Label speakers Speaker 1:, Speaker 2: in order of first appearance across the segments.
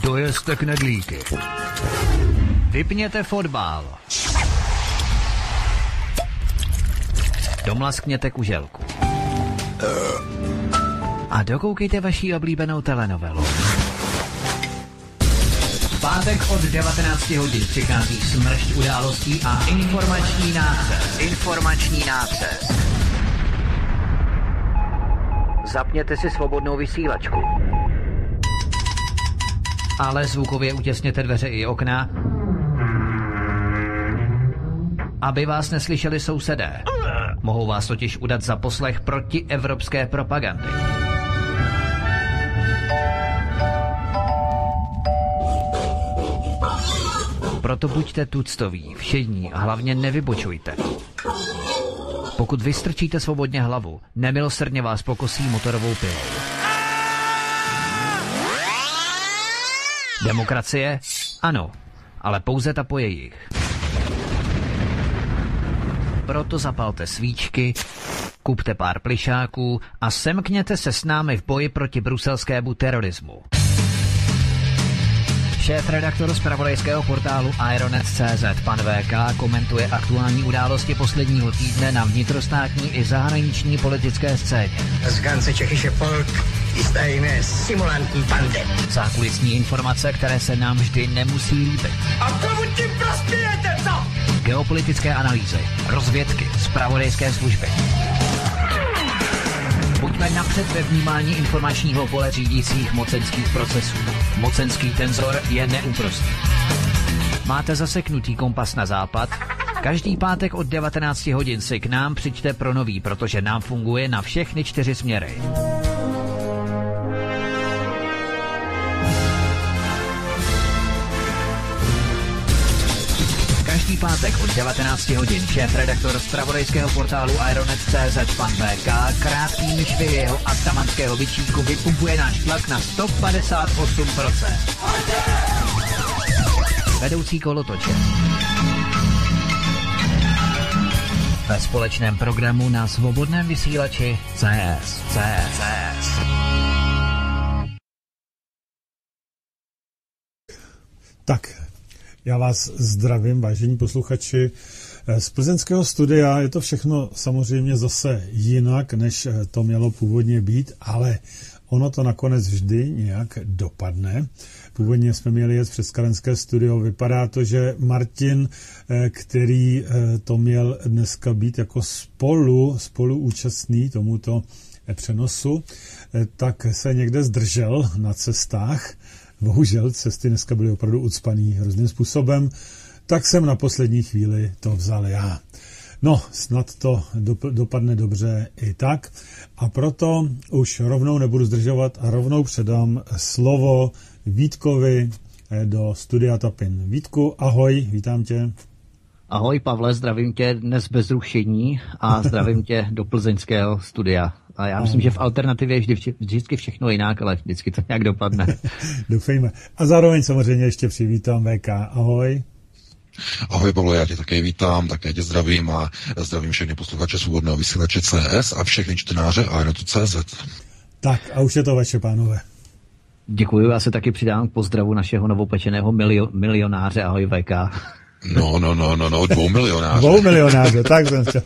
Speaker 1: Dojezte knedlíky. Vypněte fotbal. Domlaskněte kuželku. A dokoukejte vaši oblíbenou telenovelu. V pátek od 19 hodin přichází smršť událostí a informační nácest. Zapněte si svobodnou vysílačku. Ale zvukově utěsněte dveře i okna, aby vás neslyšeli sousedé. Mohou vás totiž udat za poslech protievropské propagandy. Proto buďte tuctoví, všední a hlavně nevybočujte. Pokud vystrčíte svobodně hlavu, nemilosrdně vás pokosí motorovou pilou. Demokracie? Ano, ale pouze ta po jejich. Proto zapalte svíčky, kupte pár plišáků a semkněte se s námi v boji proti bruselskému terorismu. Šéf-redaktor zpravodajského portálu Ironet.cz pan VK komentuje aktuální události posledního týdne na vnitrostátní i zahraniční politické scéně.
Speaker 2: Z ganze Čechische Volk ist eine simulantní bande.
Speaker 1: Zákulisní informace, které se nám vždy nemusí líbit.
Speaker 2: A komu tím prospějete, co?
Speaker 1: Geopolitické analýzy, rozvědky, zpravodajské služby. Buďme napřed ve vnímání informačního pole řídících mocenských procesů. Mocenský tenzor je neúprostný. Máte zaseknutý kompas na západ? Každý pátek od 19 hodin si k nám přijďte pro nový, protože nám funguje na všechny 4 směry. Každý pátek od 19 hodin šéf-redaktor zpravodajského portálu Ironet.cz pan VK krátkými švy jeho atamanského bičíku vypumpuje náš tlak na 158%. Vedoucí kolotoče. Ve společném programu na svobodném vysílači CS.
Speaker 3: Tak, já vás zdravím, vážení posluchači. Z plzeňského studia je to všechno samozřejmě zase jinak, než to mělo původně být, ale ono to nakonec vždy nějak dopadne. Původně jsme měli jet přes Kladenské studio. Vypadá to, že Martin, který to měl dneska být jako spoluúčastný tomuto přenosu, tak se někde zdržel na cestách. Bohužel cesty dneska byly opravdu ucpaný hrozný způsobem, tak jsem na poslední chvíli to vzal já. No, snad to dopadne dobře i tak. A proto už rovnou nebudu zdržovat a rovnou předám slovo Vítkovi do studia Tapin. Vítku, ahoj, vítám tě.
Speaker 1: Ahoj Pavle, zdravím tě dnes bez rušení a zdravím tě do plzeňského studia. A já myslím, že v alternativě je vždycky všechno jinak, ale vždycky to nějak dopadne.
Speaker 3: Doufejme. A zároveň samozřejmě ještě přivítám VK. Ahoj.
Speaker 4: Ahoj Pavle, já tě také vítám, také tě zdravím a zdravím všechny posluchače svobodného vysílače CS a všechny čtenáře Ironetu.cz.
Speaker 3: Tak a už je to vaše, pánové.
Speaker 1: Děkuji, já se taky přidám k pozdravu našeho novopečeného milionáře. Ahoj VK.
Speaker 4: No, 2 milionáře.
Speaker 3: 2 milionáře, tak jsem chtěl.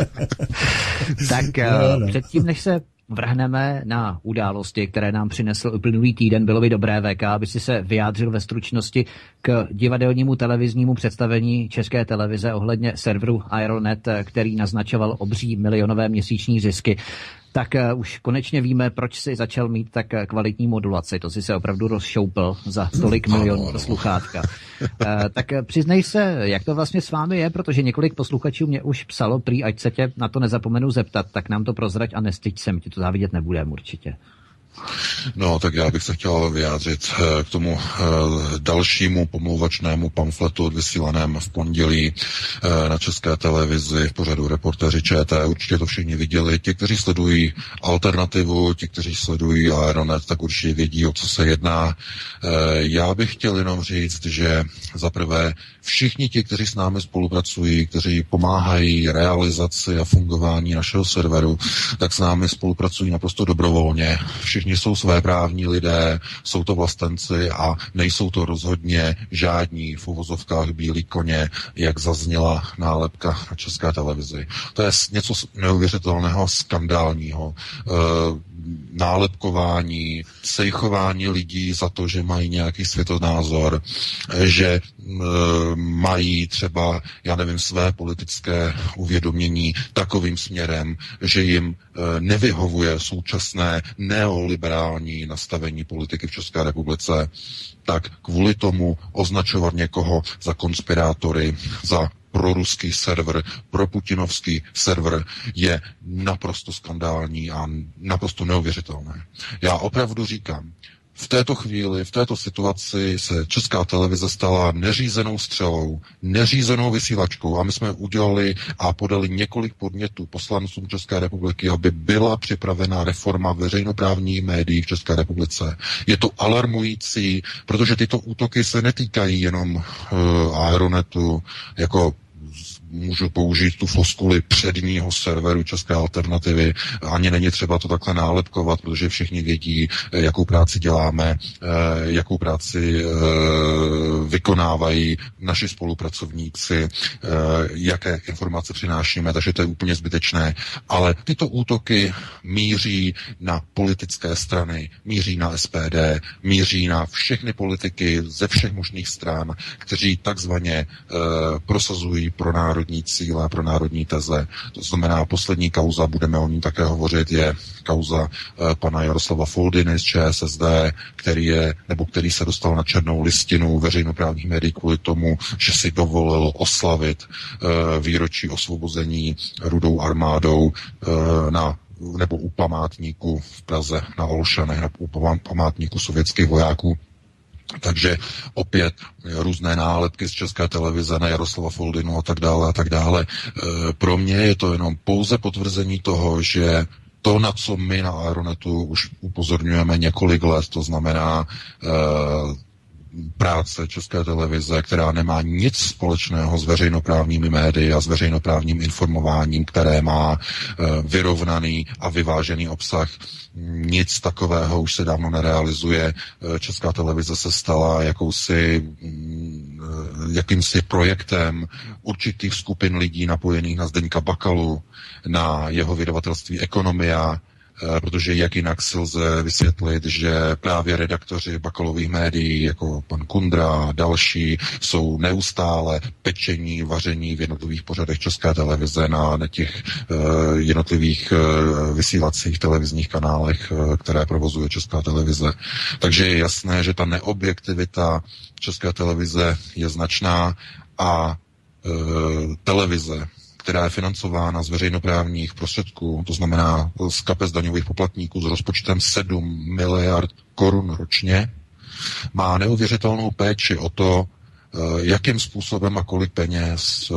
Speaker 1: Tak předtím, než se vrhneme na události, které nám přinesl uplynulý týden, bylo by dobré, VK, aby si se vyjádřil ve stručnosti k divadelnímu televiznímu představení České televize ohledně serveru Ironet, který naznačoval obří milionové měsíční zisky. Tak už konečně víme, proč si začal mít tak kvalitní modulaci. To si se opravdu rozšoupl za tolik milionů sluchátka. Tak přiznej se, jak to vlastně s vámi je, protože několik posluchačů mě už psalo, prý ať se tě na to nezapomenu zeptat, tak nám to prozrať a nestyď se, mi ti to závidět nebudem určitě.
Speaker 4: No, tak já bych se chtěl vyjádřit k tomu dalšímu pomlouvačnému pamfletu odvysílaném v pondělí na České televizi v pořadu Reportéři ČT. Určitě to všichni viděli. Ti, kteří sledují alternativu, ti, kteří sledují Ironet, tak určitě vědí, o co se jedná. Já bych chtěl jenom říct, že zaprvé všichni ti, kteří s námi spolupracují, kteří pomáhají realizaci a fungování našeho serveru, tak s námi spolupracují naprosto dobrovolně. Všichni všichni jsou svéprávní lidé, jsou to vlastenci a nejsou to rozhodně žádní v uvozovkách bílí koně, jak zazněla nálepka na České televizi. To je něco neuvěřitelného, skandálního. Nálepkování, sejchování lidí za to, že mají nějaký světonázor, že mají třeba, já nevím, své politické uvědomění takovým směrem, že jim nevyhovuje současné neoliberální nastavení politiky v České republice, tak kvůli tomu označovat někoho za konspirátory, za proruský server, proputinovský server je naprosto skandální a naprosto neuvěřitelné. Já opravdu říkám, v této chvíli, v této situaci se Česká televize stala neřízenou střelou, neřízenou vysílačkou a my jsme udělali a podali několik podnětů poslancům České republiky, aby byla připravena reforma veřejnoprávních médií v České republice. Je to alarmující, protože tyto útoky se netýkají jenom Aeronetu, jako můžu použít tu floskuli předního serveru České alternativy. Ani není třeba to takhle nálepkovat, protože všichni vědí, jakou práci děláme, jakou práci vykonávají naši spolupracovníci, jaké informace přinášíme, takže to je úplně zbytečné. Ale tyto útoky míří na politické strany, míří na SPD, míří na všechny politiky ze všech možných stran, kteří takzvaně prosazují pro národní cíle, pro národní teze. To znamená, poslední kauza, budeme o ní také hovořit, je kauza pana Jaroslava Foldyny z ČSSD, který se dostal na černou listinu veřejnoprávních médií kvůli tomu, že si dovolil oslavit výročí osvobození Rudou armádou nebo u památníku v Praze na Olšanech, u památníku sovětských vojáků. Takže opět různé nálepky z České televize na Jaroslava Foldynu a tak dále a tak dále. Pro mě je to jenom pouze potvrzení toho, že to, na co my na Aeronetu už upozorňujeme několik let, to znamená práce České televize, která nemá nic společného s veřejnoprávními médii a s veřejnoprávním informováním, které má vyrovnaný a vyvážený obsah. Nic takového už se dávno nerealizuje. Česká televize se stala jakýmsi projektem určitých skupin lidí napojených na Zdeňka Bakalu, na jeho vydavatelství Ekonomia, protože jak jinak si lze vysvětlit, že právě redaktoři Bakalových médií, jako pan Kundra a další, jsou neustále pečení, vaření v jednotlivých pořadech České televize na těch jednotlivých vysílacích televizních kanálech, které provozuje Česká televize. Takže je jasné, že ta neobjektivita České televize je značná a televize, která je financována z veřejnoprávních prostředků, to znamená z kapes daňových poplatníků s rozpočtem 7 miliard korun ročně, má neuvěřitelnou péči o to, jakým způsobem a kolik peněz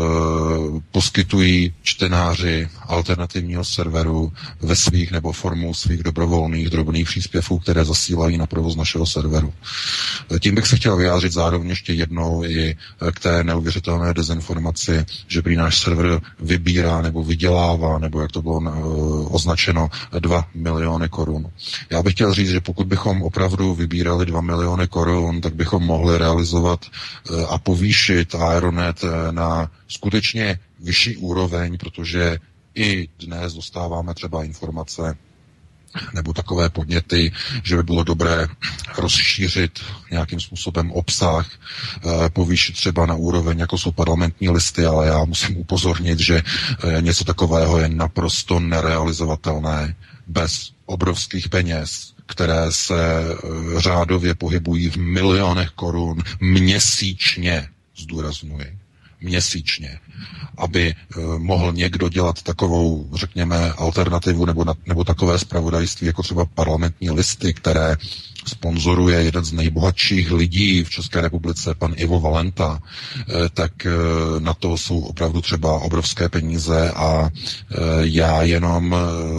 Speaker 4: poskytují čtenáři alternativního serveru ve svých nebo formou svých dobrovolných drobných příspěvků, které zasílají na provoz našeho serveru. Tím bych se chtěl vyjádřit zároveň ještě jednou i k té neuvěřitelné dezinformaci, že prý náš server vybírá nebo vydělává, nebo jak to bylo označeno, 2 miliony korun. Já bych chtěl říct, že pokud bychom opravdu vybírali 2 miliony korun, tak bychom mohli realizovat a povýšit Aeronet na skutečně vyšší úroveň, protože i dnes dostáváme třeba informace nebo takové podněty, že by bylo dobré rozšířit nějakým způsobem obsah, povýšit třeba na úroveň, jako jsou parlamentní listy, ale já musím upozornit, že něco takového je naprosto nerealizovatelné bez obrovských peněz, které se řádově pohybují v milionech korun měsíčně, zdůrazňuji, měsíčně, aby mohl někdo dělat takovou, řekněme, alternativu nebo takové zpravodajství, jako třeba parlamentní listy, které sponzoruje jeden z nejbohatších lidí v České republice, pan Ivo Valenta, tak na to jsou opravdu třeba obrovské peníze a já jenom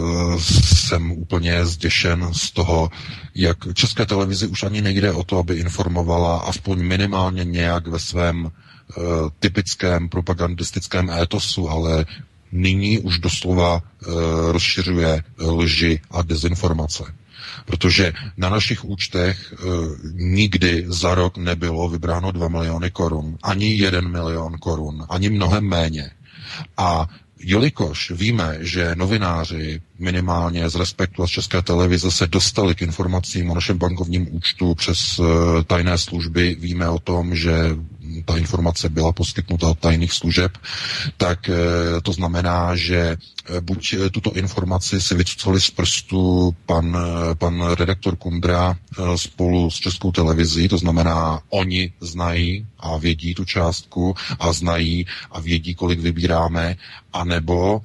Speaker 4: jsem úplně zděšen z toho, jak České televizi už ani nejde o to, aby informovala aspoň minimálně nějak ve svém typickém propagandistickém étosu, ale nyní už doslova rozšiřuje lži a dezinformace. Protože na našich účtech nikdy za rok nebylo vybráno 2 miliony korun, ani 1 milion korun, ani mnohem méně. A jelikož víme, že novináři minimálně z Respektu a z České televize se dostali k informacím o našem bankovním účtu přes tajné služby, víme o tom, že ta informace byla poskytnuta od tajných služeb, tak to znamená, že buď tuto informaci si vycucali z prstu pan redaktor Kundra spolu s Českou televizí, to znamená, oni znají a vědí tu částku a znají a vědí, kolik vybíráme, anebo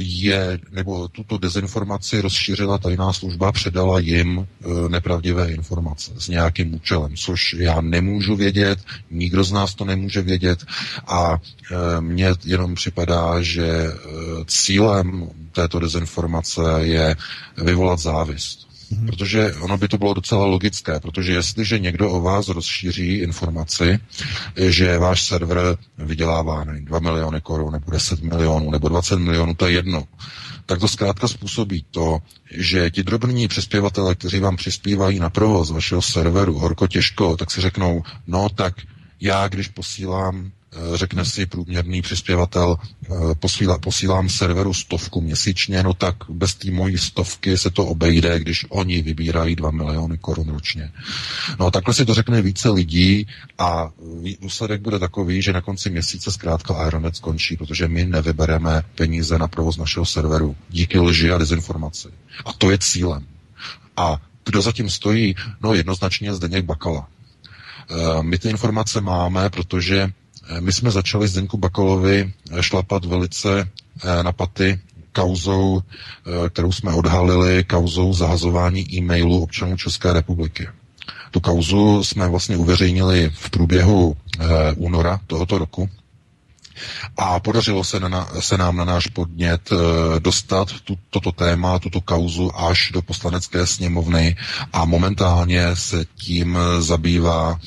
Speaker 4: tuto dezinformaci rozšířila tajná služba, předala jim nepravdivé informace s nějakým účelem, což já nemůžu vědět, nikdo z nás to nemůže vědět a mně jenom připadá, že cílem této dezinformace je vyvolat závist. Protože ono by to bylo docela logické, protože jestliže někdo o vás rozšíří informaci, že váš server vydělává 2 miliony korun, nebo 10 milionů, nebo 20 milionů, to je jedno, tak to zkrátka způsobí to, že ti drobní přispěvatelé, kteří vám přispívají na provoz vašeho serveru horko těžko, tak si řeknou, no tak já, když posílám, řekne si průměrný přispěvatel, posílám serveru 100 měsíčně, no tak bez té mojí 100 se to obejde, když oni vybírají 2 miliony korun ročně. No takhle si to řekne více lidí a důsledek bude takový, že na konci měsíce zkrátka Aeronet skončí, protože my nevybereme peníze na provoz našeho serveru díky lži a dezinformaci. A to je cílem. A kdo zatím stojí? No jednoznačně Zdeněk Bakala. My ty informace máme, protože my jsme začali Zdeňku Bakalovi šlapat velice na paty kauzou, kterou jsme odhalili, kauzou zahazování e-mailů občanů České republiky. Tu kauzu jsme vlastně uveřejnili v průběhu února tohoto roku a podařilo se nám na náš podnět dostat toto téma, tuto kauzu až do Poslanecké sněmovny a momentálně se tím zabývá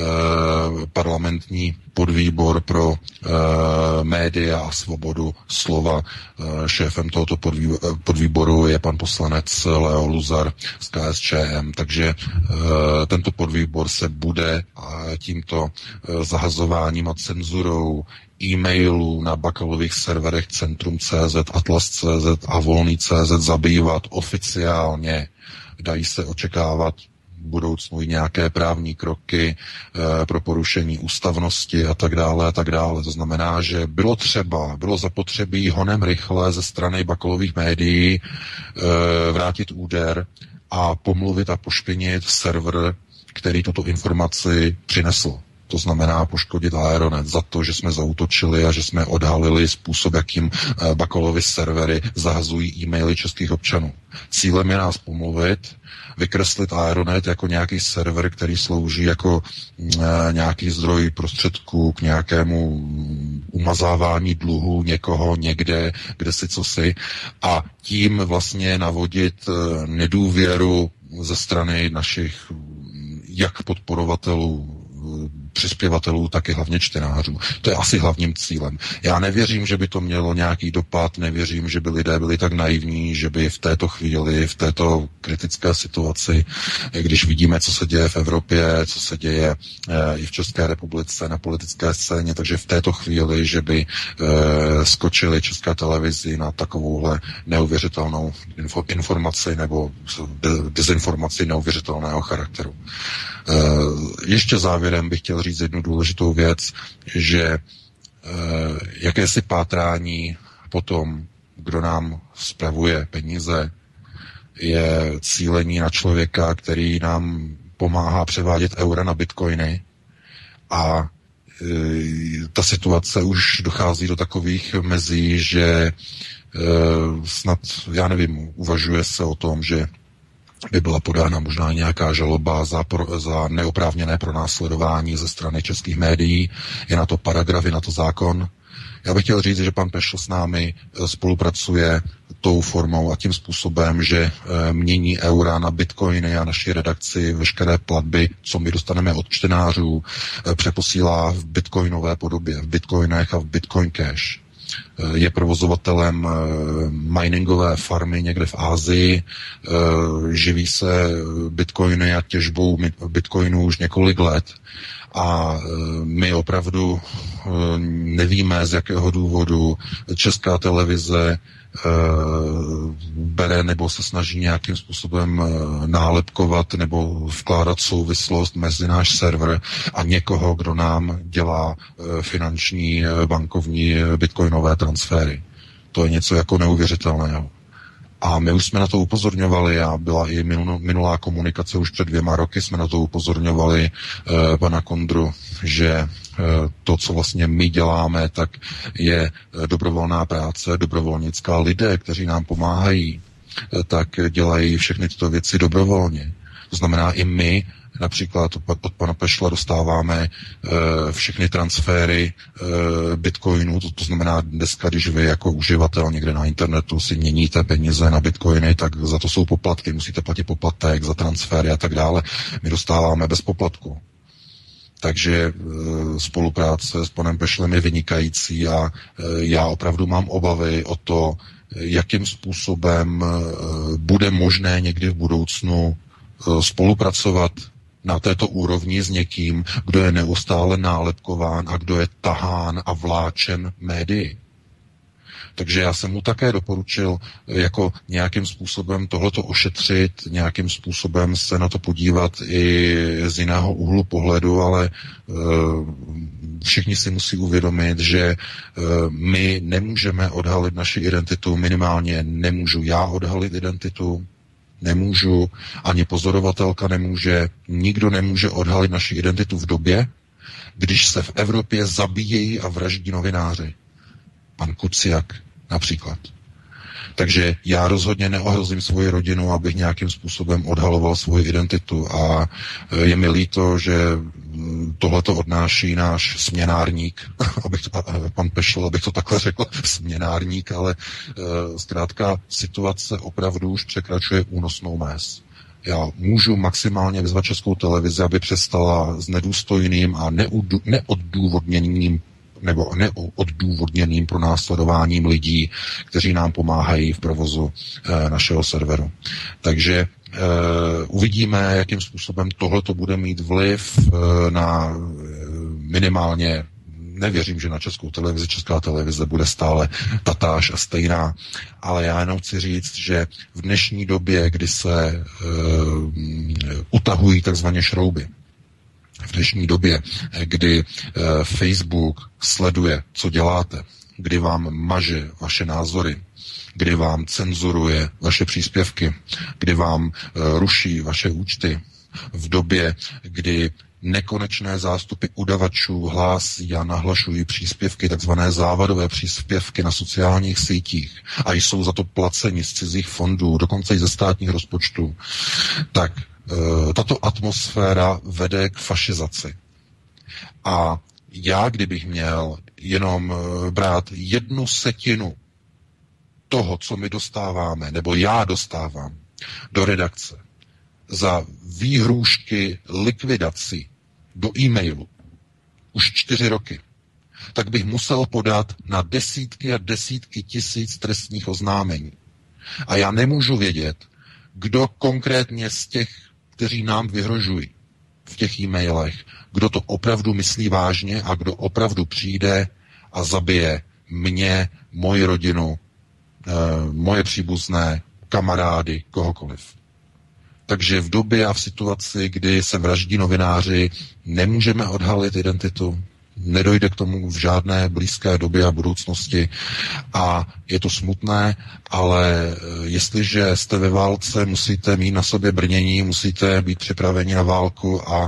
Speaker 4: parlamentní podvýbor pro média a svobodu slova. Šéfem tohoto podvýboru je pan poslanec Leo Luzar z KSČM, takže tento podvýbor se bude tímto zahazováním a cenzurou e-mailů na Bakalových serverech Centrum.cz, Atlas.cz a Volný.cz zabývat oficiálně. Dají se očekávat v budoucnu i nějaké právní kroky pro porušení ústavnosti a tak dále a tak dále. To znamená, že bylo zapotřebí honem rychle ze strany Bakalových médií vrátit úder a pomluvit a pošpinit server, který tuto informaci přinesl. To znamená poškodit Aeronet za to, že jsme zaútočili a že jsme odhalili způsob, jakým Bakalovy servery zahazují e-maily českých občanů. Cílem je nás pomluvit, vykreslit Aeronet jako nějaký server, který slouží jako nějaký zdroj prostředků k nějakému umazávání dluhu někoho někde, kde si cosi a tím vlastně navodit nedůvěru ze strany našich jak podporovatelů, přispěvatelů, tak i hlavně čtenářů. To je asi hlavním cílem. Já nevěřím, že by to mělo nějaký dopad, nevěřím, že by lidé byli tak naivní, že by v této chvíli, v této kritické situaci, když vidíme, co se děje v Evropě, co se děje i v České republice na politické scéně, takže v této chvíli, že by skočili České televizi na takovouhle neuvěřitelnou informaci nebo dezinformaci neuvěřitelného charakteru. Ještě závěrem bych chtěl říct jednu důležitou věc, že jakési pátrání po tom, kdo nám spravuje peníze, je cílení na člověka, který nám pomáhá převádět eura na bitcoiny a ta situace už dochází do takových mezí, že snad, já nevím, uvažuje se o tom, že by byla podána možná nějaká žaloba za neoprávněné pronásledování ze strany českých médií. Je na to paragraf, je na to zákon. Já bych chtěl říct, že pan Pešl s námi spolupracuje tou formou a tím způsobem, že mění eura na bitcoiny a naší redakci veškeré platby, co my dostaneme od čtenářů, přeposílá v bitcoinové podobě, v bitcoinech a v bitcoin cash. je provozovatelem miningové farmy někde v Asii, živí se bitcoiny a těžbou bitcoinů už několik let. A my opravdu nevíme, z jakého důvodu Česká televize bere nebo se snaží nějakým způsobem nálepkovat nebo vkládat souvislost mezi náš server a někoho, kdo nám dělá finanční, bankovní, bitcoinové transfery. To je něco jako neuvěřitelného. A my už jsme na to upozorňovali a byla i minulá komunikace už před 2 roky, jsme na to upozorňovali pana Kondru, že to, co vlastně my děláme, tak je dobrovolná práce, dobrovolnická. Lidé, kteří nám pomáhají, tak dělají všechny tyto věci dobrovolně. To znamená i my, například od pana Pešla dostáváme všechny transfery bitcoinů, to znamená dneska, když vy jako uživatel někde na internetu si měníte peníze na bitcoiny, tak za to jsou poplatky, musíte platit poplatek za transfery a tak dále. My dostáváme bez poplatku. Takže spolupráce s panem Pešlem je vynikající a já opravdu mám obavy o to, jakým způsobem bude možné někdy v budoucnu spolupracovat na této úrovni s někým, kdo je neustále nálepkován a kdo je tahán a vláčen médii. Takže já jsem mu také doporučil jako nějakým způsobem tohleto ošetřit, nějakým způsobem se na to podívat i z jiného úhlu pohledu, ale všichni si musí uvědomit, že my nemůžeme odhalit naši identitu, minimálně nemůžu já odhalit identitu, nemůžu, ani pozorovatelka nemůže, nikdo nemůže odhalit naši identitu v době, když se v Evropě zabíjejí a vraždí novináři. Pan Kuciak například. Takže já rozhodně neohrozím svoji rodinu, abych nějakým způsobem odhaloval svoji identitu a je mi líto, že tohleto odnáší náš směnárník, pan Pešl, abych to takhle řekl, směnárník, ale zkrátka situace opravdu už překračuje únosnou mez. Já můžu maximálně vyzvat Českou televizi, aby přestala s nedůstojným a neodůvodněným nebo neodůvodněným pronásledováním lidí, kteří nám pomáhají v provozu našeho serveru. Takže uvidíme, jakým způsobem tohleto bude mít vliv na minimálně, nevěřím, že na Českou televizi, Česká televize bude stále tatáž a stejná, ale já jenom chci říct, že v dnešní době, kdy se utahují takzvané šrouby, v dnešní době, kdy Facebook sleduje, co děláte, kdy vám maže vaše názory, kdy vám cenzuruje vaše příspěvky, kdy vám ruší vaše účty, v době, kdy nekonečné zástupy udavačů hlásí a nahlašují příspěvky, takzvané závadové příspěvky na sociálních sítích a jsou za to placeni z cizích fondů, dokonce i ze státních rozpočtů, tak tato atmosféra vede k fašizaci. A já, kdybych měl jenom brát 1/7 toho, co my dostáváme, nebo já dostávám do redakce za výhrůžky likvidací do e-mailu už 4 roky, tak bych musel podat na desítky a desítky tisíc trestních oznámení. A já nemůžu vědět, kdo konkrétně z těch, kteří nám vyhrožují v těch e-mailech, kdo to opravdu myslí vážně a kdo opravdu přijde a zabije mě, moji rodinu, moje příbuzné, kamarády, kohokoliv. Takže v době a v situaci, kdy se vraždí novináři, nemůžeme odhalit identitu, nedojde k tomu v žádné blízké době a budoucnosti a je to smutné, ale jestliže jste ve válce, musíte mít na sobě brnění, musíte být připraveni na válku a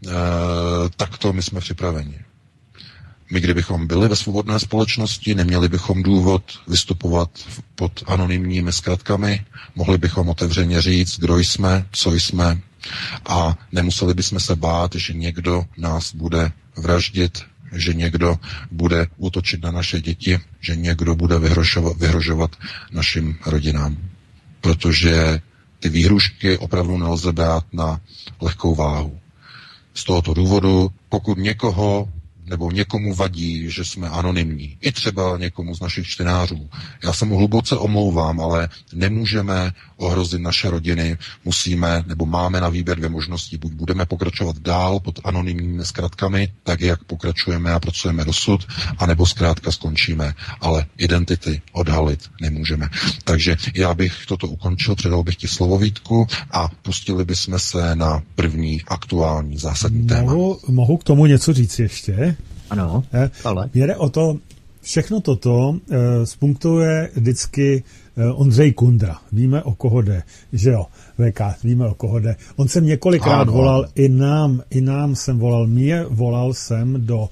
Speaker 4: takto my jsme připraveni. My, kdybychom byli ve svobodné společnosti, neměli bychom důvod vystupovat pod anonymními zkratkami, mohli bychom otevřeně říct, kdo jsme, co jsme a nemuseli bychom se bát, že někdo nás bude vraždit, že někdo bude útočit na naše děti, že někdo bude vyhrožovat našim rodinám. Protože ty výhrušky opravdu nelze brát na lehkou váhu. Z tohoto důvodu, pokud někoho nebo někomu vadí, že jsme anonymní, i třeba někomu z našich čtenářů. Já se mu hluboce omlouvám, ale nemůžeme ohrozit naše rodiny, musíme, nebo máme na výběr dvě možnosti. Buď budeme pokračovat dál pod anonymními zkratkami, tak jak pokračujeme a pracujeme dosud, anebo zkrátka skončíme, ale identity odhalit nemůžeme. Takže já bych toto ukončil, předal bych ti slovo, Vítku, a pustili bychom se na první aktuální zásadní téma.
Speaker 3: Mohu k tomu něco říct ještě?
Speaker 1: Ano, ale.
Speaker 3: Jde o to, všechno toto spunktuje vždycky Ondřej Kundra. Víme, o koho jde, že jo, VK, víme, o koho jde. On jsem několikrát volal, i nám jsem volal, volal jsem do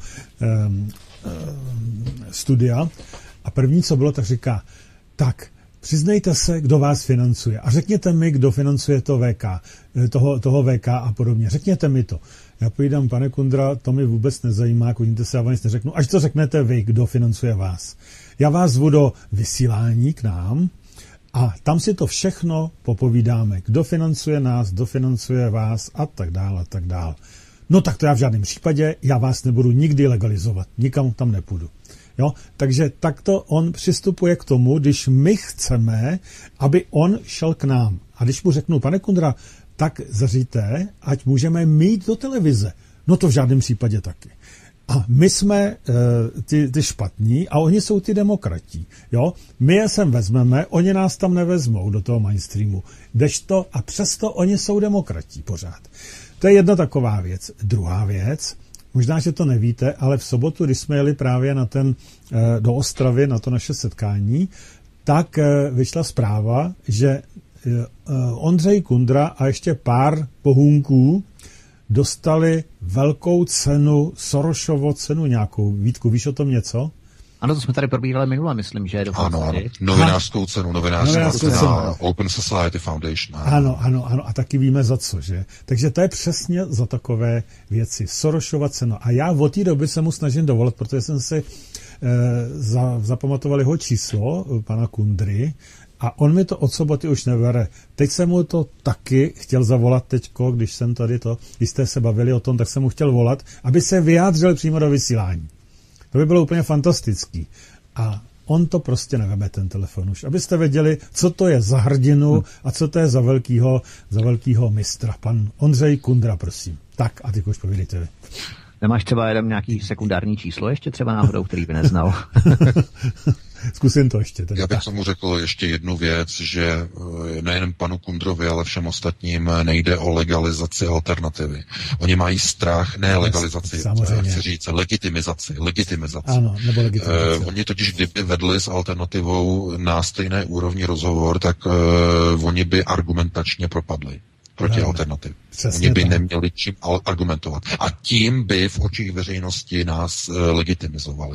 Speaker 3: studia a první, co bylo, tak říká, tak, přiznejte se, kdo vás financuje a řekněte mi, kdo financuje to VK, toho VK a podobně. Řekněte mi to. Já povídám, pane Kundra, to mi vůbec nezajímá, klidněte se, já vám nic neřeknu, až to řeknete vy, kdo financuje vás. Já vás zvu do vysílání k nám a tam si to všechno popovídáme. Kdo financuje nás, kdo financuje vás a tak dále, a tak dále. No tak to já v žádném případě, já vás nebudu nikdy legalizovat, nikam tam nepůjdu. Jo? Takže takto on přistupuje k tomu, když my chceme, aby on šel k nám. A když mu řeknu, pane Kundra, tak zaříte, ať můžeme mít do televize. No to v žádném případě taky. A my jsme ty špatní a oni jsou ty demokratí. Jo? My je sem vezmeme, oni nás tam nevezmou do toho mainstreamu. Kdežto, a přesto oni jsou demokratí pořád. To je jedna taková věc. Druhá věc, možná, že to nevíte, ale v sobotu, když jsme jeli právě do Ostravy na to naše setkání, tak vyšla zpráva, že Ondřej Kundra a ještě pár pohůnků dostali velkou cenu, Soroshovo cenu nějakou. Vítku, víš o tom něco?
Speaker 1: Ano, to jsme tady probírali minule, myslím, že je do
Speaker 4: Ano, novinářskou cenu, novinářská cena Open Society Foundation.
Speaker 3: Ano, a taky víme za co, že? Takže to je přesně za takové věci. Soroshova cena. A já od té doby se mu snažím dovolit, protože jsem si zapamatoval jeho číslo, pana Kundry, a on mi to od soboty už nebere. Teď jsem mu to taky chtěl zavolat teďko, když jste se bavili o tom, tak jsem mu chtěl volat, aby se vyjádřil přímo do vysílání. To by bylo úplně fantastický. A on to prostě neveme, ten telefon už. Abyste věděli, co to je za hrdinu a co to je za velkýho mistra. Pan Ondřej Kundra, prosím. Tak, a teď už povídejte vy.
Speaker 1: Nemáš třeba jeden nějaký sekundární číslo ještě třeba náhodou, který by neznal?
Speaker 3: Zkusím to ještě.
Speaker 4: Já bych tomu řekl ještě jednu věc, že nejen panu Kundrovi, ale všem ostatním nejde o legalizaci alternativy. Oni mají strach, ne legalizaci, chci říct legitimizaci.
Speaker 3: Ano, nebo legitimizaci.
Speaker 4: Oni totiž, kdyby vedli s alternativou na stejné úrovni rozhovor, tak oni by argumentačně propadli proti alternativě. Oni by neměli čím argumentovat. A tím by v očích veřejnosti nás legitimizovali.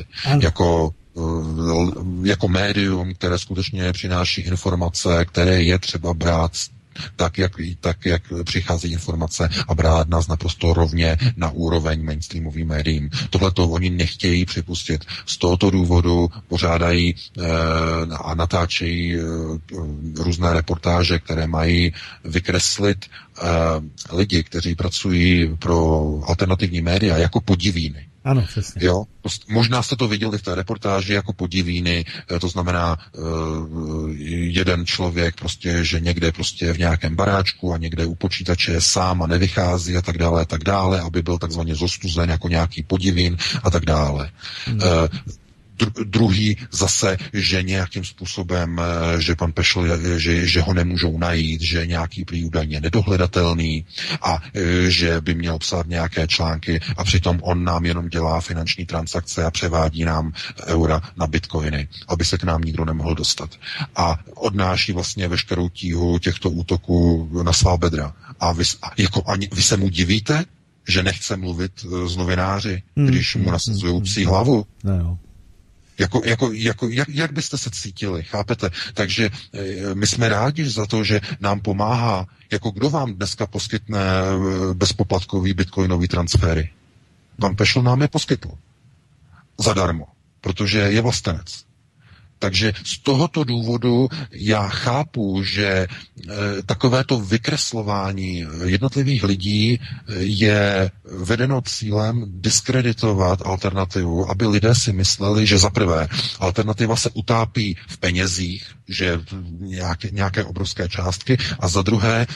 Speaker 4: Jako médium, které skutečně přináší informace, které je třeba brát tak, jak přichází informace a brát nás naprosto rovně na úroveň mainstreamovým médiím. Tohleto oni nechtějí připustit. Z tohoto důvodu pořádají a natáčejí různé reportáže, které mají vykreslit lidi, kteří pracují pro alternativní média jako podivíny.
Speaker 3: Ano, přesně.
Speaker 4: Jo? Možná jste to viděli v té reportáži jako podivíny, to znamená jeden člověk prostě, že někde prostě v nějakém baráčku a někde u počítače je sám a nevychází a tak dále, aby byl takzvaně zostuzen jako nějaký podivín a tak dále. Druhý zase, že nějakým způsobem, že pan Pešl, že ho nemůžou najít, že nějaký prý údajně nedohledatelný a že by měl psát nějaké články a přitom on nám jenom dělá finanční transakce a převádí nám eura na bitcoiny, aby se k nám nikdo nemohl dostat. A odnáší vlastně veškerou tíhu těchto útoků na svá bedra. A vy se mu divíte, že nechce mluvit s novináři, když mu nasazují psí hlavu?
Speaker 3: No.
Speaker 4: Jak byste se cítili, chápete? Takže my jsme rádi za to, že nám pomáhá. Jako kdo vám dneska poskytne bezpoplatkový bitcoinový transfery? Pan Pešl nám je poskytl. Zadarmo. Protože je vlastenec. Takže z tohoto důvodu já chápu, že takovéto vykreslování jednotlivých lidí je vedeno cílem diskreditovat alternativu, aby lidé si mysleli, že za prvé alternativa se utápí v penězích, že nějaké obrovské částky, a za druhé,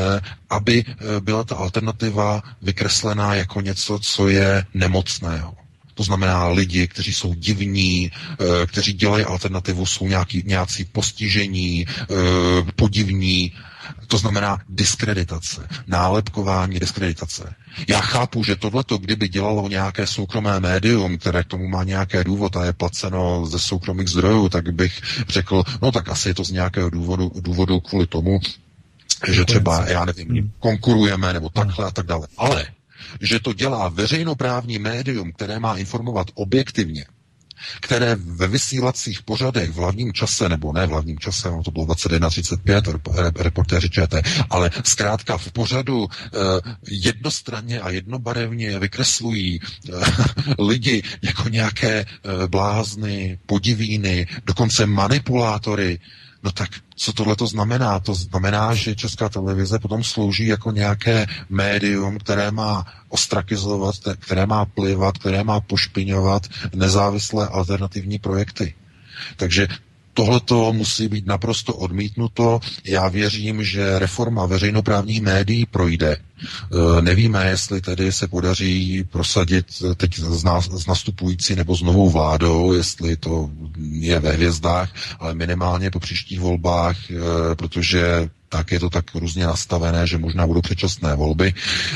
Speaker 4: aby byla ta alternativa vykreslená jako něco, co je nemocného. To znamená lidi, kteří jsou divní, kteří dělají alternativu, jsou nějací postižení, podivní. To znamená diskreditace, nálepkování, diskreditace. Já chápu, že tohleto, kdyby dělalo nějaké soukromé médium, které k tomu má nějaké důvod a je placeno ze soukromých zdrojů, tak bych řekl, no tak asi je to z nějakého důvodu kvůli tomu, že třeba, já nevím, konkurujeme nebo takhle a tak dále. Ale že to dělá veřejnoprávní médium, které má informovat objektivně, které ve vysílacích pořadech v hlavním čase, nebo ne v hlavním čase, to bylo 21:35, reportéři ČT, ale zkrátka v pořadu jednostranně a jednobarevně vykreslují lidi jako nějaké blázny, podivíny, dokonce manipulátory. No tak co tohle to znamená? To znamená, že Česká televize potom slouží jako nějaké médium, které má ostrakizovat, které má plivat, které má pošpiňovat nezávislé alternativní projekty. Takže tohleto musí být naprosto odmítnuto. Já věřím, že reforma veřejnoprávních médií projde. Nevíme, jestli tedy se podaří prosadit teď s nastupující nebo s novou vládou, jestli to je ve hvězdách, ale minimálně po příštích volbách, protože tak je to tak různě nastavené, že možná budou předčasné volby,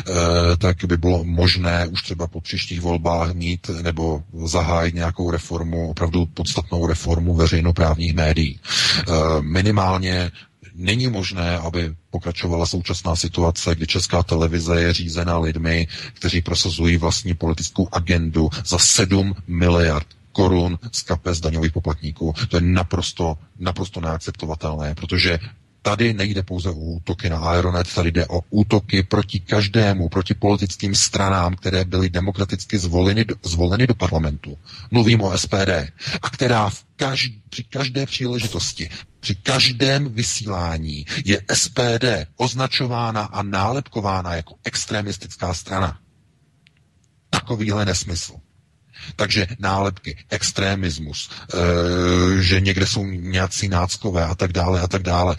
Speaker 4: tak by bylo možné už třeba po příštích volbách mít nebo zahájit nějakou reformu, opravdu podstatnou reformu veřejnoprávních médií. Minimálně není možné, aby pokračovala současná situace, kdy Česká televize je řízena lidmi, kteří prosazují vlastní politickou agendu za 7 miliard korun z kapes daňových poplatníků. To je naprosto neakceptovatelné, protože tady nejde pouze o útoky na Aeronet, tady jde o útoky proti každému, proti politickým stranám, které byly demokraticky zvoleny do parlamentu. Mluvím o SPD. A která při každé příležitosti, při každém vysílání je SPD označována a nálepkována jako extremistická strana. Takovýhle nesmysl. Takže nálepky, extremismus, že někde jsou nějací náckové a tak dále a tak dále.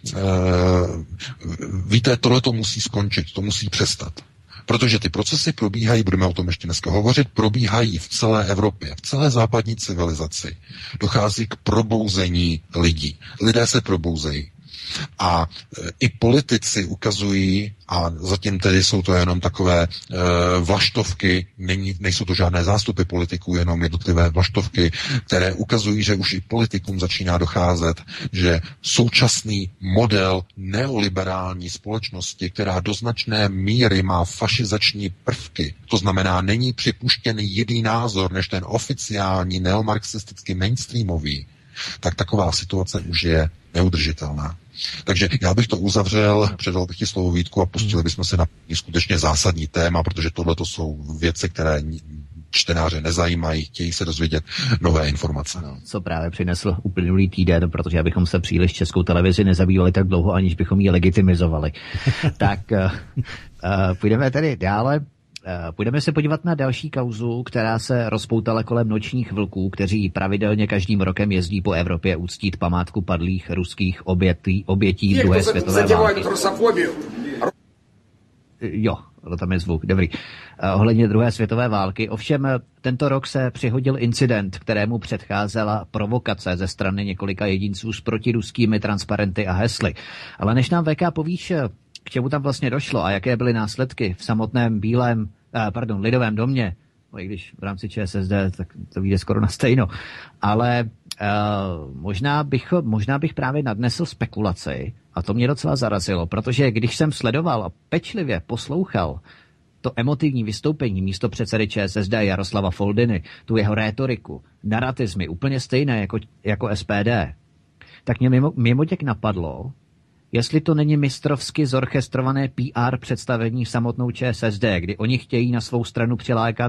Speaker 4: Víte, tohle to musí skončit, to musí přestat. Protože ty procesy probíhají, budeme o tom ještě dneska hovořit, probíhají v celé Evropě, v celé západní civilizaci. Dochází k probouzení lidí. Lidé se probouzejí. A i politici ukazují, a zatím tedy jsou to jenom takové vlaštovky, nejsou to žádné zástupy politiků, jenom jednotlivé vlaštovky, které ukazují, že už i politikům začíná docházet, že současný model neoliberální společnosti, která do značné míry má fašizační prvky, to znamená, není připuštěn jiný názor než ten oficiální neomarxisticky mainstreamový, tak taková situace už je neudržitelná. Takže já bych to uzavřel, předal bych ti slovo Vítku a pustili bychom se na skutečně zásadní téma, protože tohle to jsou věci, které čtenáře nezajímají, chtějí se dozvědět nové informace.
Speaker 1: No, co právě přinesl uplynulý týden, protože abychom se příliš Českou televizi nezabývali tak dlouho, aniž bychom ji legitimizovali. Tak půjdeme tedy dále. Půjdeme se podívat na další kauzu, která se rozpoutala kolem nočních vlků, kteří pravidelně každým rokem jezdí po Evropě uctít památku padlých ruských obětí druhé světové války. Jo, tam je zvuk, dobrý. Ohledně druhé světové války. Ovšem tento rok se přihodil incident, kterému předcházela provokace ze strany několika jedinců s protiruskými transparenty a hesly. Ale než nám VK povíš, k čemu tam vlastně došlo a jaké byly následky v samotném Lidovém domě, no i když v rámci ČSSD, tak to vyjde skoro na stejno, ale možná bych právě nadnesl spekulaci a to mě docela zarazilo, protože když jsem sledoval a pečlivě poslouchal to emotivní vystoupení místopředsedy ČSSD Jaroslava Foldyny, tu jeho rétoriku, naratizmy úplně stejné jako SPD, tak mě mimotěk napadlo, jestli to není mistrovsky zorchestrované PR představení samotnou ČSSD, kdy oni chtějí na svou stranu přilákat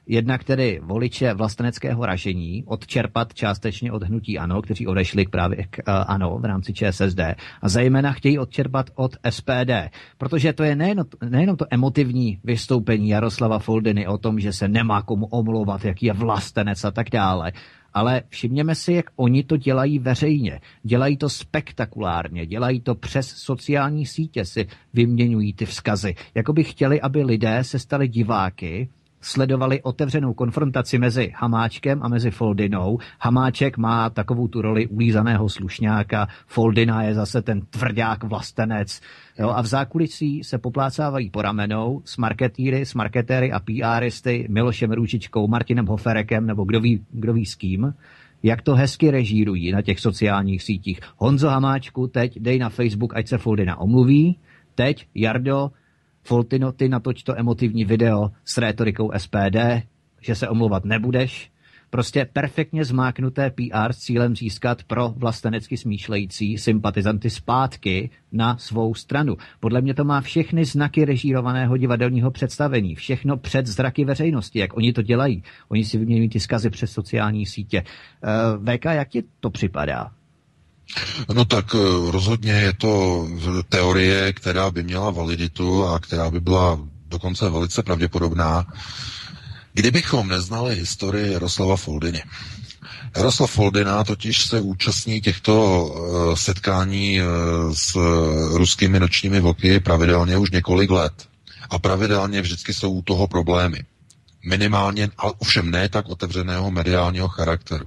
Speaker 1: jednak tedy voliče vlasteneckého ražení, odčerpat částečně od hnutí ANO, kteří odešli právě k ANO v rámci ČSSD, a zejména chtějí odčerpat od SPD, protože to je nejenom to emotivní vystoupení Jaroslava Foldyny o tom, že se nemá komu omlouvat, jaký je vlastenec a tak dále, ale všimněme si, jak oni to dělají veřejně. Dělají to spektakulárně, dělají to přes sociální sítě, si vyměňují ty vzkazy. Jako by chtěli, aby lidé se stali diváky, sledovali otevřenou konfrontaci mezi Hamáčkem a mezi Foldynou. Hamáček má takovou tu roli ulízaného slušňáka, Foldyna je zase ten tvrdák vlastenec. Jo, a v zákulisí se poplácávají po ramenou s marketýry, s marketéry a PRisty Milošem Růžičkou, Martinem Hoferekem nebo kdo ví s kým. Jak to hezky režírují na těch sociálních sítích. Honzo Hamáčku, teď dej na Facebook, ať se Foldyna omluví. Teď, Jardo, Foldyno, ty natoč to emotivní video s rétorikou SPD, že se omlouvat nebudeš. Prostě perfektně zmáknuté PR s cílem získat pro vlastenecky smýšlející sympatizanty zpátky na svou stranu. Podle mě to má všechny znaky režírovaného divadelního představení. Všechno před zraky veřejnosti, jak oni to dělají. Oni si vyměňují ty vzkazy přes sociální sítě. VK, jak ti to připadá?
Speaker 4: No tak rozhodně je to teorie, která by měla validitu a která by byla dokonce velice pravděpodobná, kdybychom neznali historii Jaroslava Foldyny. Jaroslav Foldyna totiž se účastní těchto setkání s ruskými nočními vlky pravidelně už několik let. A pravidelně vždycky jsou u toho problémy. Minimálně, ale ovšem ne tak otevřeného mediálního charakteru.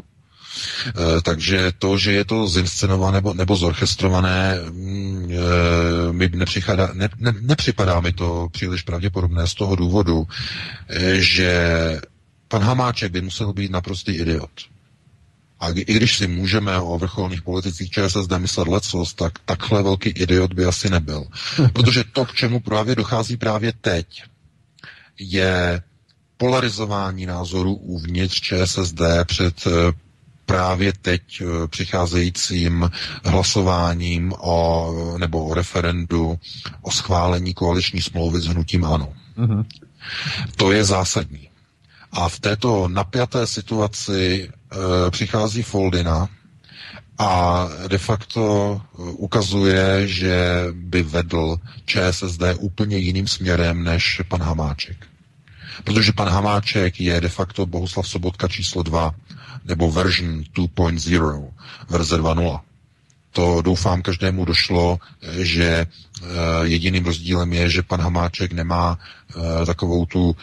Speaker 4: Takže to, že je to zinscenované nebo zorchestrované, mi nepřipadá mi to příliš pravděpodobné z toho důvodu, že pan Hamáček by musel být naprostý idiot. A i když si můžeme o vrcholných politicích ČSSD myslet lecos, tak takhle velký idiot by asi nebyl. Protože to, k čemu právě dochází právě teď, je polarizování názorů uvnitř ČSSD před právě teď přicházejícím hlasováním o referendu o schválení koaliční smlouvy s hnutím ANO. Uh-huh. To je zásadní. A v této napjaté situaci přichází Foldyna a de facto ukazuje, že by vedl ČSSD úplně jiným směrem než pan Hamáček. Protože pan Hamáček je de facto Bohuslav Sobotka číslo 2, nebo version 2.0, verze 2.0. To doufám každému došlo, že jediným rozdílem je, že pan Hamáček nemá takovou tu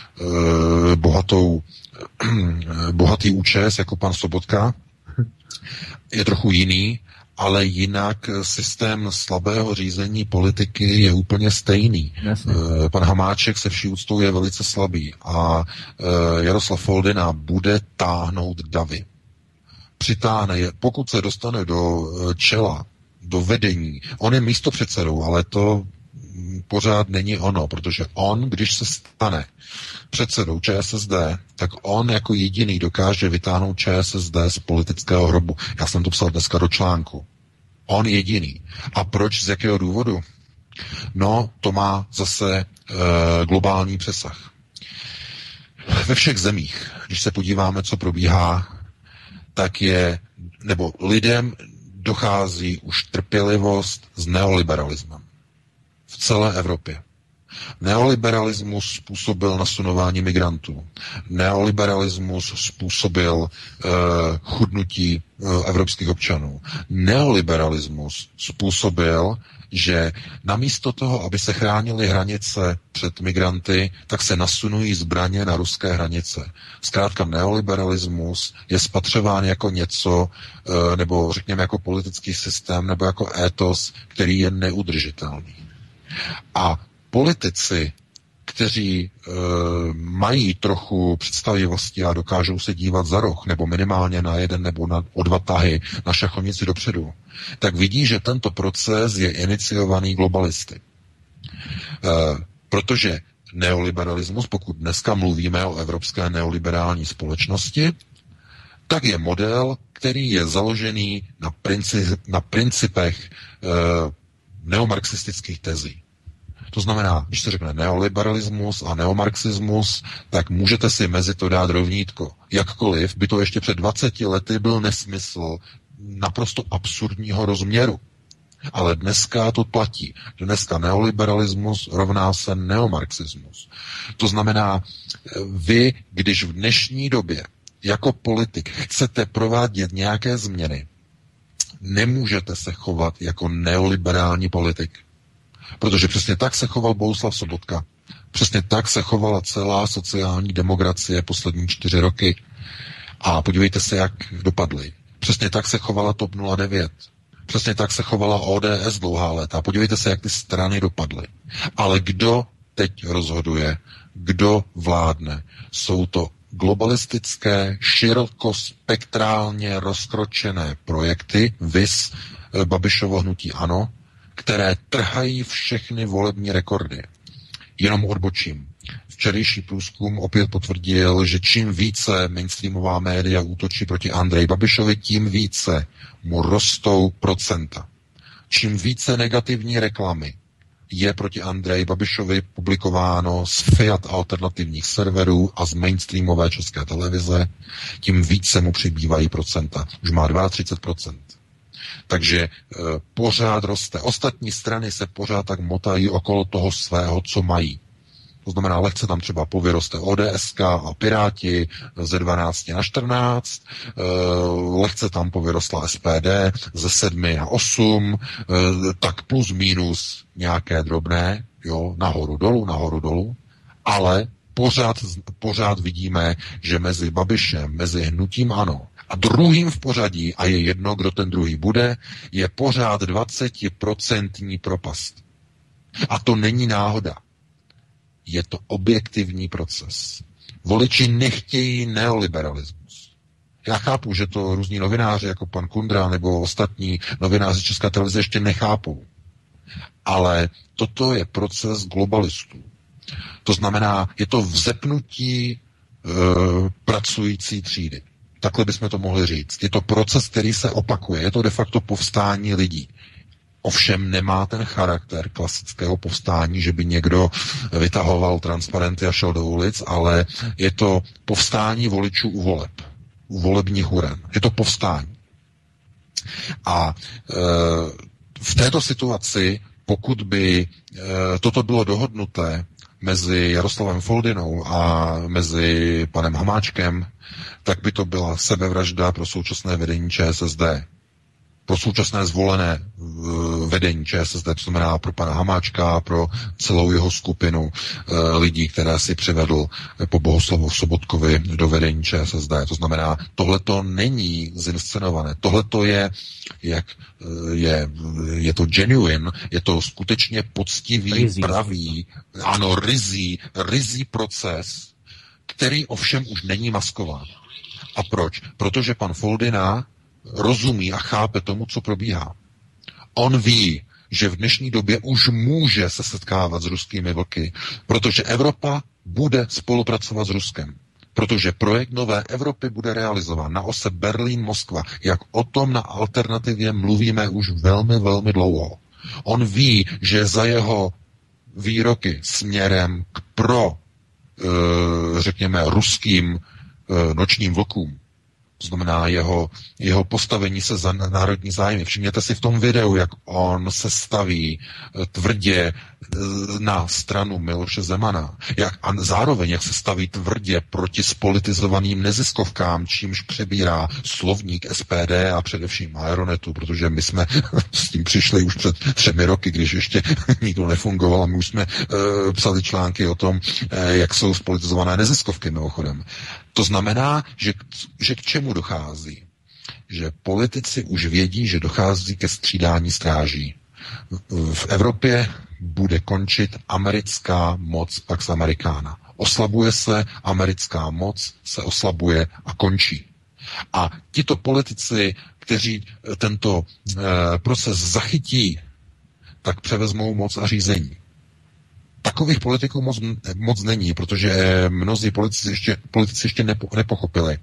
Speaker 4: bohatý účes jako pan Sobotka. Je trochu jiný, ale jinak systém slabého řízení politiky je úplně stejný. Jasně. Pan Hamáček se vší úctou je velice slabý a Jaroslav Foldyna bude táhnout davy. Přitáhne je, pokud se dostane do čela, do vedení. On je místopředsedou, ale to pořád není ono, protože on, když se stane předsedou ČSSD, tak on jako jediný dokáže vytáhnout ČSSD z politického hrobu. Já jsem to psal dneska do článku. On jediný. A proč, z jakého důvodu? No, to má zase globální přesah. Ve všech zemích, když se podíváme, co probíhá, tak nebo lidem dochází už trpělivost s neoliberalismem. V celé Evropě. Neoliberalismus způsobil nasunování migrantů. Neoliberalismus způsobil chudnutí evropských občanů. Neoliberalismus způsobil, že namísto toho, aby se chránily hranice před migranty, tak se nasunují zbraně na ruské hranice. Zkrátka neoliberalismus je spatřován jako něco, nebo řekněme jako politický systém, nebo jako étos, který je neudržitelný. A politici, kteří mají trochu představivosti a dokážou se dívat za roh, nebo minimálně na jeden nebo o dva tahy na šachovnici dopředu, tak vidí, že tento proces je iniciovaný globalisty. Protože neoliberalismus, pokud dneska mluvíme o evropské neoliberální společnosti, tak je model, který je založený na principech neomarxistických tezí. To znamená, když se řekne neoliberalismus a neomarxismus, tak můžete si mezi to dát rovnítko. Jakkoliv by to ještě před 20 lety byl nesmysl naprosto absurdního rozměru. Ale dneska to platí. Dneska neoliberalismus rovná se neomarxismus. To znamená, vy, když v dnešní době jako politik chcete provádět nějaké změny, nemůžete se chovat jako neoliberální politik. Protože přesně tak se choval Bohuslav Sobotka. Přesně tak se chovala celá sociální demokracie poslední 4 roky. A podívejte se, jak dopadly. Přesně tak se chovala TOP 09. Přesně tak se chovala ODS dlouhá léta. Podívejte se, jak ty strany dopadly. Ale kdo teď rozhoduje, kdo vládne? Jsou to globalistické, širokospektrálně rozkročené projekty, viz Babišovo hnutí ANO, které trhají všechny volební rekordy. Jenom odbočím. Včerejší průzkum opět potvrdil, že čím více mainstreamová média útočí proti Andreji Babišovi, tím více mu rostou procenta. Čím více negativní reklamy je proti Andreji Babišovi publikováno z Fiat alternativních serverů a z mainstreamové České televize, tím více mu přibývají procenta. Už má 32%. Takže pořád roste. Ostatní strany se pořád tak motají okolo toho svého, co mají. To znamená, lehce tam třeba povyroste ODSK a Piráti ze 12 na 14, lehce tam povyrostla SPD ze 7 na 8, tak plus minus nějaké drobné, jo, nahoru dolů, ale pořád vidíme, že mezi Babišem, mezi hnutím ANO a druhým v pořadí, a je jedno, kdo ten druhý bude, je pořád 20% propast. A to není náhoda. Je to objektivní proces. Voliči nechtějí neoliberalismus. Já chápu, že to různí novináři, jako pan Kundra nebo ostatní novináři České televize ještě nechápou. Ale toto je proces globalistů. To znamená, je to vzepnutí pracující třídy. Takhle bychom to mohli říct. Je to proces, který se opakuje. Je to de facto povstání lidí. Ovšem nemá ten charakter klasického povstání, že by někdo vytahoval transparenty a šel do ulic, ale je to povstání voličů u voleb, u volebních uren. Je to povstání. A v této situaci, pokud by toto bylo dohodnuté mezi Jaroslavem Foldynou a mezi panem Hamáčkem, tak by to byla sebevražda pro současné vedení ČSSD. Pro současné zvolené vedení ČSSD, to znamená pro pana Hamáčka, pro celou jeho skupinu lidí, které si přivedl po Bohuslavu Sobotkovi do vedení ČSSD. To znamená, tohleto není zinscenované. Tohleto je to genuine, je to skutečně poctivý, pravý, ano, ryzí proces, který ovšem už není maskován. A proč? Protože pan Foldyna rozumí a chápe tomu, co probíhá. On ví, že v dnešní době už může se setkávat s ruskými vlky, protože Evropa bude spolupracovat s Ruskem. Protože projekt Nové Evropy bude realizován na ose Berlín-Moskva. Jak o tom na alternativě mluvíme už velmi, velmi dlouho. On ví, že za jeho výroky směrem k řekněme, ruským nočním vlkům, to znamená jeho postavení se za národní zájmy. Všimněte si v tom videu, jak on se staví tvrdě na stranu Miloše Zemana. A zároveň, jak se staví tvrdě proti spolitizovaným neziskovkám, čímž přebírá slovník SPD a především Aeronetu, protože my jsme s tím přišli už před 3 roky, když ještě nikdo nefungoval a my už jsme psali články o tom, jak jsou spolitizované neziskovky mimochodem. To znamená, že k čemu dochází? Že politici už vědí, že dochází ke střídání stráží. V Evropě bude končit americká moc Pax Americana. Oslabuje se, americká moc se oslabuje a končí. A tito politici, kteří tento proces zachytí, tak převezmou moc a řízení. Takových politiků moc není, protože mnozí politici ještě nepochopili,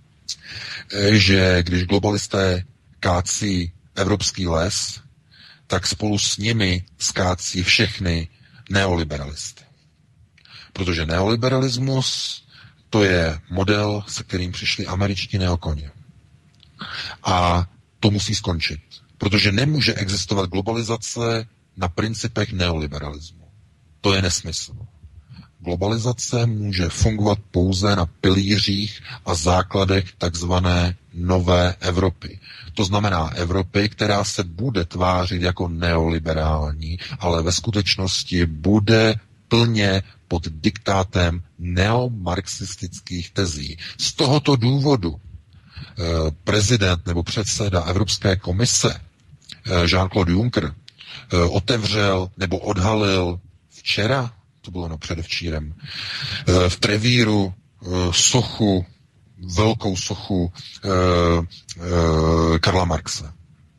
Speaker 4: že když globalisté kácí evropský les, tak spolu s nimi skácí všechny neoliberalisty. Protože neoliberalismus to je model, se kterým přišli američtí neokoně. A to musí skončit. Protože nemůže existovat globalizace na principech neoliberalismu. To je nesmysl. Globalizace může fungovat pouze na pilířích a základech takzvané nové Evropy. To znamená Evropy, která se bude tvářit jako neoliberální, ale ve skutečnosti bude plně pod diktátem neomarxistických tezí. Z tohoto důvodu prezident nebo předseda Evropské komise Jean-Claude Juncker otevřel nebo odhalil včera, to bylo předevčírem, v Trevíru sochu, velkou sochu Karla Marxe.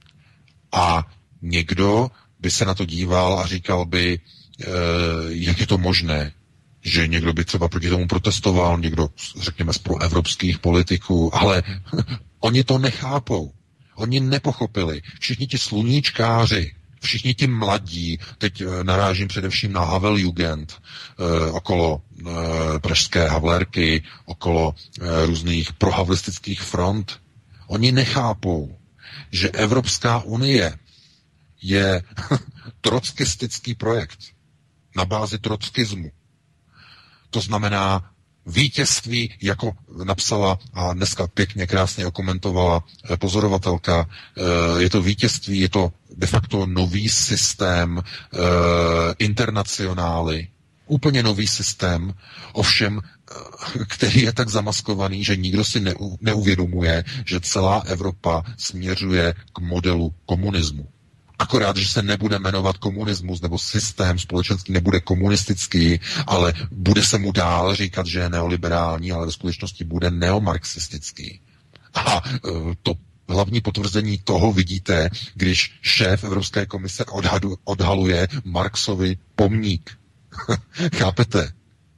Speaker 4: A někdo by se na to díval a říkal by, jak je to možné, že někdo by třeba proti tomu protestoval, někdo, řekněme, z proevropských politiků, ale oni to nechápou. Oni nepochopili. Všichni ti sluníčkáři, všichni ti mladí, teď narážím především na Havel-Jugend, okolo pražské Havlérky, okolo různých prohavlistických front, oni nechápou, že Evropská unie je trotskistický projekt na bázi trockismu. To znamená vítězství, jako napsala a dneska pěkně, krásně okomentovala pozorovatelka, je to vítězství, je to de facto nový systém internacionály, úplně nový systém, ovšem, který je tak zamaskovaný, že nikdo si neuvědomuje, že celá Evropa směřuje k modelu komunismu. Akorát, že se nebude jmenovat komunismus, nebo systém společenský nebude komunistický, ale bude se mu dál říkat, že je neoliberální, ale ve skutečnosti bude neomarxistický. A to hlavní potvrzení toho vidíte, když šéf Evropské komise odhaluje Marxovi pomník. Chápete?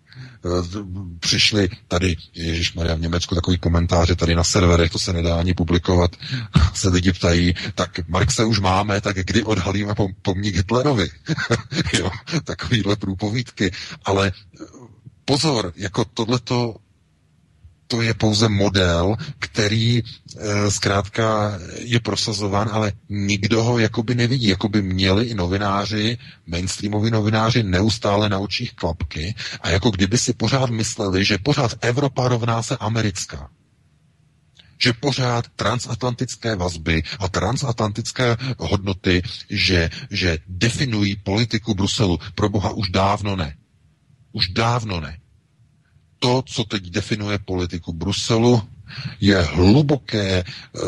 Speaker 4: Přišli tady, ježišmarja, v Německu takový komentáře tady na serverech, to se nedá ani publikovat, se lidi ptají, tak Marxe už máme, tak kdy odhalíme pomník Hitlerovi? Jo, takovýhle průpovídky. Ale pozor, jako tohleto, to je pouze model, který zkrátka je prosazován, ale nikdo ho jakoby nevidí. Jakoby měli i novináři, mainstreamoví novináři neustále na očích klapky a jako kdyby si pořád mysleli, že pořád Evropa rovná se americká. Že pořád transatlantické vazby a transatlantické hodnoty, že definují politiku Bruselu. Pro boha už dávno ne. Už dávno ne. To, co teď definuje politiku Bruselu, je hluboké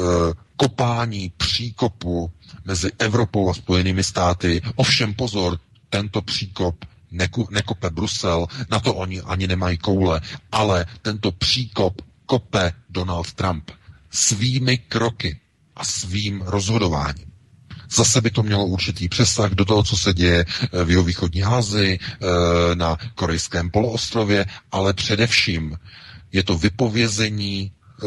Speaker 4: kopání příkopu mezi Evropou a Spojenými státy. Ovšem pozor, tento příkop nekope Brusel, na to oni ani nemají koule, ale tento příkop kope Donald Trump svými kroky a svým rozhodováním. Zase by to mělo určitý přesah do toho, co se děje v jihovýchodní Asii, na korejském poloostrově, ale především je to vypovězení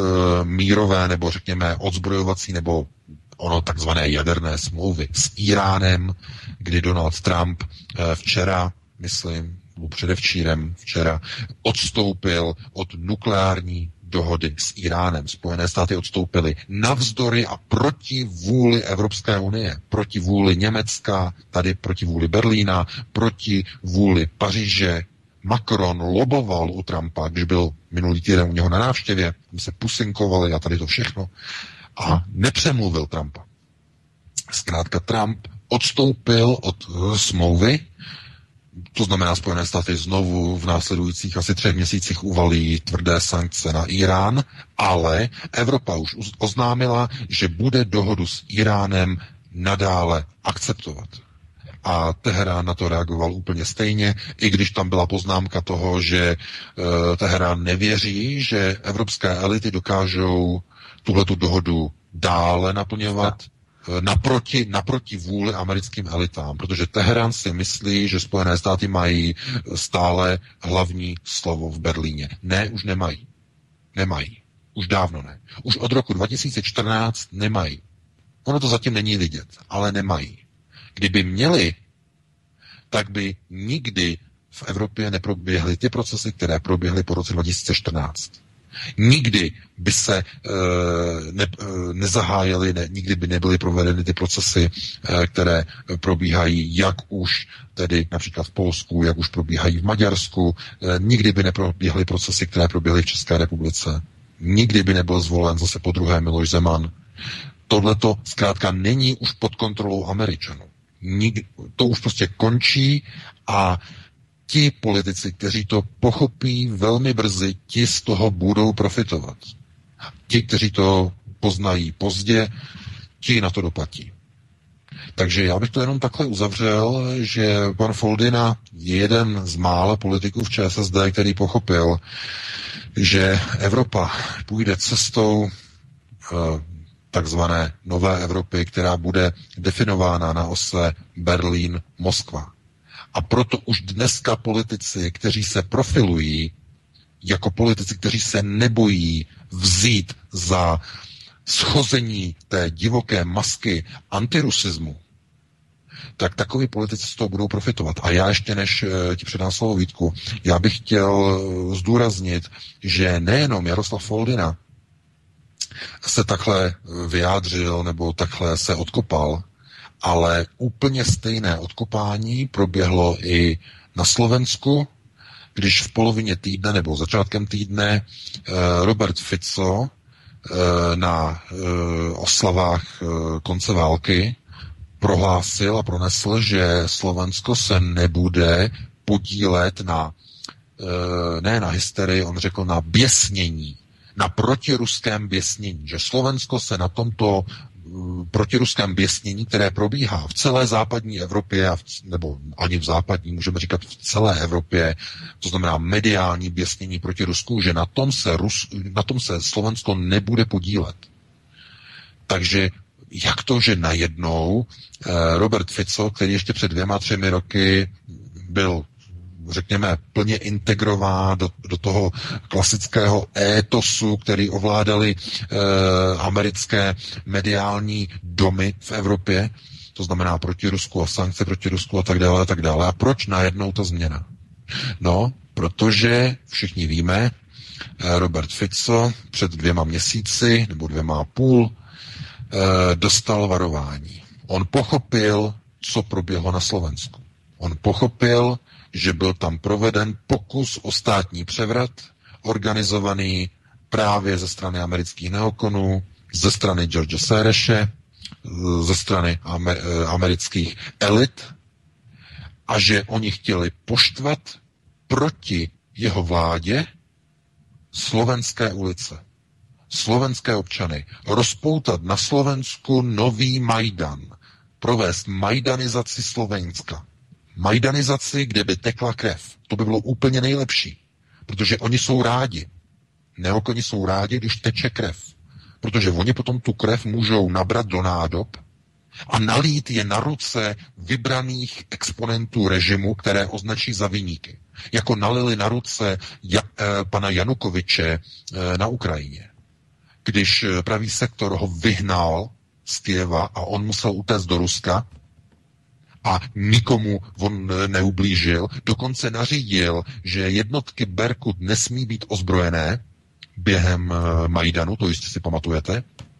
Speaker 4: mírové nebo řekněme odzbrojovací nebo ono takzvané jaderné smlouvy s Iránem, kdy Donald Trump včera, myslím, nebo předevčírem včera, odstoupil od nukleární dohody s Iránem. Spojené státy odstoupily navzdory a proti vůli Evropské unie, proti vůli Německa, tady proti vůli Berlína, proti vůli Paříže. Macron loboval u Trumpa, když byl minulý týden u něho na návštěvě, tam se pusinkovali a tady to všechno a nepřemluvil Trumpa. Zkrátka Trump odstoupil od smlouvy, to znamená, Spojené státy znovu v následujících asi 3 měsících uvalí tvrdé sankce na Irán, ale Evropa už oznámila, že bude dohodu s Iránem nadále akceptovat. A Teherán na to reagoval úplně stejně, i když tam byla poznámka toho, že Teherán nevěří, že evropské elity dokážou tuhletu dohodu dále naplňovat, naproti vůli americkým elitám, protože Teherán si myslí, že Spojené státy mají stále hlavní slovo v Berlíně. Ne, už nemají. Nemají. Už dávno ne. Už od roku 2014 nemají. Ono to zatím není vidět, ale nemají. Kdyby měli, tak by nikdy v Evropě neproběhly ty procesy, které proběhly po roce 2014. Nikdy by se nezahájily, nikdy by nebyly provedeny ty procesy, které probíhají jak už tedy například v Polsku, jak už probíhají v Maďarsku. Nikdy by neproběhly procesy, které proběhly v České republice. Nikdy by nebyl zvolen zase po druhé Miloš Zeman. Tohleto zkrátka není už pod kontrolou Američanů. To už prostě končí a ti politici, kteří to pochopí velmi brzy, ti z toho budou profitovat. Ti, kteří to poznají pozdě, ti na to doplatí. Takže já bych to jenom takhle uzavřel, že pan Foldyna je jeden z mála politiků v ČSSD, který pochopil, že Evropa půjde cestou takzvané nové Evropy, která bude definována na ose Berlín-Moskva. A proto už dneska politici, kteří se profilují jako politici, kteří se nebojí vzít za schození té divoké masky antirusismu, tak takoví politici z toho budou profitovat. A já ještě, než ti předám slovo Vítku, já bych chtěl zdůraznit, že nejenom Jaroslav Foldyna se takhle vyjádřil nebo takhle se odkopal, ale úplně stejné odkopání proběhlo i na Slovensku, když v polovině týdne nebo začátkem týdne Robert Fico na oslavách konce války prohlásil a pronesl, že Slovensko se nebude podílet ne na hysterii, on řekl na běsnění, na protiruském běsnění, že Slovensko se na tomto protiruském běsnění, které probíhá v celé západní Evropě, nebo ani v západní, můžeme říkat v celé Evropě, to znamená mediální běsnění proti Rusku, že na tom se Slovensko nebude podílet. Takže jak to, že najednou Robert Fico, který ještě před 2-3 roky byl, řekněme, plně integrován do toho klasického étosu, který ovládali americké mediální domy v Evropě, to znamená proti Rusku a sankce proti Rusku a tak dále a tak dále. A proč najednou ta změna? No, protože všichni víme, Robert Fico před 2 měsíci nebo 2,5 dostal varování. On pochopil, co proběhlo na Slovensku. On pochopil, že byl tam proveden pokus o státní převrat, organizovaný právě ze strany amerických neokonů, ze strany George Soreše, ze strany amerických elit a že oni chtěli poštvat proti jeho vládě slovenské ulice, slovenské občany, rozpoutat na Slovensku nový Majdan, provést majdanizaci Slovenska. Majdanizaci, kde by tekla krev. To by bylo úplně nejlepší, protože oni jsou rádi. Neokoni jsou rádi, když teče krev. Protože oni potom tu krev můžou nabrat do nádob a nalít je na ruce vybraných exponentů režimu, které označí za viníky. Jako nalili na ruce pana Janukoviče na Ukrajině. Když pravý sektor ho vyhnal z Kyjeva a on musel utéct do Ruska a nikomu on neublížil, dokonce nařídil, že jednotky Berkut nesmí být ozbrojené během Majdanu, to jistě si pamatujete.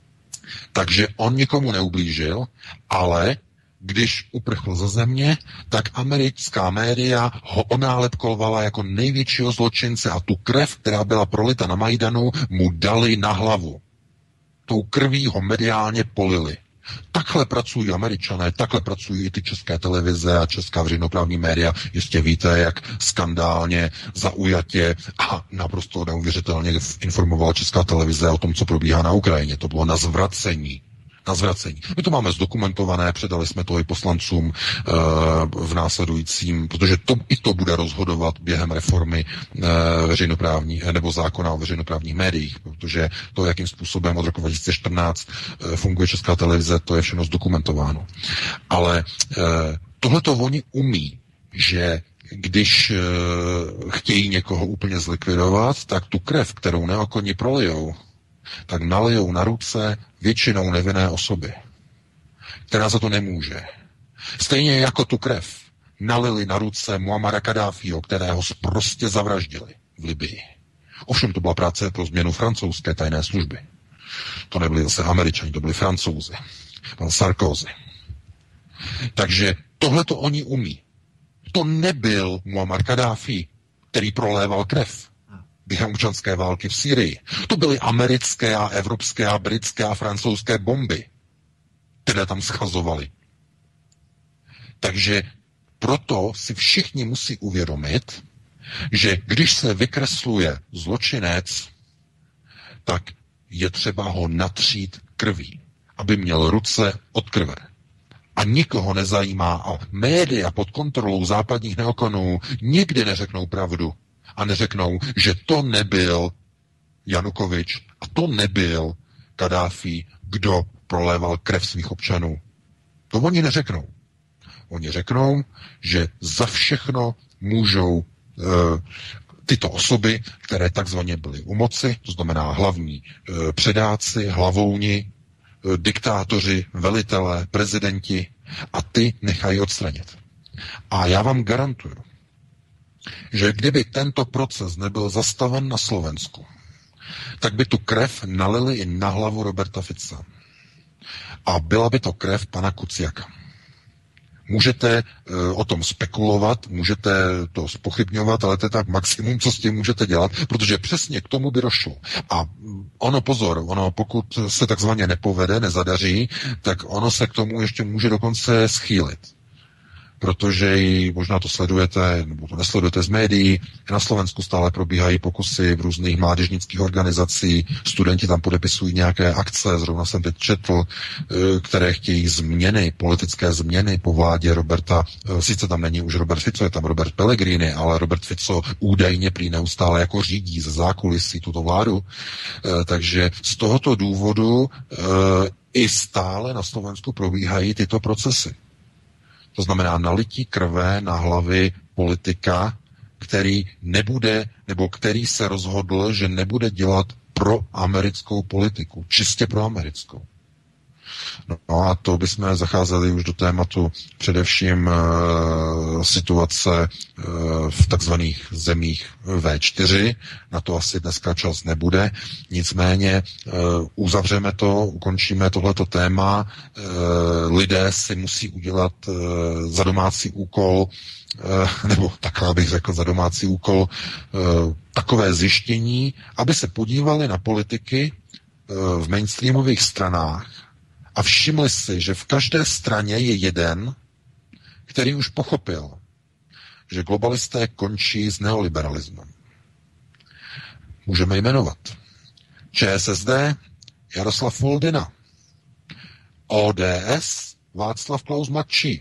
Speaker 4: Takže on nikomu neublížil, ale když uprchl ze země, tak americká média ho onálepkovala jako největšího zločince a tu krev, která byla prolita na Majdanu, mu dali na hlavu. Tou krví ho mediálně polili. Takhle pracují Američané, takhle pracují i ty české televize a česká veřejnoprávní média. Jistě víte, jak skandálně, zaujatě a naprosto neuvěřitelně informovala česká televize o tom, co probíhá na Ukrajině. To bylo na zvracení. My to máme zdokumentované, předali jsme to i poslancům v následujícím, protože to bude rozhodovat během reformy veřejnoprávní nebo zákona o veřejnoprávních médiích, protože to, jakým způsobem od roku 2014 funguje česká televize, to je všechno zdokumentováno. Ale tohleto oni umí, že když chtějí někoho úplně zlikvidovat, tak tu krev, kterou neokoni prolijou, tak nalijou na ruce většinou nevinné osoby, která za to nemůže. Stejně jako tu krev, nalili na ruce Muammara Kaddáfího, kterého prostě zavraždili v Libyi. Ovšem to byla práce pro změnu francouzské tajné služby. To nebyli zase Američani, to byli Francouzi. Pan Sarkozy. Takže tohle to oni umí. To nebyl Muammar Kaddáfí, který proléval krev během občanské války v Sýrii. To byly americké a evropské a britské a francouzské bomby, které tam schazovaly. Takže proto si všichni musí uvědomit, že když se vykresluje zločinec, tak je třeba ho natřít krví, aby měl ruce od krve. A nikoho nezajímá, a média pod kontrolou západních neokonů nikdy neřeknou pravdu a neřeknou, že to nebyl Janukovič a to nebyl Kaddáfí, kdo proléval krev svých občanů. To oni neřeknou. Oni řeknou, že za všechno můžou tyto osoby, které takzvaně byly u moci, to znamená hlavní předáci, hlavouni, diktátoři, velitelé, prezidenti, a ty nechají odstranit. A já vám garantuju, že kdyby tento proces nebyl zastaven na Slovensku, tak by tu krev nalili i na hlavu Roberta Fica. A byla by to krev pana Kuciaka. Můžete o tom spekulovat, můžete to zpochybňovat, ale to je tak maximum, co s tím můžete dělat, protože přesně k tomu by došlo. A ono, pozor, pokud se takzvaně nepovede, nezadaří, tak ono se k tomu ještě může dokonce schýlit. Protože možná to sledujete, nebo to nesledujete z médií, na Slovensku stále probíhají pokusy v různých mládežnických organizací, studenti tam podepisují nějaké akce, zrovna jsem teď četl, které chtějí změny, politické změny po vládě Roberta, sice tam není už Robert Fico, je tam Robert Pellegrini, ale Robert Fico údajně prý neustále jako řídí ze zákulisí tuto vládu, takže z tohoto důvodu i stále na Slovensku probíhají tyto procesy. To znamená nalití krve na hlavy politika, který nebude, nebo který se rozhodl, že nebude dělat pro americkou politiku, čistě pro americkou. No a to bychom zacházeli už do tématu především situace v takzvaných zemích V4. Na to asi dneska čas nebude. Nicméně uzavřeme to, ukončíme tohleto téma. Lidé si musí udělat za domácí úkol, nebo takhle bych řekl za domácí úkol, takové zjištění, aby se podívali na politiky v mainstreamových stranách a všimli si, že v každé straně je jeden, který už pochopil, že globalisté končí s neoliberalismem. Můžeme jmenovat ČSSD Jaroslav Foldyna, ODS Václav Klaus mladší,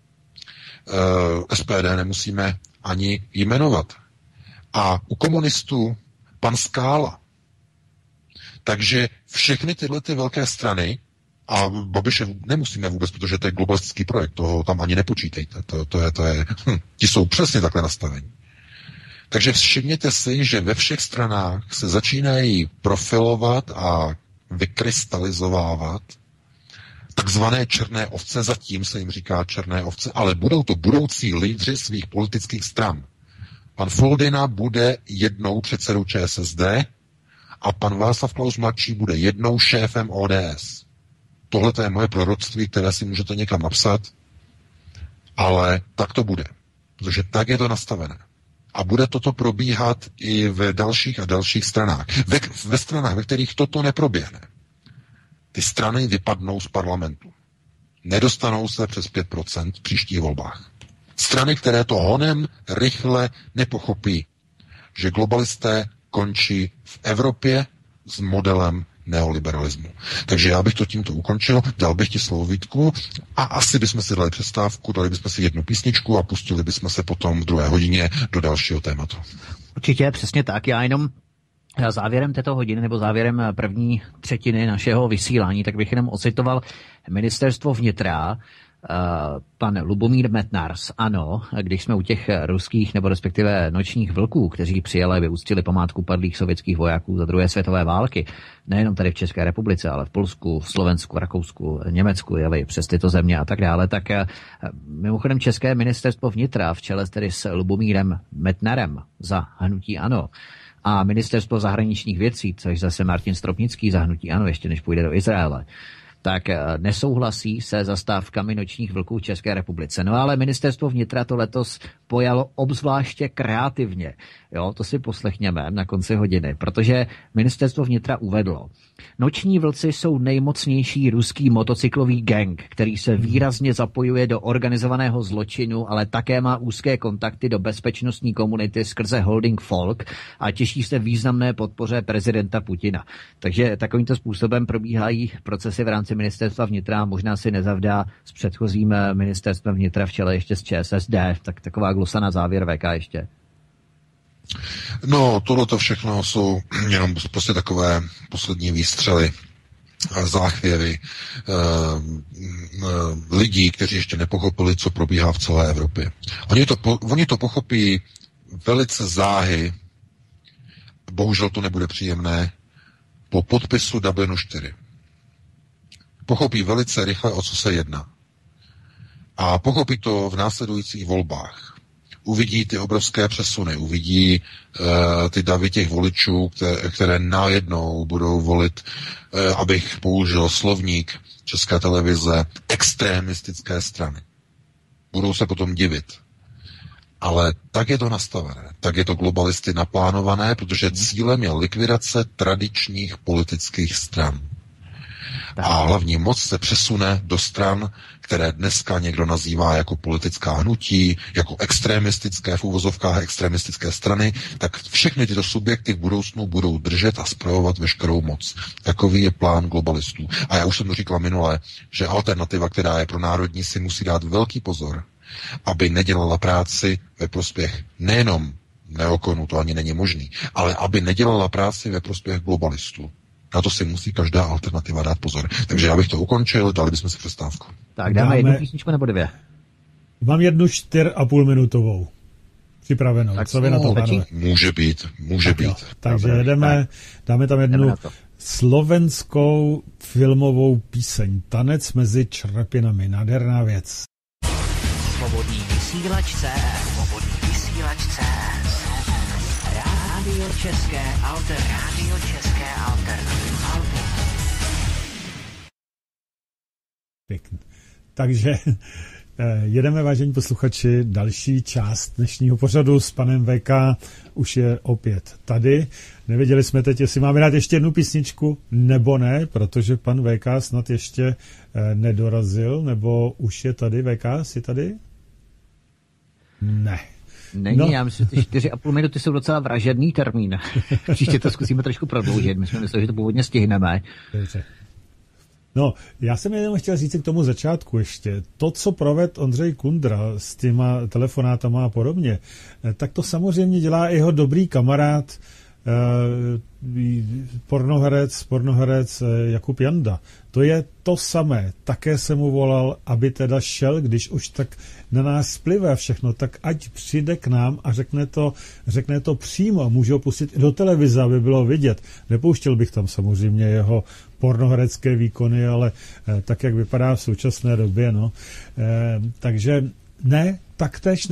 Speaker 4: SPD nemusíme ani jmenovat, a u komunistů pan Skála. Takže všechny tyhle ty velké strany, a Babiše nemusíme vůbec, protože to je globalistický projekt, toho tam ani nepočítejte. Ti jsou přesně takhle nastavení. Takže všimněte si, že ve všech stranách se začínají profilovat a vykrystalizovávat takzvané černé ovce, zatím se jim říká černé ovce, ale budou to budoucí lídři svých politických stran. Pan Foldyna bude jednou předsedou ČSSD a pan Václav Klaus mladší bude jednou šéfem ODS. Tohle je moje proroctví, které si můžete někam napsat, ale tak to bude. Protože tak je to nastavené. A bude toto probíhat i v dalších a dalších stranách. Ve stranách, ve kterých toto neproběhne. Ty strany vypadnou z parlamentu. Nedostanou se přes 5% v příštích volbách. Strany, které to honem rychle nepochopí, že globalisté končí v Evropě s modelem neoliberalismu. Takže já bych to tímto ukončil, dal bych ti slovo, Vítku, a asi bychom si dali přestávku, dali bychom si jednu písničku a pustili bychom se potom v 2. hodině do dalšího tématu.
Speaker 1: Určitě, přesně tak. Já jenom závěrem této hodiny nebo závěrem první třetiny našeho vysílání, tak bych jenom ocitoval ministerstvo vnitra, pan Lubomír Metnar z ANO, když jsme u těch ruských nebo respektive nočních vlků, kteří přijeli, vyústili památku padlých sovětských vojáků za druhé světové války, nejenom tady v České republice, ale v Polsku, v Slovensku, v Rakousku, Německu, jeli přes tyto země a tak dále, tak mimochodem České ministerstvo vnitra v čele tedy s Lubomírem Metnarem za hnutí ANO a ministerstvo zahraničních věcí, což zase Martin Stropnický za hnutí ANO, ještě než půjde do Izraele, tak nesouhlasí se zastávkami nočních vlků v České republice. No ale ministerstvo vnitra to letos pojalo obzvláště kreativně. Jo, to si poslechněme na konci hodiny, protože ministerstvo vnitra uvedlo: noční vlci jsou nejmocnější ruský motocyklový gang, který se výrazně zapojuje do organizovaného zločinu, ale také má úzké kontakty do bezpečnostní komunity skrze holding Folk a těší se významné podpoře prezidenta Putina. Takže takovýmto způsobem probíhají procesy v rámci ministerstva vnitra, možná si nezavdá s předchozím ministerstvem vnitra v čele ještě z ČSSD, tak taková glosa na závěr VK ještě.
Speaker 4: No, tohleto všechno jsou jenom prostě takové poslední výstřely, záchvěvy lidí, kteří ještě nepochopili, co probíhá v celé Evropě. Oni to pochopí velice záhy, bohužel to nebude příjemné, po podpisu Dublinu 4. Pochopí velice rychle, o co se jedná. A pochopí to v následujících volbách. Uvidí ty obrovské přesuny, uvidí ty davy těch voličů, které najednou budou volit, abych použil slovník České televize, extremistické strany. Budou se potom divit. Ale tak je to nastavené, tak je to globalisty naplánované, protože cílem je likvidace tradičních politických stran. A hlavní moc se přesune do stran, které dneska někdo nazývá jako politická hnutí, jako extremistické, v úvozovkách extremistické strany, tak všechny tyto subjekty v budoucnu budou držet a spravovat veškerou moc. Takový je plán globalistů. A já už jsem to říkal minule, že alternativa, která je pro národní, si musí dát velký pozor, aby nedělala práci ve prospěch nejenom neokonu, to ani není možný, ale aby nedělala práci ve prospěch globalistů. Na to si musí každá alternativa dát pozor. Takže já bych to ukončil, dali bychom si přestávku.
Speaker 1: Tak dáme jednu písničku nebo dvě?
Speaker 3: Mám jednu 4,5 minutovou připravenou.
Speaker 1: Tak
Speaker 3: co vy na to, pánové?
Speaker 4: Může být.
Speaker 3: Jo, takže jedeme, dáme tam jednu slovenskou filmovou píseň. Tanec mezi črepinami. Nádherná věc.
Speaker 5: Svobodný vysílač Svobodný vysílač Rádio České alternativy.
Speaker 3: Pěkný. Takže jedeme, vážení posluchači, další část dnešního pořadu s panem VK už je opět tady. Nevěděli jsme teď, jestli máme dát ještě jednu písničku, nebo ne, protože pan VK snad ještě nedorazil, nebo už je tady. VK, jsi tady? Ne.
Speaker 1: Není, no. Já myslím, že ty 4,5 minuty jsou docela vražedný termín. Příště to zkusíme trošku prodloužit. My jsme mysleli, že to původně stihneme.
Speaker 3: Dobře. No, já jsem jenom chtěl říct k tomu začátku ještě. To, co provedl Ondřej Kundra s těma telefonátama a podobně, tak to samozřejmě dělá jeho dobrý kamarád, pornoherec Jakub Janda. To je to samé. Také jsem mu volal, aby teda šel, když už tak na nás splivé všechno, tak ať přijde k nám a řekne to přímo. Může ho pustit i do televize, aby bylo vidět. Nepouštěl bych tam samozřejmě jeho pornoherecké výkony, ale tak, jak vypadá v současné době. No. Takže ne, taktéž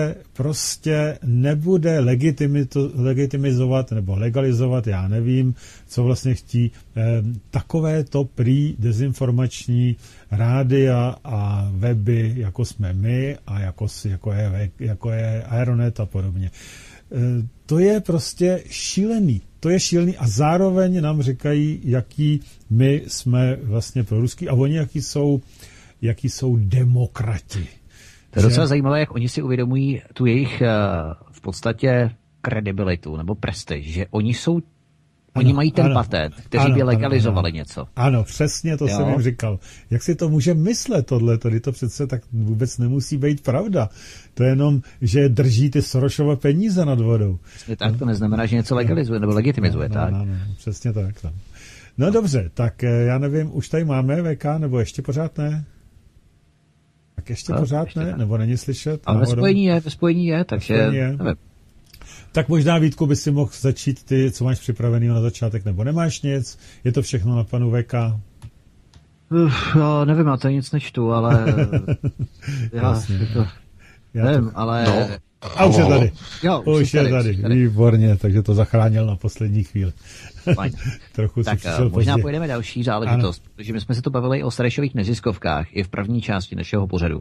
Speaker 3: nebude legitimizovat nebo legalizovat, já nevím, co vlastně chtí, takovéto prý dezinformační rádia a weby, jako jsme my a jako je Aeronet a podobně. To je prostě šílený. To je šílený a zároveň nám říkají, jaký my jsme vlastně proruský a oni jaký jsou demokrati.
Speaker 1: To je docela zajímavé, jak oni si uvědomují tu jejich v podstatě kredibilitu nebo prestiž, že oni mají ten patent, kteří by legalizovali něco.
Speaker 3: Ano, přesně to jsem jim říkal. Jak si to může myslet tohle? Tady to přece tak vůbec nemusí být pravda. To je jenom, že drží ty Sorosové peníze nad vodou.
Speaker 1: Přesně tak, to neznamená, že něco legalizuje nebo legitimizuje. Tak.
Speaker 3: No, přesně tak. No dobře, tak já nevím, už tady máme VK, nebo ještě pořád ne? Tak ještě pořád ne? Nebo není slyšet?
Speaker 1: Ale ve spojení je, takže nevím.
Speaker 3: Tak možná, Vítku, by si mohl začít ty, co máš připravený na začátek, nebo nemáš nic? Je to všechno na panu VK?
Speaker 1: Já nevím, já to nic nečtu, ale... nevím, ale...
Speaker 4: No.
Speaker 3: A už je tady.
Speaker 1: Jo,
Speaker 3: už je tady. Výborně, takže to zachránil na poslední chvíli. Trochu
Speaker 1: tak možná pojedeme další záležitost, protože my jsme se to bavili o Serešových neziskovkách i v první části našeho pořadu.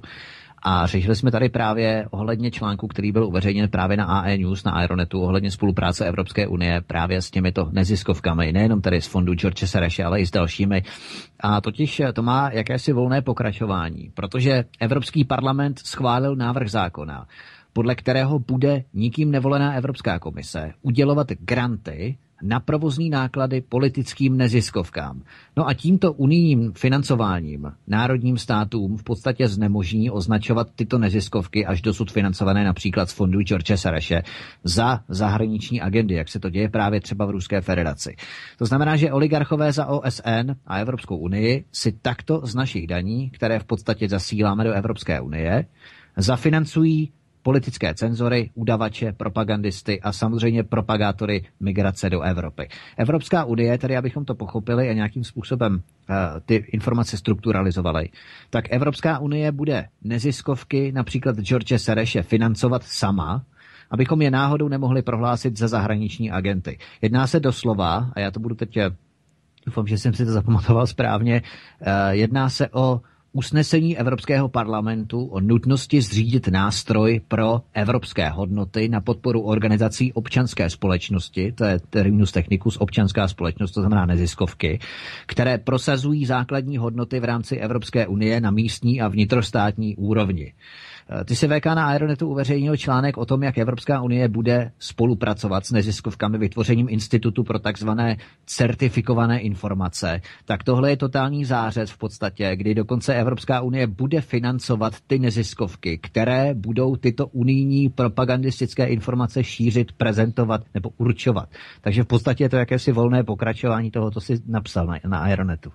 Speaker 1: A řešili jsme tady právě ohledně článku, který byl uveřejněn právě na AE News, na Aeronetu, ohledně spolupráce Evropské unie právě s těmito neziskovkami, nejenom tady z fondu George Soreše, ale i s dalšími. A totiž to má jakési volné pokračování, protože Evropský parlament schválil návrh zákona, podle kterého bude nikým nevolená Evropská komise udělovat granty na provozní náklady politickým neziskovkám. No a tímto unijním financováním národním státům v podstatě znemožní označovat tyto neziskovky až dosud financované například z fondu George Soreše za zahraniční agendy, jak se to děje právě třeba v Ruské federaci. To znamená, že oligarchové za OSN a Evropskou unii si takto z našich daní, které v podstatě zasíláme do Evropské unie, zafinancují politické cenzory, udavače, propagandisty a samozřejmě propagátory migrace do Evropy. Evropská unie, tedy abychom to pochopili a nějakým způsobem ty informace strukturalizovali, tak Evropská unie bude neziskovky, například George Soreše, financovat sama, abychom je náhodou nemohli prohlásit za zahraniční agenty. Jedná se doslova, a já to budu teď, doufám, že jsem si to zapamatoval správně, jedná se o usnesení Evropského parlamentu o nutnosti zřídit nástroj pro evropské hodnoty na podporu organizací občanské společnosti, to je terminus technicus občanská společnost, to znamená neziskovky, které prosazují základní hodnoty v rámci Evropské unie na místní a vnitrostátní úrovni. Ty si VK na Aeronetu uveřejnil článek o tom, jak Evropská unie bude spolupracovat s neziskovkami vytvořením institutu pro takzvané certifikované informace. Tak tohle je totální zářez v podstatě, kdy dokonce Evropská unie bude financovat ty neziskovky, které budou tyto unijní propagandistické informace šířit, prezentovat nebo určovat. Takže v podstatě je to jakési volné pokračování toho, co si napsal na Aeronetu.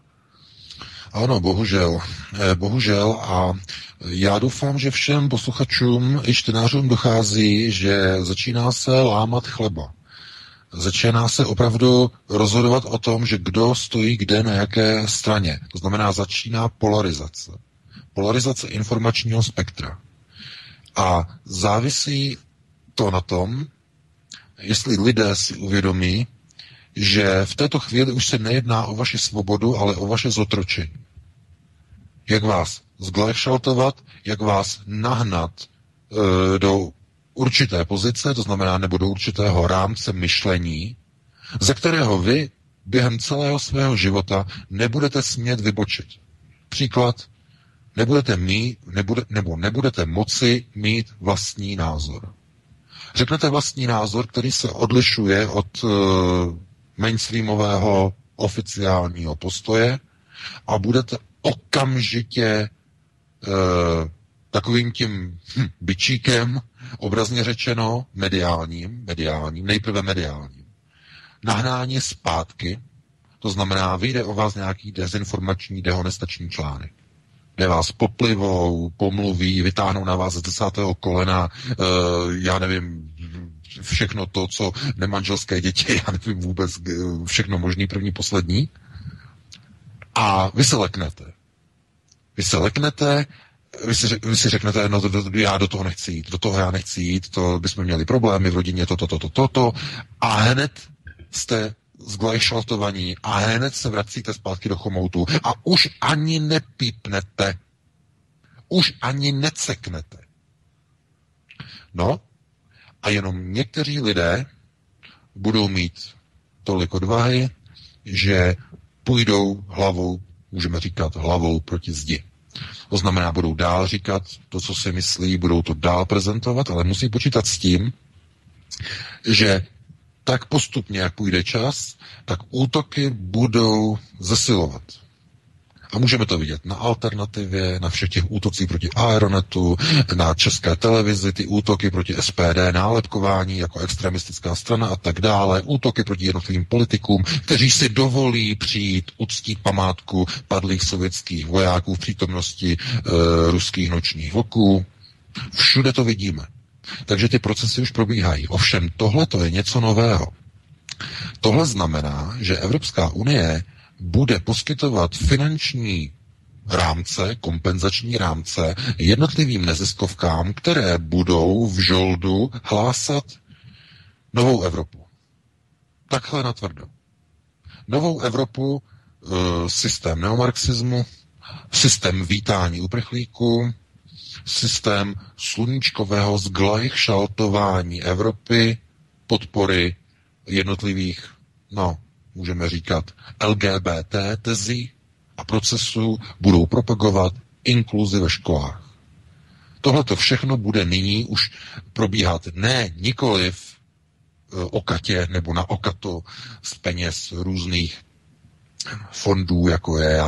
Speaker 4: Ano, bohužel a já doufám, že všem posluchačům i čtenářům dochází, že začíná se lámat chleba. Začíná se opravdu rozhodovat o tom, že kdo stojí kde na jaké straně. To znamená, začíná polarizace. Polarizace informačního spektra. A závisí to na tom, jestli lidé si uvědomí, že v této chvíli už se nejedná o vaši svobodu, ale o vaše zotročení. Jak vás zglajšaltovat, jak vás nahnat do určité pozice, to znamená nebo do určitého rámce myšlení, ze kterého vy během celého svého života nebudete smět vybočit. Příklad, nebudete moci mít vlastní názor. Řeknete vlastní názor, který se odlišuje od mainstreamového oficiálního postoje a budete okamžitě takovým tím bičíkem, obrazně řečeno, nejprve mediálním. Nahnání zpátky, to znamená, vyjde o vás nějaký dezinformační, dehonestační článek, kde vás poplivou, pomluví, vytáhnou na vás z 10. kolena, já nevím, všechno to, co nemanželské děti, já nevím vůbec, všechno možný, první, poslední. A vy se leknete. Vy si řeknete, no já do toho nechci jít, to bychom měli problémy v rodině, toto. A hned jste zglajšaltovaní a hned se vracíte zpátky do chomoutu a už ani nepípnete. Už ani neceknete. No, a jenom někteří lidé budou mít tolik odvahy, že půjdou hlavou, můžeme říkat hlavou proti zdi. To znamená, budou dál říkat to, co si myslí, budou to dál prezentovat, ale musí počítat s tím, že tak postupně, jak půjde čas, tak útoky budou zesilovat. A můžeme to vidět na Alternativě, na všech těch útocích proti Aeronetu, na České televizi, ty útoky proti SPD, nálepkování jako extremistická strana a tak dále, útoky proti jednotlivým politikům, kteří si dovolí přijít uctít památku padlých sovětských vojáků v přítomnosti ruských nočních vlků. Všude to vidíme. Takže ty procesy už probíhají. Ovšem, tohle to je něco nového. Tohle znamená, že Evropská unie bude poskytovat finanční rámce, kompenzační rámce jednotlivým neziskovkám, které budou v žoldu hlásat novou Evropu. Takhle natvrdo. Novou Evropu, systém neomarxismu, systém vítání uprchlíků, systém sluníčkového zglajšaltování Evropy, podpory jednotlivých, můžeme říkat, LGBT tezí a procesů, budou propagovat inkluzi ve školách. Tohle to všechno bude nyní už probíhat nikoliv okatě nebo na okato z peněz různých fondů, jako je,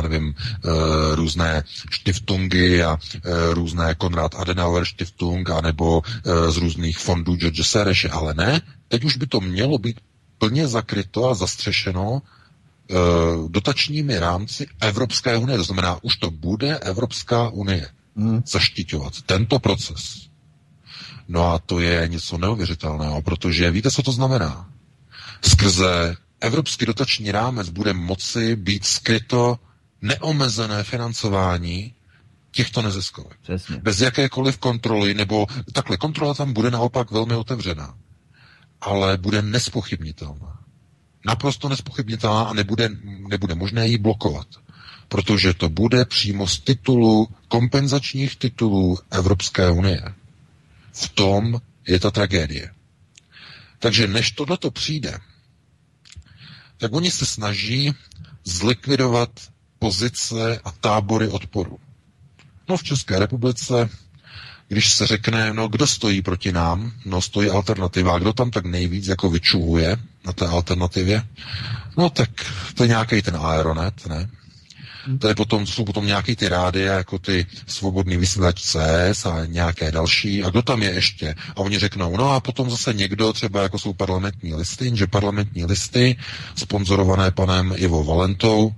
Speaker 4: různé Stiftungy a různé Konrad Adenauer Stiftung, anebo z různých fondů George Soreše, ale ne, teď už by to mělo být plně zakryto a zastřešeno dotačními rámci Evropské unie. To znamená, už to bude Evropská unie zaštiťovat tento proces. No a to je něco neuvěřitelného, protože víte, co to znamená? Skrze evropský dotační rámec bude moci být skryto neomezené financování těchto neziskovek.
Speaker 1: Přesně. Bez
Speaker 4: jakékoliv kontroly, nebo takhle, kontrola tam bude naopak velmi otevřená, ale bude nespochybnitelná. Naprosto nespochybnitelná a nebude možné ji blokovat, protože to bude přímo z titulu, kompenzačních titulů Evropské unie. V tom je ta tragédie. Takže než tohleto přijde, tak oni se snaží zlikvidovat pozice a tábory odporu. No v České republice, když se řekne, kdo stojí proti nám, stojí Alternativa, a kdo tam tak nejvíc jako vyčuhuje na té Alternativě, tak to je nějaký ten Aeronet, ne? To je jsou potom nějaký ty rádia, jako ty Svobodný vysílač CS a nějaké další. A kdo tam je ještě? A oni řeknou, a potom zase někdo, třeba jako jsou Parlamentní listy, jenže Parlamentní listy, sponzorované panem Ivo Valentou,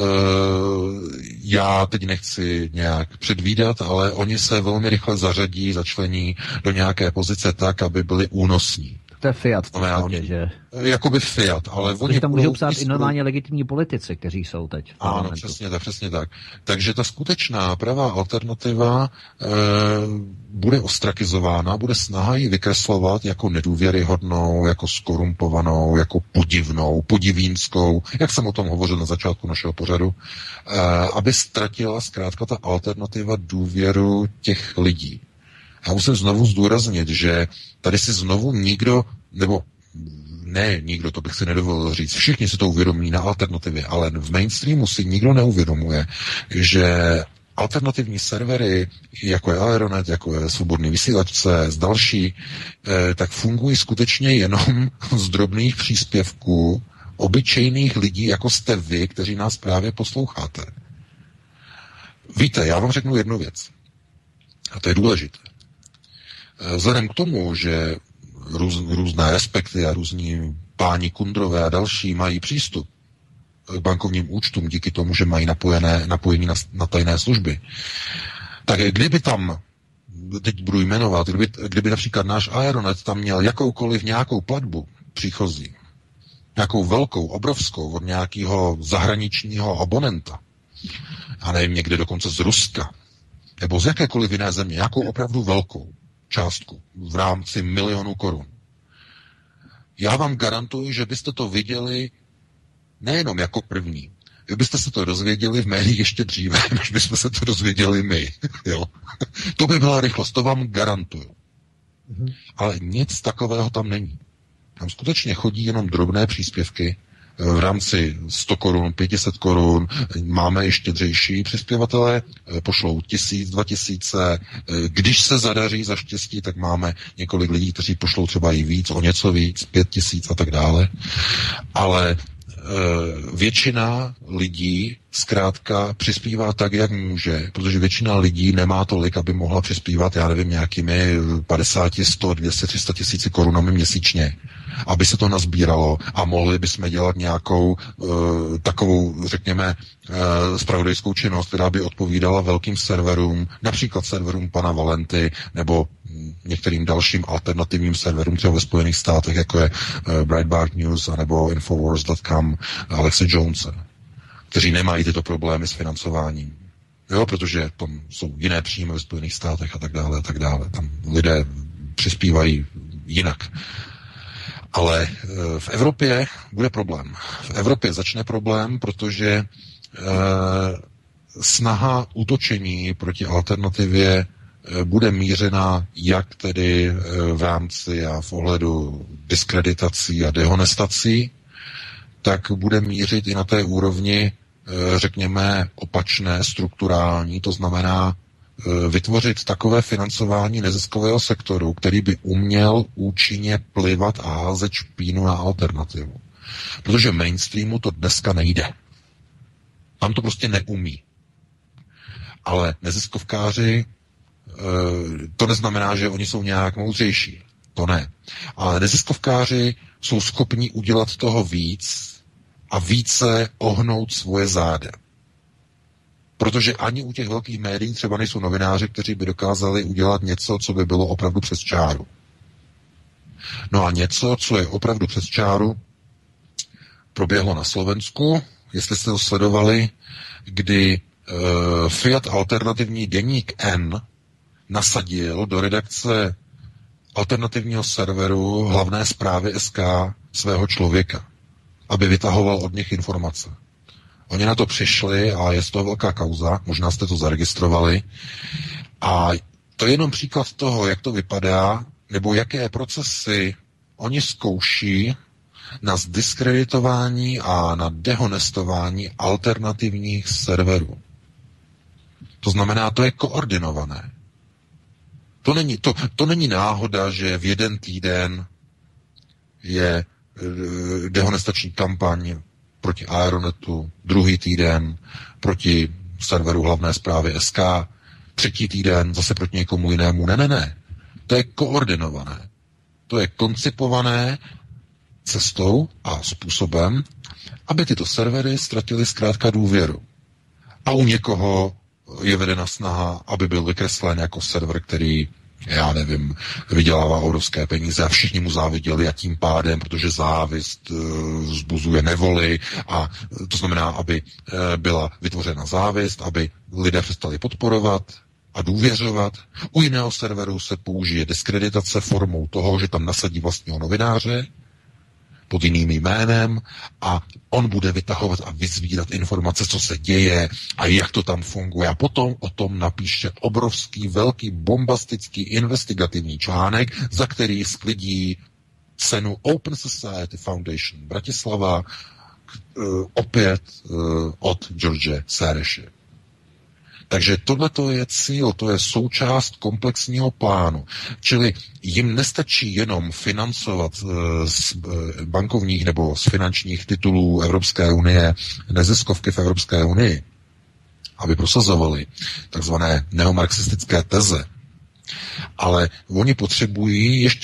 Speaker 4: já teď nechci nějak předvídat, ale oni se velmi rychle začlení do nějaké pozice tak, aby byli únosní.
Speaker 1: To je Fiat, že?
Speaker 4: Jakoby Fiat, ale oni
Speaker 1: tam můžou psát i normálně legitimní politici, kteří jsou teď.
Speaker 4: Ano, přesně tak. Takže ta skutečná pravá Alternativa bude ostrakizována, bude snaha ji vykreslovat jako nedůvěryhodnou, jako skorumpovanou, jako podivnou, podivínskou, jak jsem o tom hovořil na začátku našeho pořadu, aby ztratila zkrátka ta Alternativa důvěru těch lidí. Já musím znovu zdůraznit, že tady si znovu nikdo, nebo ne nikdo, to bych si nedovolil říct, všichni si to uvědomí na Alternativě, ale v mainstreamu si nikdo neuvědomuje, že alternativní servery, jako je Aeronet, jako je Svobodný vysílač z další, tak fungují skutečně jenom z drobných příspěvků obyčejných lidí, jako jste vy, kteří nás právě posloucháte. Víte, já vám řeknu jednu věc. A to je důležité. Vzhledem k tomu, že různé respekty a různí páni Kundrové a další mají přístup k bankovním účtům díky tomu, že mají napojení na tajné služby, tak kdyby tam, teď budu jmenovat, kdyby například náš Aeronet tam měl jakoukoliv nějakou platbu příchozí, nějakou velkou, obrovskou od nějakého zahraničního abonenta, a nevím, někde dokonce z Ruska, nebo z jakékoliv jiné země, nějakou opravdu velkou částku v rámci milionů korun. Já vám garantuji, že byste to viděli nejenom jako první. Vy byste se to dozvěděli v médiích ještě dříve, než bychom se to dozvěděli my. Jo? To by byla rychlost, to vám garantuju. Ale nic takového tam není. Tam skutečně chodí jenom drobné příspěvky v rámci 100 korun, 500 korun, máme i štědřejší přispěvatele, pošlou 1000, 2000, když se zadaří za štěstí, tak máme několik lidí, kteří pošlou třeba i víc, o něco víc, 5000 a tak dále, ale většina lidí zkrátka přispívá tak, jak může, protože většina lidí nemá tolik, aby mohla přispívat, já nevím, nějakými 50, 100, 200, 300 tisíci korunami měsíčně, aby se to nazbíralo a mohli bychom dělat nějakou takovou, řekněme, zpravodajskou činnost, která by odpovídala velkým serverům, například serverům pana Valenty nebo některým dalším alternativním serverům třeba ve Spojených státech, jako je Breitbart News nebo Infowars.com Alexe Jonese, kteří nemají tyto problémy s financováním. Jo, protože tam jsou jiné příjmy ve Spojených státech a tak dále, a tak dále. Tam lidé přispívají jinak. Ale v Evropě bude problém. V Evropě začne problém, protože snaha útočení proti alternativě bude mířena jak tedy v rámci a v ohledu diskreditací a dehonestací, tak bude mířit i na té úrovni, řekněme, opačné, strukturální, to znamená vytvořit takové financování neziskového sektoru, který by uměl účinně plivat a házet špínu na alternativu. Protože mainstreamu to dneska nejde. Tam to prostě neumí. Ale neziskovkáři, to neznamená, že oni jsou nějak moudřejší. To ne. Ale neziskovkáři jsou schopni udělat toho víc a více ohnout svoje záda. Protože ani u těch velkých médií třeba nejsou novináři, kteří by dokázali udělat něco, co by bylo opravdu přes čáru. No a něco, co je opravdu přes čáru, proběhlo na Slovensku, jestli jste to sledovali, kdy Fiat alternativní deník N nasadil do redakce alternativního serveru hlavné zprávy SK svého člověka, aby vytahoval od nich informace. Oni na to přišli a je z toho velká kauza, možná jste to zaregistrovali. A to je jenom příklad toho, jak to vypadá, nebo jaké procesy oni zkouší na zdiskreditování a na dehonestování alternativních serverů. To znamená, to je koordinované. To není náhoda, že v jeden týden je dehonestační kampaň proti Aeronetu, druhý týden proti serveru hlavné zprávy SK, třetí týden zase proti někomu jinému. Ne. To je koordinované. To je koncipované cestou a způsobem, aby tyto servery ztratily zkrátka důvěru. A u někoho je vedena snaha, aby byl vykreslen jako server, který, já nevím, vydělává obrovské peníze a všichni mu záviděli a tím pádem, protože závist vzbuzuje nevoli a to znamená, aby byla vytvořena závist, aby lidé přestali podporovat a důvěřovat. U jiného serveru se použije diskreditace formou toho, že tam nasadí vlastního novináře pod jiným jménem a on bude vytahovat a vyzvídat informace, co se děje a jak to tam funguje. A potom o tom napíše obrovský, velký, bombastický, investigativní článek, za který sklidí cenu Open Society Foundation Bratislava opět od George Soreše. Takže tohleto je cíl, to je součást komplexního plánu. Čili jim nestačí jenom financovat z bankovních nebo z finančních titulů Evropské unie neziskovky v Evropské unii, aby prosazovali takzvané neomarxistické teze. Ale oni potřebují ještě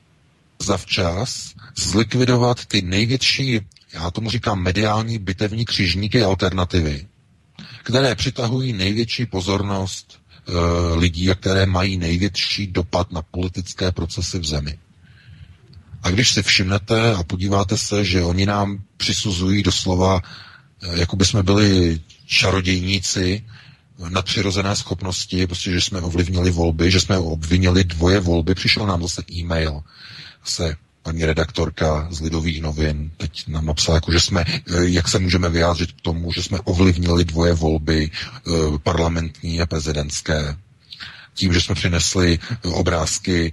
Speaker 4: zavčas zlikvidovat ty největší, já tomu říkám, mediální bitevní křižníky alternativy, které přitahují největší pozornost lidí a které mají největší dopad na politické procesy v zemi. A když si všimnete a podíváte se, že oni nám přisuzují doslova, jako by jsme byli čarodějníci, nadpřirozené schopnosti, prostě, že jsme ovlivnili volby, že jsme obvinili dvoje volby, přišel nám zase e-mail, zase paní redaktorka z Lidových novin teď nám napsala, jako, že jsme, jak se můžeme vyjádřit k tomu, že jsme ovlivnili dvoje volby parlamentní a prezidentské. Tím, že jsme přinesli obrázky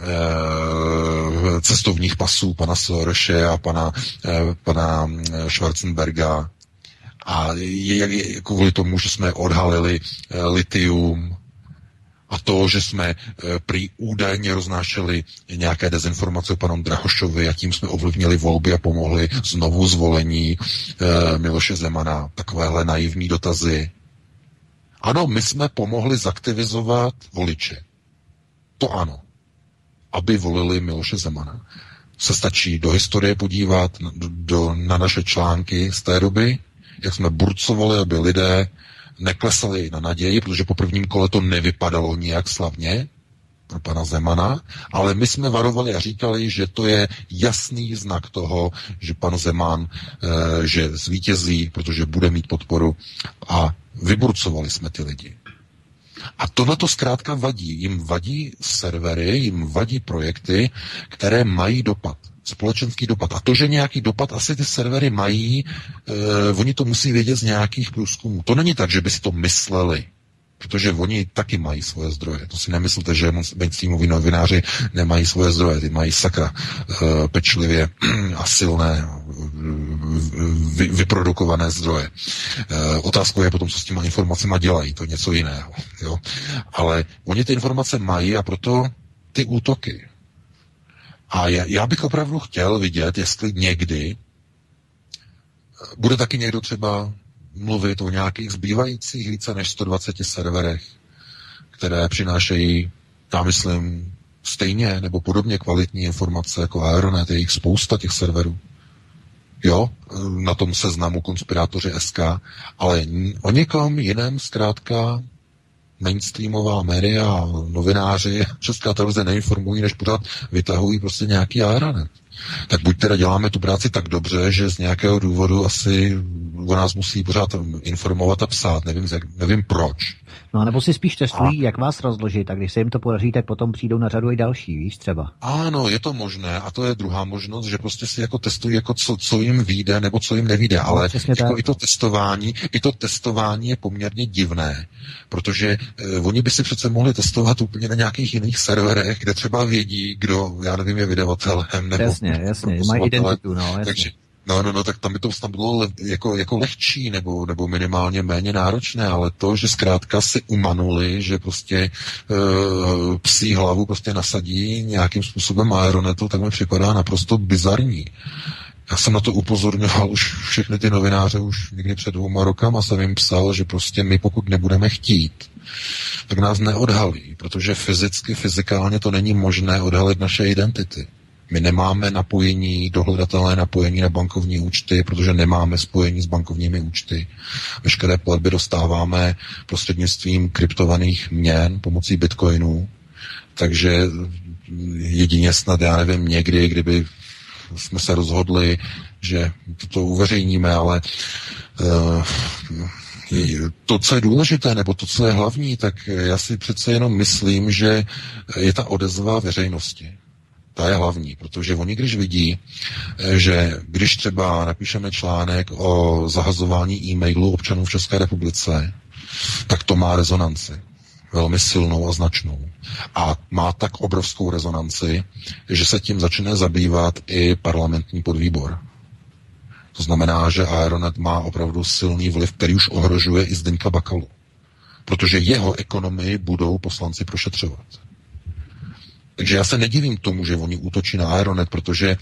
Speaker 4: cestovních pasů pana Soreše a pana Schwarzenberga a kvůli tomu, že jsme odhalili litium A to, že jsme prý údajně roznášeli nějaké dezinformace o panu Drahošovi a tím jsme ovlivnili volby a pomohli znovu zvolení Miloše Zemana, takovéhle naivní dotazy. Ano, my jsme pomohli zaktivizovat voliče. To ano. Aby volili Miloše Zemana. Se stačí do historie podívat, na naše články z té doby, jak jsme burcovali, aby lidé neklesali na naději, protože po prvním kole to nevypadalo nijak slavně pro pana Zemana, ale my jsme varovali a říkali, že to je jasný znak toho, že pan Zeman, že zvítězí, protože bude mít podporu, a vyburcovali jsme ty lidi. A tohle to zkrátka vadí. Jim vadí servery, jim vadí projekty, které mají dopad. Společenský dopad. A to, že nějaký dopad asi ty servery mají, oni to musí vědět z nějakých průzkumů. To není tak, že by si to mysleli, protože oni taky mají svoje zdroje. To si nemyslíte, že mainstreamoví novináři nemají svoje zdroje. Ty mají sakra pečlivě a silné vyprodukované zdroje. Otázkou je potom, co s těma informacemi dělají. To je něco jiného. Jo? Ale oni ty informace mají a proto ty útoky. A já bych opravdu chtěl vidět, jestli někdy bude taky někdo třeba mluvit o nějakých zbývajících více než 120 serverech, které přinášejí, já myslím, stejně nebo podobně kvalitní informace jako Aeronet, je jich spousta těch serverů. Jo, na tom seznamu konspirátoři SK, ale o někom jiném zkrátka mainstreamová média, novináři, Česká televize neinformují, než pořád vytahují prostě nějaký Aeronet. Tak buď teda děláme tu práci tak dobře, že z nějakého důvodu asi o nás musí pořád informovat a psát, nevím proč.
Speaker 1: No a nebo si spíš testují, jak vás rozložit, a když se jim to podaří, tak potom přijdou na řadu i další, víš, třeba.
Speaker 4: Ano, je to možné a to je druhá možnost, že prostě si jako testují, jako co jim vyjde nebo co jim nevyjde, ale jako i to testování je poměrně divné, protože oni by si přece mohli testovat úplně na nějakých jiných serverech, kde třeba vědí, kdo, já nevím, je vydavatelem nebo
Speaker 1: jasně, mají identitu, no, jasně.
Speaker 4: Takže tak tam by to snad bylo jako lehčí nebo minimálně méně náročné, ale to, že zkrátka si umanuli, že prostě psí hlavu prostě nasadí nějakým způsobem Aeronetu, tak mi připadá naprosto bizarní. Já jsem na to upozorňoval už všechny ty novináře už někdy před 2 rokama, jsem jim psal, že prostě my pokud nebudeme chtít, tak nás neodhalí, protože fyzikálně to není možné odhalit naše identity. My nemáme napojení, dohledatelné napojení na bankovní účty, protože nemáme spojení s bankovními účty. Veškeré platby dostáváme prostřednictvím kryptovaných měn pomocí bitcoinů. Takže jedině snad, já nevím, někdy, kdyby jsme se rozhodli, že to uveřejníme, ale to, co je důležité, nebo to, co je hlavní, tak já si přece jenom myslím, že je ta odezva veřejnosti. Ta je hlavní, protože oni, když vidí, že když třeba napíšeme článek o zahazování e-mailů občanů v České republice, tak to má rezonanci. Velmi silnou a značnou. A má tak obrovskou rezonanci, že se tím začne zabývat i parlamentní podvýbor. To znamená, že Aeronet má opravdu silný vliv, který už ohrožuje i Zdeňka Bakalu. Protože jeho ekonomii budou poslanci prošetřovat. Takže já se nedivím tomu, že oni útočí na Aeronet, protože,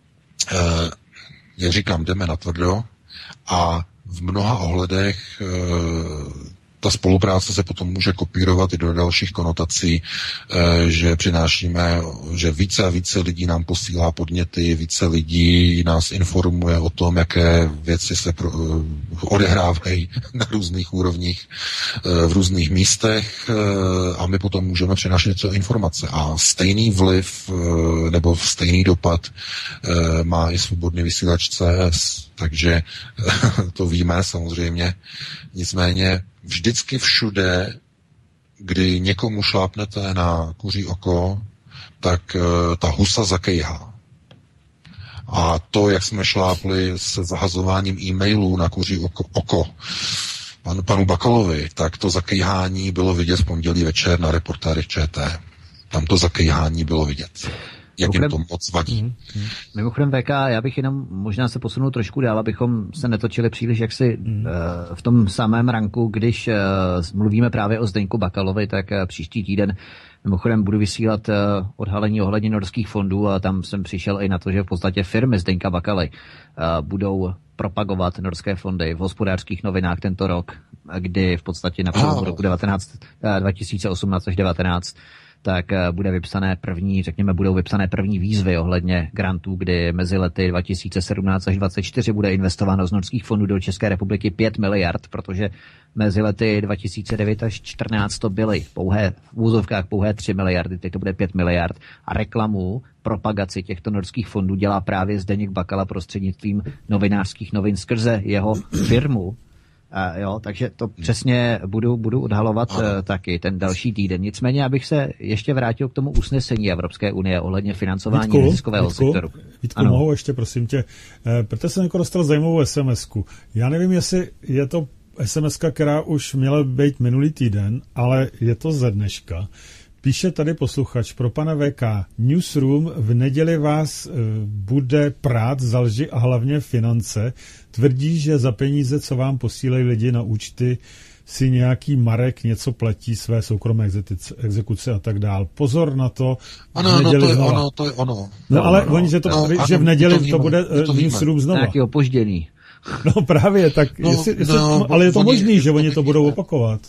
Speaker 4: jak říkám, jdeme natvrdo a v mnoha ohledech ta spolupráce se potom může kopírovat i do dalších konotací, že přinášíme, že více a více lidí nám posílá podněty, více lidí nás informuje o tom, jaké věci se odehrávají na různých úrovních, v různých místech a my potom můžeme přinášet něco informace. A stejný vliv nebo stejný dopad má i svobodný vysílač CS, takže to víme samozřejmě. Nicméně vždycky všude, kdy někomu šlápnete na kuří oko, tak ta husa zakejhá. A to, jak jsme šlápli se zahazováním e-mailů na kuří oko panu Bakalovi, tak to zakejhání bylo vidět v pondělí večer na Reportérech ČT. Tam to zakejhání bylo vidět. jak jim to moc vadí.
Speaker 1: Mimochodem VK, já bych jenom možná se posunul trošku dál, abychom se netočili příliš jaksi v tom samém ranku, když mluvíme právě o Zdeňku Bakalovi, tak příští týden mimochodem budu vysílat odhalení ohledně norských fondů a tam jsem přišel i na to, že v podstatě firmy Zdeňka Bakaly budou propagovat norské fondy v Hospodářských novinách tento rok, kdy v podstatě na přelomu roku 2018 až 19 tak budou vypsané první výzvy ohledně grantů, kdy mezi lety 2017 až 2024 bude investováno z norských fondů do České republiky 5 miliard, protože mezi lety 2009 až 2014 to byly v úzovkách pouhé 3 miliardy, teď to bude 5 miliard a reklamu, propagaci těchto norských fondů dělá právě Zdeněk Bakala prostřednictvím novinářských novin skrze jeho firmu. Takže to přesně budu odhalovat taky ten další týden. Nicméně, abych se ještě vrátil k tomu usnesení Evropské unie ohledně financování neziskového sektoru.
Speaker 3: Vítku, mohu ještě, prosím tě, protože jsem dostal zajímavou SMS-ku. Já nevím, jestli je to SMS-ka, která už měla být minulý týden, ale je to ze dneška. Píše tady posluchač pro pana VK. Newsroom v neděli vás bude prát za lži a hlavně finance. Tvrdí, že za peníze, co vám posílají lidi na účty, si nějaký Marek něco platí, své soukromé exekuce a tak dál. Pozor na to.
Speaker 4: Ano, to je ono.
Speaker 3: No ale oni, že v neděli to bude Newsroom znova.
Speaker 1: Nějaký opožděný.
Speaker 3: No právě, tak ale je to možný, že oni to budou opakovat.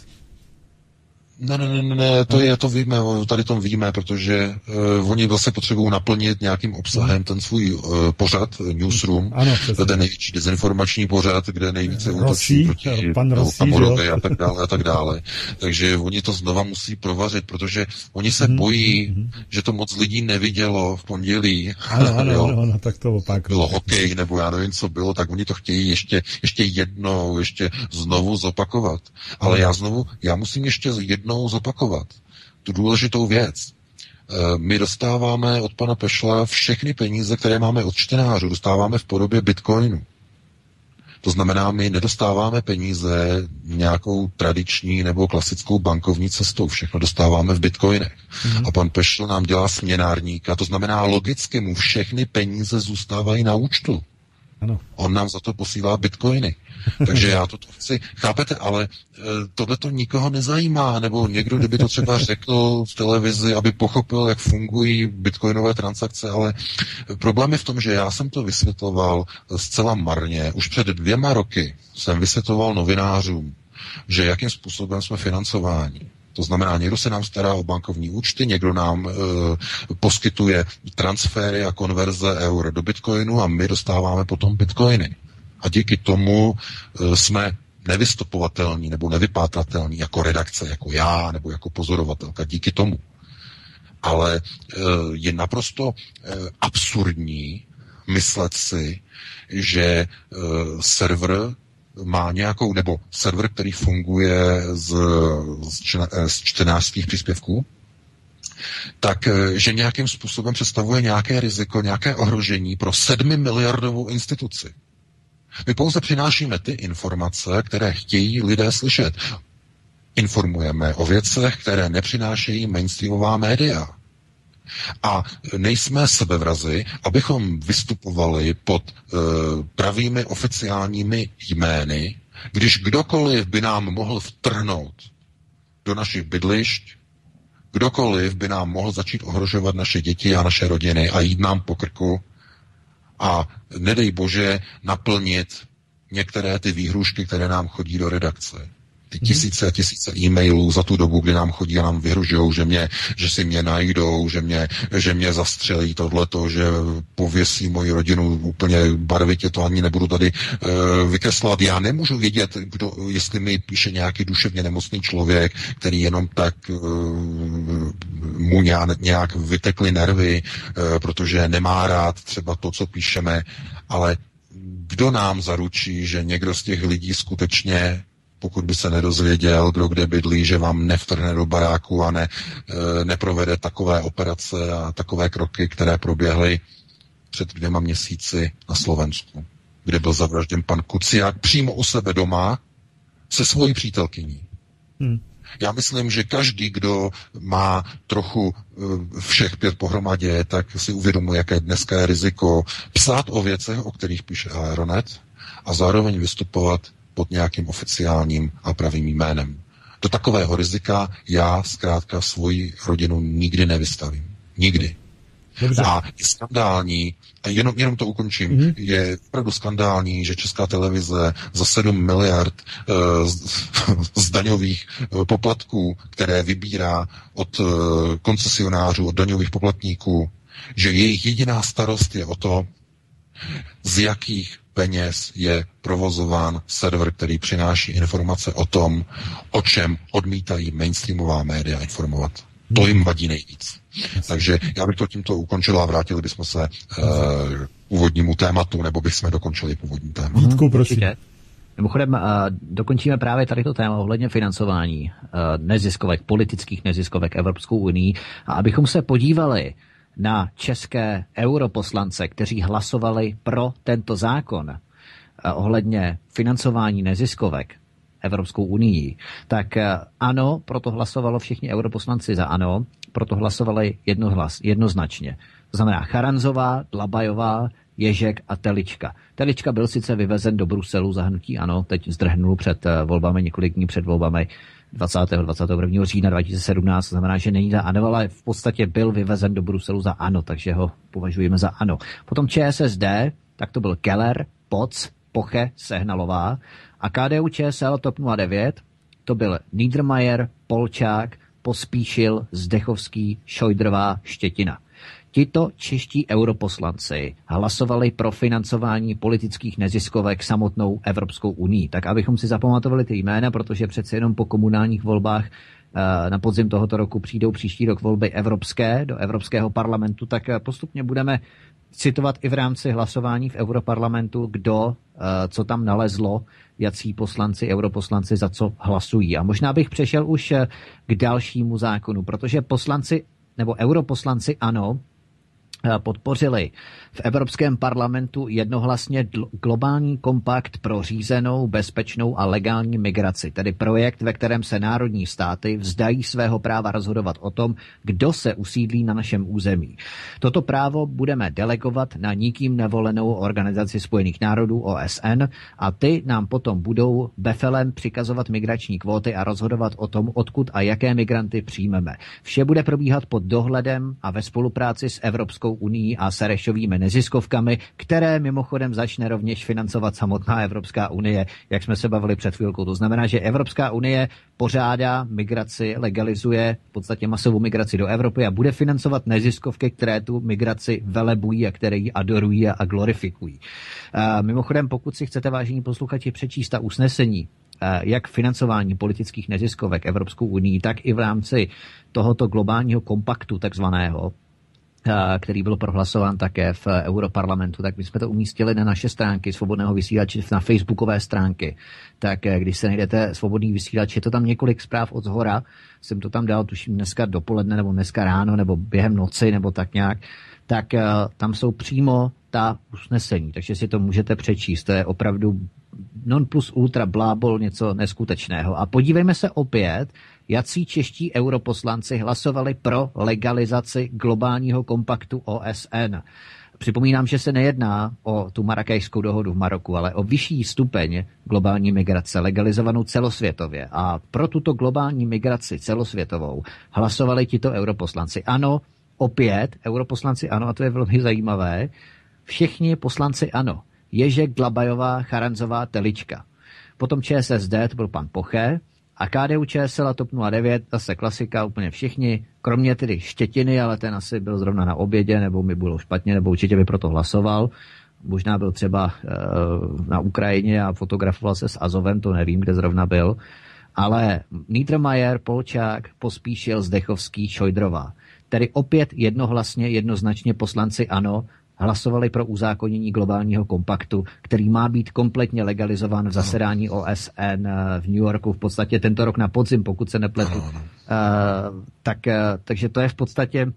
Speaker 4: Ne, to víme, tady to víme, protože oni vlastně potřebují naplnit nějakým obsahem ten svůj pořad, Newsroom, ten největší dezinformační pořad, kde nejvíce útočí proti Okamorovi a tak dále. Takže oni to znova musí provařit, protože oni se bojí, že to moc lidí nevidělo v pondělí.
Speaker 3: Ano, tak to opak.
Speaker 4: Bylo hokej, nebo já nevím, co bylo, tak oni to chtějí ještě jednou, ještě znovu zopakovat. Ale já musím ještě jednou zopakovat tu důležitou věc. My dostáváme od pana Pešla všechny peníze, které máme od čtenářů, dostáváme v podobě bitcoinu. To znamená, my nedostáváme peníze nějakou tradiční nebo klasickou bankovní cestou. Všechno dostáváme v bitcoinech. A pan Pešl nám dělá směnárníka, to znamená, logicky mu všechny peníze zůstávají na účtu.
Speaker 3: Ano.
Speaker 4: On nám za to posílá bitcoiny. Takže já to chci, chápete, ale tohle to nikoho nezajímá, nebo někdo, kdyby to třeba řekl v televizi, aby pochopil, jak fungují bitcoinové transakce, ale problém je v tom, že já jsem to vysvětloval zcela marně. Už před 2 roky jsem vysvětloval novinářům, že jakým způsobem jsme financováni. To znamená, někdo se nám stará o bankovní účty, někdo nám poskytuje transfery a konverze eur do bitcoinu a my dostáváme potom bitcoiny. A díky tomu jsme nevystopovatelní nebo nevypátratelní jako redakce, jako já nebo jako pozorovatelka. Díky tomu. Ale je naprosto absurdní myslet si, že server má nějakou, nebo server, který funguje z čtenářských příspěvků, tak, že nějakým způsobem představuje nějaké riziko, nějaké ohrožení pro 7miliardovou instituci. My pouze přinášíme ty informace, které chtějí lidé slyšet. Informujeme o věcech, které nepřinášejí mainstreamová média. A nejsme sebevrazi, abychom vystupovali pod pravými oficiálními jmény, když kdokoliv by nám mohl vtrhnout do našich bydlišť, kdokoliv by nám mohl začít ohrožovat naše děti a naše rodiny a jít nám po krku a nedej bože naplnit některé ty výhrušky, které nám chodí do redakce. Ty tisíce a tisíce e-mailů za tu dobu, kdy nám chodí a nám vyhružujou, že si mě najdou, že mě zastřelí tohleto, že pověsí moji rodinu úplně barvitě, to ani nebudu tady vykreslovat. Já nemůžu vědět, jestli mi píše nějaký duševně nemocný člověk, který jenom tak mu nějak vytekly nervy, protože nemá rád třeba to, co píšeme, ale kdo nám zaručí, že někdo z těch lidí skutečně, pokud by se nedozvěděl, kdo kde bydlí, že vám nevtrhne do baráku a neprovede takové operace a takové kroky, které proběhly před 2 měsíci na Slovensku, kde byl zavražděn pan Kuciák přímo u sebe doma se svojí přítelkyní. Já myslím, že každý, kdo má trochu všech 5 pohromadě, tak si uvědomuje, jaké dneska je riziko psát o věcech, o kterých píše Aeronet, a zároveň vystupovat pod nějakým oficiálním a pravým jménem. Do takového rizika já zkrátka svoji rodinu nikdy nevystavím. Nikdy.
Speaker 3: Dobře.
Speaker 4: A je skandální, a jenom to ukončím, je opravdu skandální, že Česká televize za 7 miliard z daňových poplatků, které vybírá od koncesionářů, od daňových poplatníků, že jejich jediná starost je o to, z jakých peněz je provozován server, který přináší informace o tom, o čem odmítají mainstreamová média informovat. To jim vadí nejvíc. Takže já bych to tímto ukončil a vrátili bychom se k původnímu tématu, nebo bychom dokončili původní téma.
Speaker 3: Vítku, prosím.
Speaker 1: Mimochodem, dokončíme právě tady to téma ohledně financování neziskovek, politických neziskovek Evropskou unii, a abychom se podívali na české europoslance, kteří hlasovali pro tento zákon ohledně financování neziskovek Evropskou unii, tak ano, proto hlasovalo všichni europoslanci za ano, proto hlasovali jednoznačně. To znamená Charanzová, Dlabajová, Ježek a Telička. Telička byl sice vyvezen do Bruselu za hnutí ANO, teď zdrhnul před volbami, několik dní před volbami 21. října 2017, to znamená, že není za ANO, ale v podstatě byl vyvezen do Bruselu za ANO, takže ho považujeme za ANO. Potom ČSSD, tak to byl Keller, Poc, Poche, Sehnalová, a KDU ČSL TOP 09, to byl Niedermayer, Polčák, Pospíšil, Zdechovský, Šojdrová, Štětina. Tito čeští europoslanci hlasovali pro financování politických neziskovek samotnou Evropskou unii. Tak abychom si zapamatovali ty jména, protože přece jenom po komunálních volbách na podzim tohoto roku přijdou příští rok volby evropské do Evropského parlamentu, tak postupně budeme citovat i v rámci hlasování v Europarlamentu, kdo, co tam nalezlo, jací poslanci, europoslanci za co hlasují. A možná bych přešel už k dalšímu zákonu, protože poslanci nebo europoslanci ANO podpořili v Evropském parlamentu jednohlasně globální kompakt pro řízenou, bezpečnou a legální migraci, tedy projekt, ve kterém se národní státy vzdají svého práva rozhodovat o tom, kdo se usídlí na našem území. Toto právo budeme delegovat na nikým nevolenou Organizaci spojených národů OSN a ty nám potom budou befelem přikazovat migrační kvóty a rozhodovat o tom, odkud a jaké migranty přijmeme. Vše bude probíhat pod dohledem a ve spolupráci s Evropskou unii a Serešovými neziskovkami, které mimochodem začne rovněž financovat samotná Evropská unie, jak jsme se bavili před chvílkou. To znamená, že Evropská unie pořádá migraci, legalizuje v podstatě masovou migraci do Evropy a bude financovat neziskovky, které tu migraci velebují a které ji adorují a glorifikují. Mimochodem, pokud si chcete, vážení posluchači, přečíst ta usnesení, jak financování politických neziskovek Evropskou unii, tak i v rámci tohoto globálního kompaktu takzvaného, který byl prohlasován také v Europarlamentu, tak my jsme to umístili na naše stránky Svobodného vysílače, na facebookové stránky. Tak když se najdete Svobodný vysílač, je to tam několik zpráv od zhora, jsem to tam dal, tuším dneska dopoledne, nebo dneska ráno, nebo během noci, nebo tak nějak, tak tam jsou přímo ta usnesení, takže si to můžete přečíst. To je opravdu non plus ultra blábol, něco neskutečného. A podívejme se opět, jací čeští europoslanci hlasovali pro legalizaci globálního kompaktu OSN. Připomínám, že se nejedná o tu Marrakešskou dohodu v Maroku, ale o vyšší stupeň globální migrace, legalizovanou celosvětově. A pro tuto globální migraci celosvětovou hlasovali tito europoslanci. Ano, opět europoslanci ANO, a to je velmi zajímavé, všichni poslanci ANO. Ježek, Dlabajová, Charanzová, Telička. Potom ČSSD, to byl pan Poche, a KDU ČSL a TOP 09, zase klasika, úplně všichni, kromě tedy Štětiny, ale ten asi byl zrovna na obědě, nebo mi bylo špatně, nebo určitě by proto hlasoval. Možná byl třeba na Ukrajině a fotografoval se s Azovem, to nevím, kde zrovna byl. Ale Niedermayer, Polčák, Pospíšil, Zdechovský, Šojdrová. Tedy opět jednoznačně poslanci ANO hlasovali pro uzákonění globálního kompaktu, který má být kompletně legalizován v zasedání OSN v New Yorku v podstatě tento rok na podzim, pokud se nepletu. Takže to je v podstatě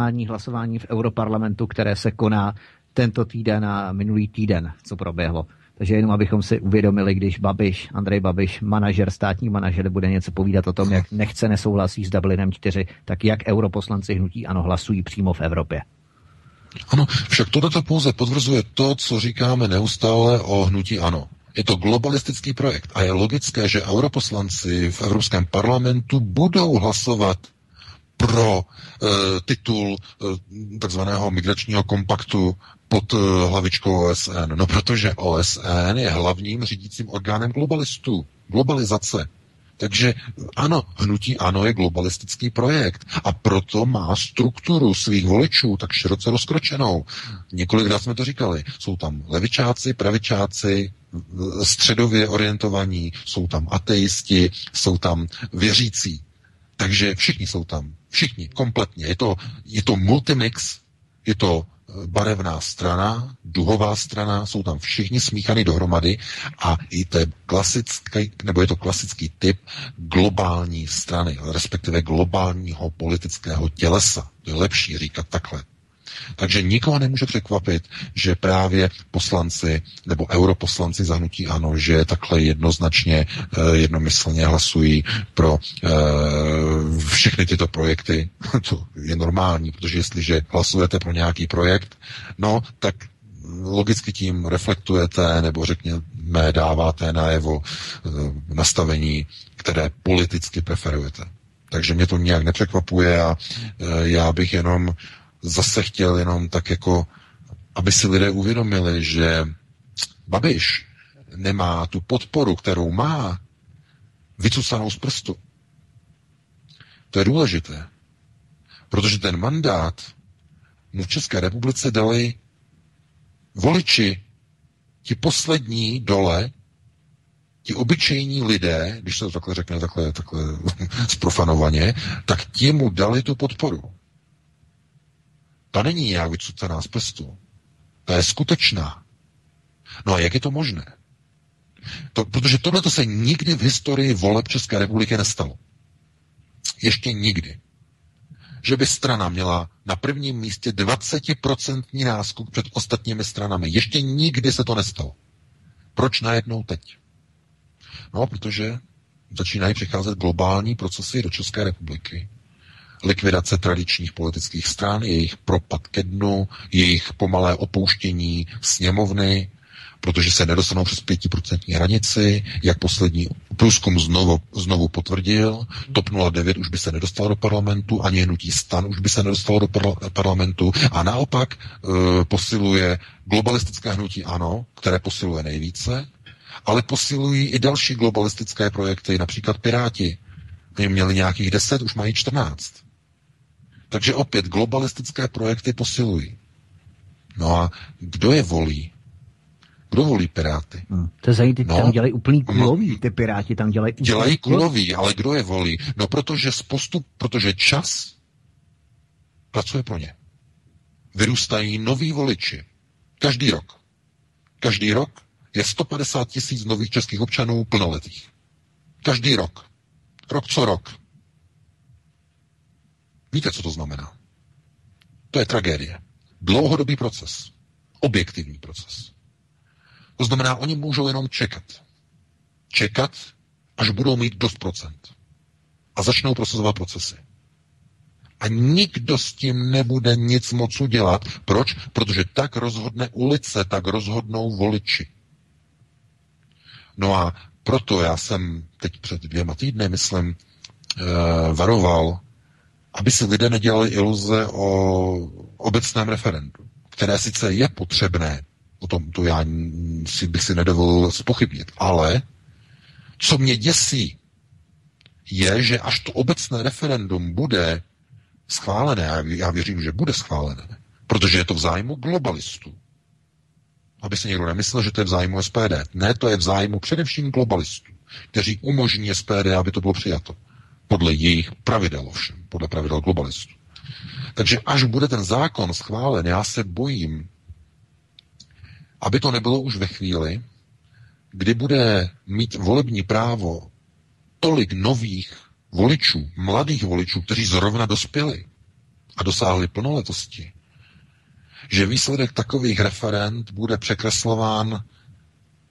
Speaker 1: hlasování v Europarlamentu, které se koná tento týden a minulý týden, co proběhlo. Takže jenom abychom si uvědomili, když Andrej Babiš, státní manažer, bude něco povídat o tom, jak nesouhlasí s Dublinem 4, tak jak europoslanci hnutí ANO hlasují přímo v Evropě.
Speaker 4: Ano, však tohleto pouze potvrzuje to, co říkáme neustále o hnutí ANO. Je to globalistický projekt a je logické, že europoslanci v Evropském parlamentu budou hlasovat pro titul takzvaného migračního kompaktu pod hlavičkou OSN. No protože OSN je hlavním řídícím orgánem globalistů. Globalizace. Takže ano, hnutí ANO je globalistický projekt a proto má strukturu svých voličů tak široce rozkročenou. Několikrát jsme to říkali. Jsou tam levičáci, pravičáci, středově orientovaní, jsou tam ateisti, jsou tam věřící. Takže všichni jsou tam. Všichni, kompletně. Je to multimix, je to barevná strana, duhová strana, jsou tam všichni smíchaný dohromady a i to je klasický typ globální strany, respektive globálního politického tělesa. To je lepší říkat takhle. Takže nikoho nemůže překvapit, že právě poslanci nebo europoslanci za hnutí ANO, že takhle jednoznačně, jednomyslně hlasují pro všechny tyto projekty. To je normální, protože jestliže hlasujete pro nějaký projekt, no tak logicky tím reflektujete nebo řekněme dáváte najevo nastavení, které politicky preferujete. Takže mě to nějak nepřekvapuje a já bych zase chtěl jenom tak jako, aby si lidé uvědomili, že Babiš nemá tu podporu, kterou má, vycucanou z prstu. To je důležité, protože ten mandát mu v České republice dali voliči, ti poslední dole, ti obyčejní lidé, když se to takhle řekne, takhle zprofanovaně, tak ti mu dali tu podporu. Ta není nějak vycucaná z prstu. Ta je skutečná. No a jak je to možné? Protože tohleto se nikdy v historii voleb České republiky nestalo. Ještě nikdy. Že by strana měla na prvním místě 20% náskok před ostatními stranami. Ještě nikdy se to nestalo. Proč najednou teď? No, protože začínají přicházet globální procesy do České republiky. Likvidace tradičních politických stran, jejich propad ke dnu, jejich pomalé opouštění sněmovny, protože se nedostanou přes 5% hranici, jak poslední průzkum znovu potvrdil. TOP 09 už by se nedostalo do parlamentu, ani hnutí STAN už by se nedostalo do parlamentu a naopak posiluje globalistické hnutí ANO, které posiluje nejvíce, ale posilují i další globalistické projekty, například Piráti. Měli nějakých 10, už mají 14. Takže opět globalistické projekty posilují. No a kdo je volí? Kdo volí Piráty?
Speaker 1: To zajímavé, tam dělají úplný kulový, ty Piráti tam dělají úplný
Speaker 4: Dělají kulový, ale kdo je volí? No protože čas pracuje pro ně. Vyrůstají noví voliči. Každý rok. Každý rok je 150 000 nových českých občanů plnoletých. Každý rok. Rok co rok. Víte, co to znamená? To je tragédie. Dlouhodobý proces. Objektivní proces. To znamená, oni můžou jenom čekat. Čekat, až budou mít dost procent. A začnou prosazovat procesy. A nikdo s tím nebude nic moc udělat. Proč? Protože tak rozhodne ulice, tak rozhodnou voliči. No a proto já jsem teď před 2 týdny, myslím, varoval, aby si lidé nedělali iluze o obecném referendu, které sice je potřebné, o tom to já bych si nedovolil zpochybnit, ale co mě děsí, je, že až to obecné referendum bude schválené, a já věřím, že bude schválené, protože je to v zájmu globalistů. Aby se někdo nemyslel, že to je v zájmu SPD. Ne, to je v zájmu především globalistů, kteří umožní SPD, aby to bylo přijato. Podle jejich pravidel ovšem, podle pravidel globalistů. Takže až bude ten zákon schválen, já se bojím, aby to nebylo už ve chvíli, kdy bude mít volební právo tolik nových voličů, mladých voličů, kteří zrovna dospěli a dosáhli plnoletosti, že výsledek takových referend bude překreslován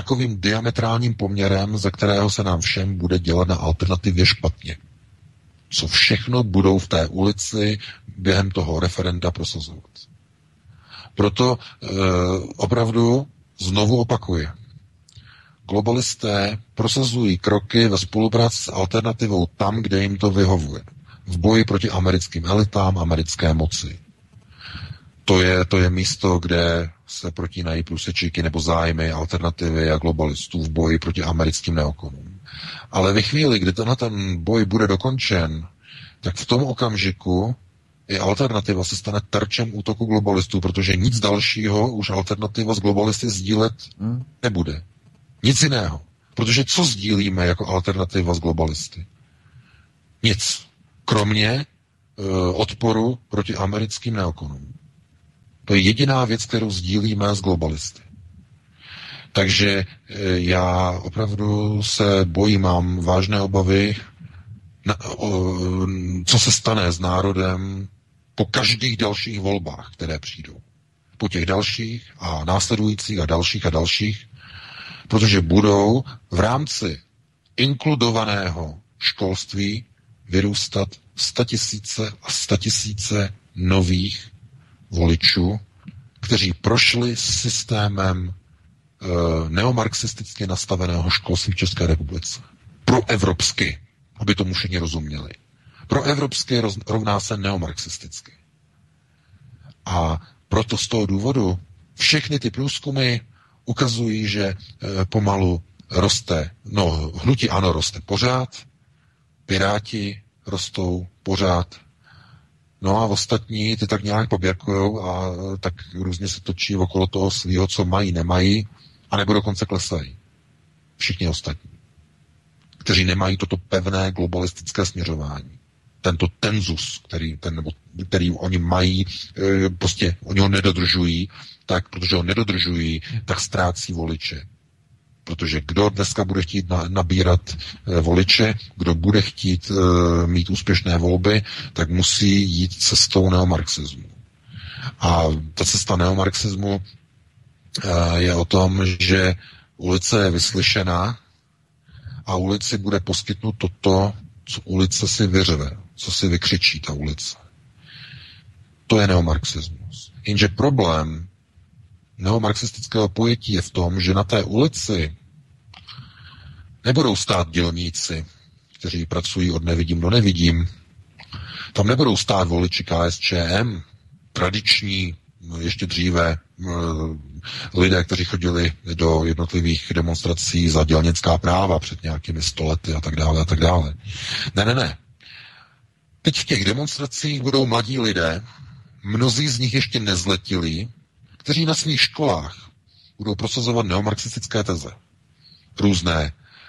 Speaker 4: takovým diametrálním poměrem, ze kterého se nám všem bude dělat na alternativě špatně. Co všechno budou v té ulici během toho referenda prosazovat. Proto opravdu znovu opakuji. Globalisté prosazují kroky ve spolupráci s alternativou tam, kde jim to vyhovuje. V boji proti americkým elitám, americké moci. To je místo, kde se protínají průsečíky nebo zájmy, alternativy a globalistů v boji proti americkým neokonům. Ale ve chvíli, kdy ten boj bude dokončen, tak v tom okamžiku i alternativa se stane terčem útoku globalistů, protože nic dalšího už alternativa s globalisty sdílet nebude. Nic jiného. Protože co sdílíme jako alternativa s globalisty? Nic. Kromě odporu proti americkým neokonům. To je jediná věc, kterou sdílíme s globalisty. Takže já opravdu se bojím, mám vážné obavy, co se stane s národem po každých dalších volbách, které přijdou. Po těch dalších a následujících a dalších, protože budou v rámci inkludovaného školství vyrůstat 100 000 a 100 000 nových voličů, kteří prošli systémem neomarxisticky nastaveného školství v České republice. Proevropsky, aby tomu všichni rozuměli. Proevropsky rovná se neomarxisticky. A proto z toho důvodu všechny ty průzkumy ukazují, že pomalu roste, hnutí ANO roste pořád, Piráti rostou pořád, no a ostatní ty tak nějak poběrkujou a tak různě se točí okolo toho svýho, co mají, nemají, anebo dokonce klesají. Všichni ostatní, kteří nemají toto pevné globalistické směřování. Tento tenzus, který oni mají, prostě oni ho nedodržují, tak protože ho nedodržují, tak ztrácí voliče. Protože kdo dneska bude chtít nabírat voliče, kdo bude chtít mít úspěšné volby, tak musí jít cestou neomarxismu. A ta cesta neomarxismu je o tom, že ulice je vyslyšená a ulici bude poskytnuto to, co ulice si vyřve, co si vykřičí ta ulice. To je neomarxismus. Jenže problém neomarxistického pojetí je v tom, že na té ulici nebudou stát dělníci, kteří pracují od nevidím do nevidím. Tam nebudou stát voliči KSČM, tradiční, ještě dříve lidé, kteří chodili do jednotlivých demonstrací za dělnická práva před nějakými 100 lety a tak dále a tak dále. Ne. Teď v těch demonstracích budou mladí lidé, mnozí z nich ještě nezletilí, kteří na svých školách budou prosazovat neomarxistické teze. Různé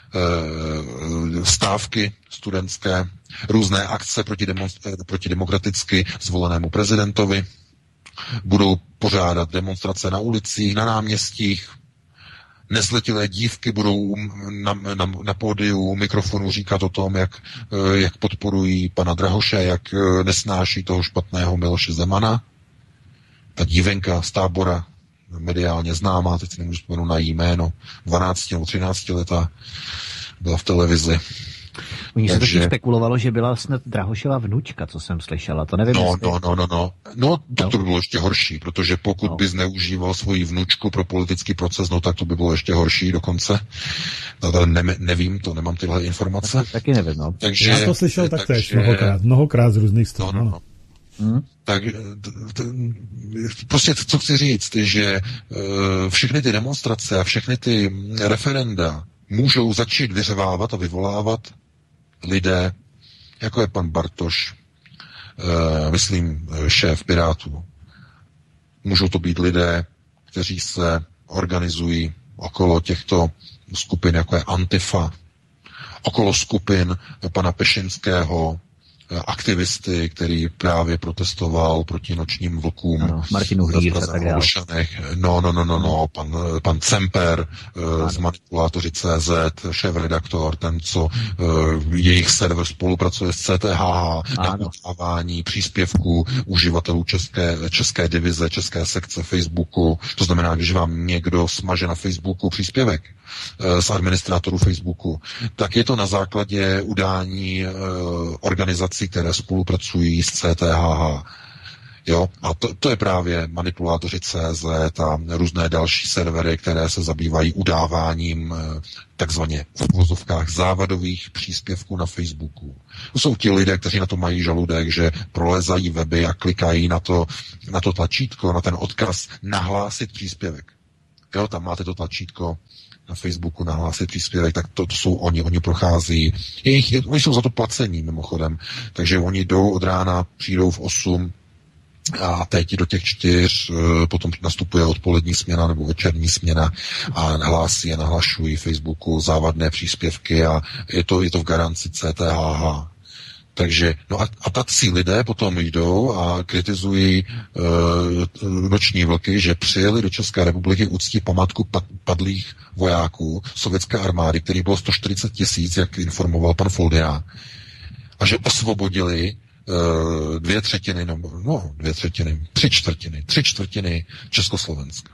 Speaker 4: stávky studentské, různé akce proti demokraticky zvolenému prezidentovi, budou pořádat demonstrace na ulicích, na náměstích, nezletilé dívky budou na pódiu mikrofonu říkat o tom, jak podporují pana Drahoše, jak nesnáší toho špatného Miloše Zemana. Ta dívenka z Tábora, mediálně známá, teď si nemůžu vzpomenout na jí jméno, 12 nebo 13 letá, byla v televizi.
Speaker 1: Oni se totiž spekulovalo, že byla snad Drahošova vnučka, co jsem slyšela, to nevím.
Speaker 4: No, to by bylo ještě horší, protože pokud by zneužíval svoji vnučku pro politický proces, tak to by bylo ještě horší dokonce. Nevím, to nemám tyhle informace.
Speaker 1: Taky nevím, no.
Speaker 3: Takže, já to slyšel taktéž mnohokrát z různých stran.
Speaker 4: Tak prostě co chci říct, že všechny ty demonstrace a všechny ty referenda můžou začít vyřvávat a vyvolávat lidé, jako je pan Bartoš, myslím šéf Pirátů. Můžou to být lidé, kteří se organizují okolo těchto skupin, jako je Antifa, okolo skupin pana Pešinského, aktivisty, který právě protestoval proti nočním vlkům.
Speaker 1: Ano, Martinu Hlíř a tak dále.
Speaker 4: Pan Cemper z Manipulátoři CZ, šéfredaktor, ten, co jejich server spolupracuje s CTHH na udávání příspěvků uživatelů české divize, české sekce Facebooku. To znamená, když vám někdo smaže na Facebooku příspěvek z administrátorů Facebooku, tak je to na základě udání organizací, které spolupracují s CTHH. Jo? A to je právě Manipulátoři CZ a různé další servery, které se zabývají udáváním takzvaně v uvozovkách závadových příspěvků na Facebooku. To jsou ti lidé, kteří na to mají žaludek, že prolezají weby a klikají na to tlačítko, na ten odkaz nahlásit příspěvek. Jo, tam máte to tlačítko na Facebooku nahlásit příspěvek, tak to jsou oni prochází. Oni jsou za to placení mimochodem, takže oni jdou od rána, přijdou v 8 a teď do těch 4 potom nastupuje odpolední směna nebo večerní směna a nahlašují Facebooku závadné příspěvky a je to v garanci CTHH. Takže, a tací lidé potom jdou a kritizují noční vlky, že přijeli do České republiky uctít památku padlých vojáků sovětské armády, který bylo 140 000, jak informoval pan Foldyna, a že osvobodili 3/4 Československa.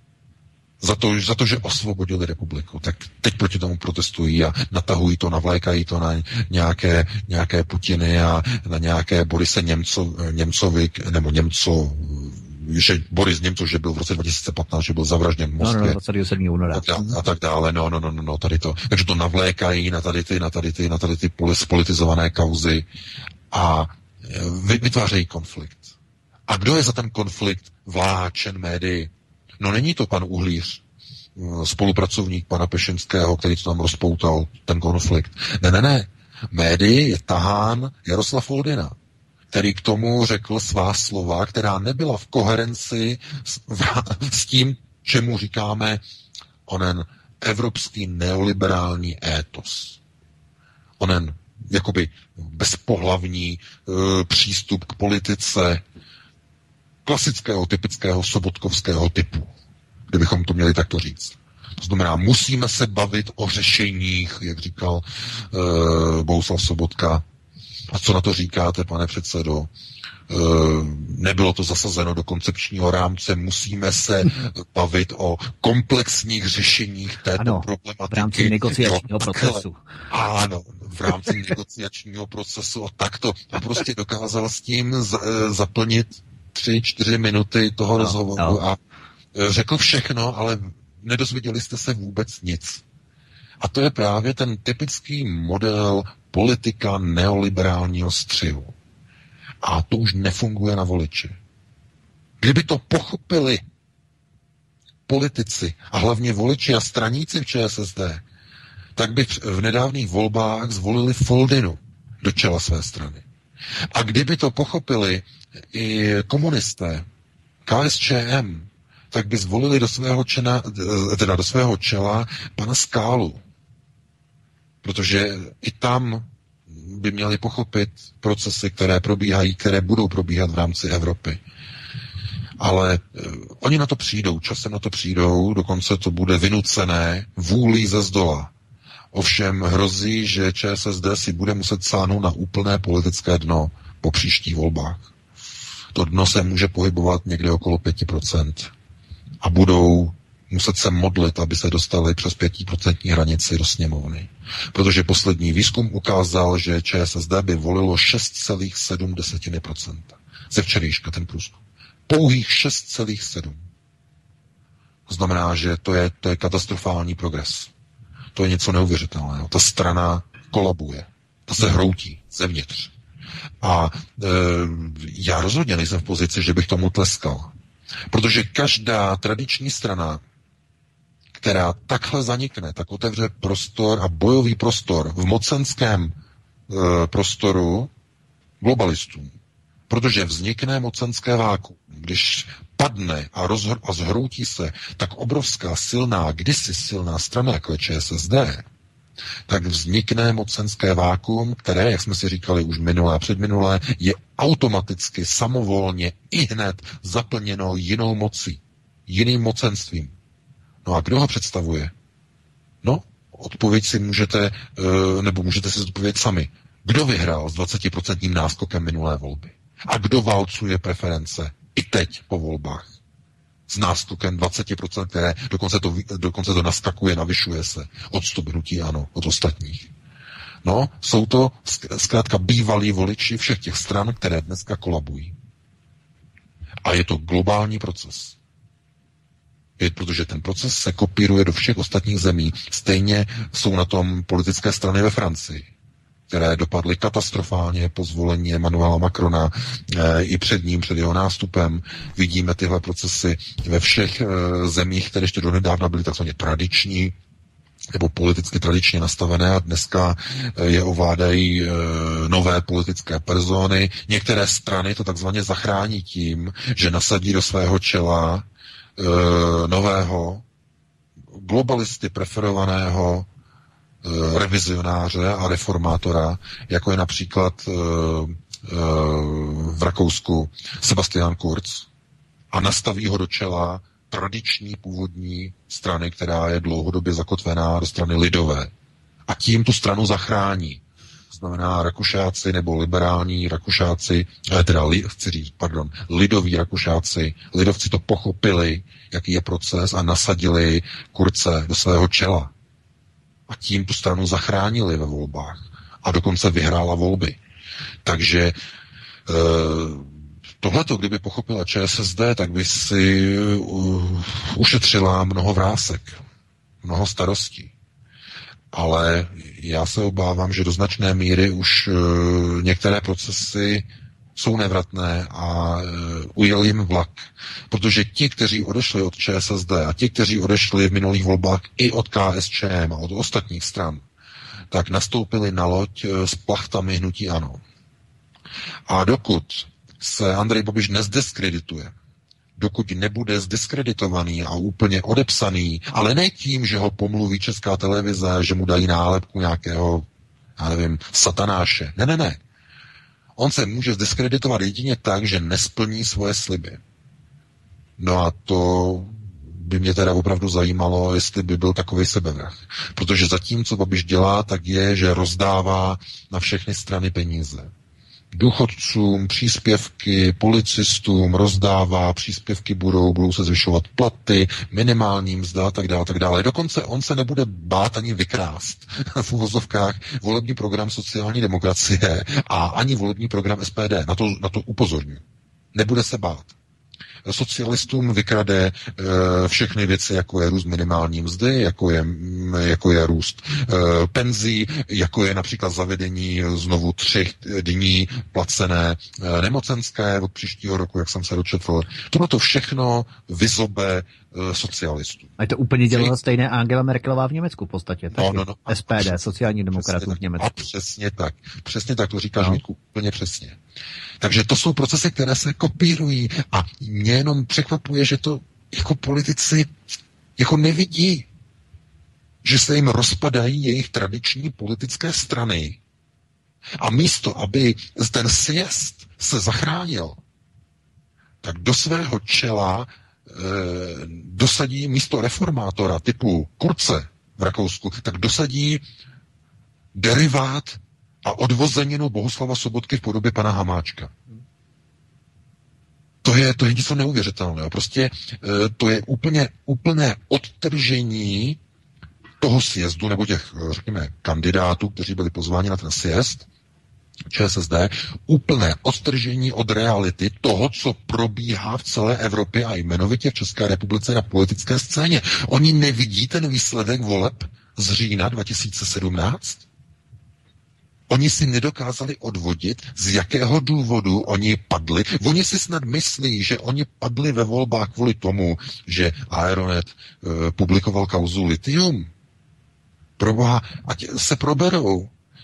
Speaker 4: Za to, že osvobodili republiku. Tak teď proti tomu protestují a natahují to, navlékají to na nějaké Putiny a na nějaké Borise Němcovi, nebo že Boris Němcov, že byl v roce 2015, že byl zavražděn v Moskvě.
Speaker 1: 27. února.
Speaker 4: A tak dále, tady to. Takže to navlékají na tady ty spolitizované kauzy a vytvářejí konflikt. A kdo je za ten konflikt vláčen médii? No není to pan Uhlíř, spolupracovník pana Pešinského, který to tam rozpoutal, ten konflikt. Ne. Médii je tahán Jaroslav Foldyna, který k tomu řekl svá slova, která nebyla v koherenci s tím, čemu říkáme onen evropský neoliberální étos. Onen jakoby bezpohlavní přístup k politice klasického, typického sobotkovského typu, kdybychom to měli takto říct. To znamená, musíme se bavit o řešeních, jak říkal Bohuslav Sobotka. A co na to říkáte, pane předsedo? Nebylo to zasazeno do koncepčního rámce, musíme se bavit o komplexních řešeních této problematiky.
Speaker 1: V rámci negociačního procesu.
Speaker 4: Ano, v rámci negociačního procesu a takto. A prostě dokázal s tím zaplnit 3-4 minuty toho rozhovoru a řekl všechno, ale nedozvěděli jste se vůbec nic. A to je právě ten typický model politika neoliberálního střihu. A to už nefunguje na voliči. Kdyby to pochopili politici a hlavně voliči a straníci v ČSSD, tak by v nedávných volbách zvolili Foldynu do čela své strany. A kdyby to pochopili i komunisté, KSČM, tak by zvolili do svého čela pana Skálu. Protože i tam by měli pochopit procesy, které probíhají, které budou probíhat v rámci Evropy. Ale oni na to přijdou, časem na to přijdou, dokonce to bude vynucené vůlí ze zdola. Ovšem hrozí, že ČSSD si bude muset sáhnout na úplné politické dno po příštích volbách. To dno se může pohybovat někde okolo 5%. A budou muset se modlit, aby se dostali přes 5% hranici do sněmovny. Protože poslední výzkum ukázal, že ČSSD by volilo 6,7%. Ze včerejška ten průzkum. Pouhých 6,7%. To znamená, že to je katastrofální progres. To je něco neuvěřitelného. Ta strana kolabuje. Ta se hroutí zevnitř. A já rozhodně nejsem v pozici, že bych tomu tleskal. Protože každá tradiční strana, která takhle zanikne, tak otevře prostor a bojový prostor v mocenském prostoru globalistům. Protože vznikne mocenské vákuum. Když padne a zhroutí se tak obrovská, silná, kdysi silná strana, jako je ČSSD, tak vznikne mocenské vákuum, které, jak jsme si říkali už minulé a předminulé, je automaticky, samovolně, ihned zaplněno jinou mocí, jiným mocenstvím. No a kdo ho představuje? No, odpověď si můžete, nebo můžete si odpovědět sami. Kdo vyhrál s 20% náskokem minulé volby? A kdo válcuje preference i teď po volbách? S náskokem 20%, které dokonce to naskakuje, navyšuje se. Odstup hnutí ANO od ostatních. No, jsou to zkrátka bývalí voliči všech těch stran, které dneska kolabují. A je to globální proces. Protože ten proces se kopíruje do všech ostatních zemí. Stejně jsou na tom politické strany ve Francii, které dopadly katastrofálně po zvolení Emmanuela Macrona, i před ním, před jeho nástupem. Vidíme tyhle procesy ve všech zemích, které ještě donedávna byly takzvaně tradiční, nebo politicky tradičně nastavené a dneska je ovládají nové politické persony. Některé strany to takzvaně zachrání tím, že nasadí do svého čela nového globalisty preferovaného revizionáře a reformátora, jako je například v Rakousku Sebastian Kurz, a nastaví ho do čela tradiční původní strany, která je dlouhodobě zakotvená do strany lidové. A tím tu stranu zachrání. To znamená Rakušáci nebo liberální Rakušáci, lidoví Rakušáci, lidovci to pochopili, jaký je proces a nasadili Kurze do svého čela. A tím tu stranu zachránili ve volbách. A dokonce vyhrála volby. Takže tohleto, kdyby pochopila ČSSD, tak by si ušetřila mnoho vrásek, mnoho starostí. Ale já se obávám, že do značné míry už některé procesy jsou nevratné a ujel jim vlak. Protože ti, kteří odešli od ČSSD a ti, kteří odešli v minulých volbách i od KSČM a od ostatních stran, tak nastoupili na loď s plachtami hnutí ANO. A dokud se Andrej Babiš nezdiskredituje, dokud nebude zdiskreditovaný a úplně odepsaný, ale ne tím, že ho pomluví Česká televize, že mu dají nálepku nějakého, já nevím, satanáše. Ne. On se může zdiskreditovat jedině tak, že nesplní svoje sliby. No a to by mě teda opravdu zajímalo, jestli by byl takový sebevrah. Protože zatím, co Babiš dělá, tak je, že rozdává na všechny strany peníze. Důchodcům, příspěvky, policistům rozdává, příspěvky budou se zvyšovat platy, minimální mzda a tak dále. Dokonce on se nebude bát ani vykrást v uvozovkách volební program sociální demokracie a ani volební program SPD. Na to upozorňuji. Nebude se bát. Socialistům vykrade všechny věci, jako je růst minimální mzdy, jako je růst penzí, jako je například zavedení znovu 3 dní placené nemocenské od příštího roku, jak jsem se dočetl. Tohle to všechno vyzobe socialistů.
Speaker 1: A to úplně dělala stejné Angela Merkelová v Německu v podstatě.
Speaker 4: No.
Speaker 1: SPD, sociální demokratů v Německu.
Speaker 4: A přesně tak, to říkáš, Vítku, úplně přesně. Takže to jsou procesy, které se kopírují a mě jenom překvapuje, že to jako politici jako nevidí, že se jim rozpadají jejich tradiční politické strany a místo, aby ten sjezd se zachránil, tak do svého čela dosadí místo reformátora typu Kurze v Rakousku, tak dosadí derivát a odvozeninu Bohuslava Sobotky v podobě pana Hamáčka. To je něco neuvěřitelného. Prostě to je úplné odtržení toho sjezdu, nebo těch, řekněme, kandidátů, kteří byli pozváni na ten sjezd ČSSD, úplné odtržení od reality toho, co probíhá v celé Evropě a jmenovitě v České republice na politické scéně. Oni nevidí ten výsledek voleb z října 2017? Oni si nedokázali odvodit, z jakého důvodu oni padli. Oni si snad myslí, že oni padli ve volbách kvůli tomu, že Aeronet publikoval kauzu Lithium. Proboha, ať se proberou.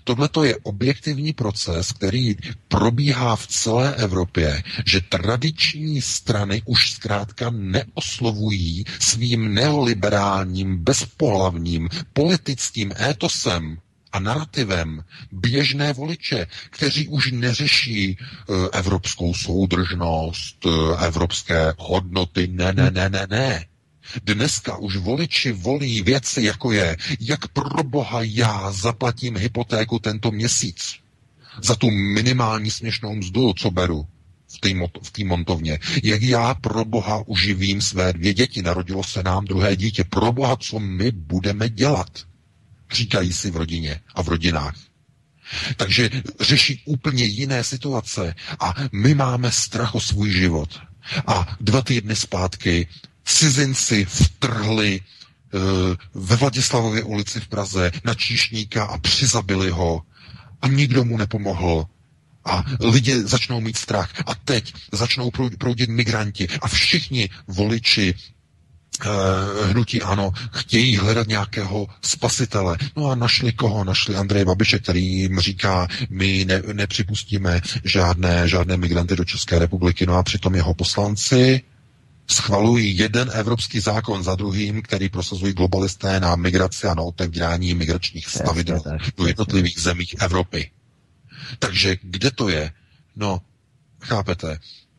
Speaker 4: Tohle to je objektivní proces, který probíhá v celé Evropě, že tradiční strany už zkrátka neoslovují svým neoliberálním, bezpohlavním, politickým étosem a narrativem běžné voliče, kteří už neřeší evropskou soudržnost, evropské hodnoty. Ne. Dneska už voliči volí věci, jako je, jak pro boha já zaplatím hypotéku tento měsíc za tu minimální směšnou mzdu, co beru v té montovně. Jak já pro boha uživím své 2 děti, narodilo se nám druhé dítě. Pro boha, co my budeme dělat? Říkají si v rodině a v rodinách. Takže řeší úplně jiné situace a my máme strach o svůj život. A 2 týdny zpátky cizinci vtrhli ve Vladislavově ulici v Praze na číšníka a přizabili ho a nikdo mu nepomohl. A lidi začnou mít strach. A teď začnou proudit migranti a všichni voliči hnutí ANO chtějí hledat nějakého spasitele. No a našli koho? Našli Andreje Babiše, který jim říká, my nepřipustíme žádné migranty do České republiky. No a přitom jeho poslanci schvalují jeden evropský zákon za druhým, který prosazují globalisté na migraci a na otevírání migračních stavidel do jednotlivých zemích Evropy. Takže kde to je? No, chápete,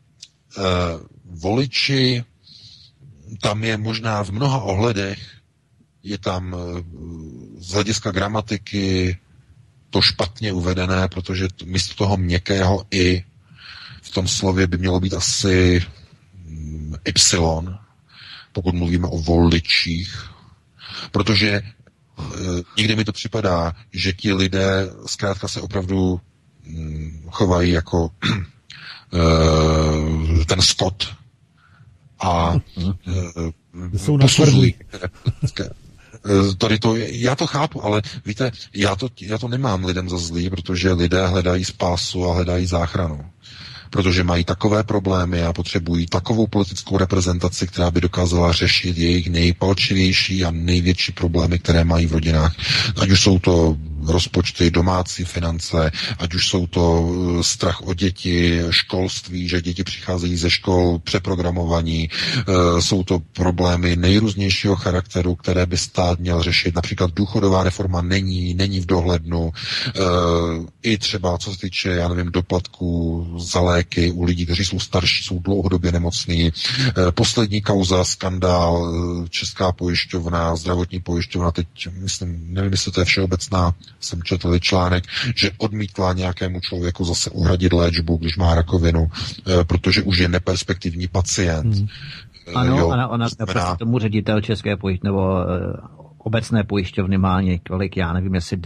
Speaker 4: voliči, tam je možná v mnoha ohledech, je tam z hlediska gramatiky to špatně uvedené, protože místo toho měkkého i v tom slově by mělo být asi Y, pokud mluvíme o voličích, protože někdy mi to připadá, že ti lidé zkrátka se opravdu chovají jako ten Scott a posuzují. Tady to, já to chápu, ale víte, já to nemám lidem za zlý, protože lidé hledají spásu a hledají záchranu. Protože mají takové problémy a potřebují takovou politickou reprezentaci, která by dokázala řešit jejich nejpalčivější a největší problémy, které mají v rodinách. Ať už jsou to rozpočty, domácí finance, ať už jsou to strach o děti, školství, že děti přicházejí ze škol přeprogramovaní, jsou to problémy nejrůznějšího charakteru, které by stát měl řešit. Například důchodová reforma není v dohlednu, i třeba co se týče, já nevím, doplatků za léky u lidí, kteří jsou starší, jsou dlouhodobě nemocní. Poslední kauza, skandál, Česká pojišťovna, zdravotní pojišťovna, teď myslím, nevím, jestli to je všeobecná, jsem četl článek, že odmítla nějakému člověku zase uhradit léčbu, když má rakovinu, protože už je neperspektivní pacient.
Speaker 1: Ano, ona tomu ředitel České pojišťovny nebo obecné pojišťovny má několik, já nevím, jestli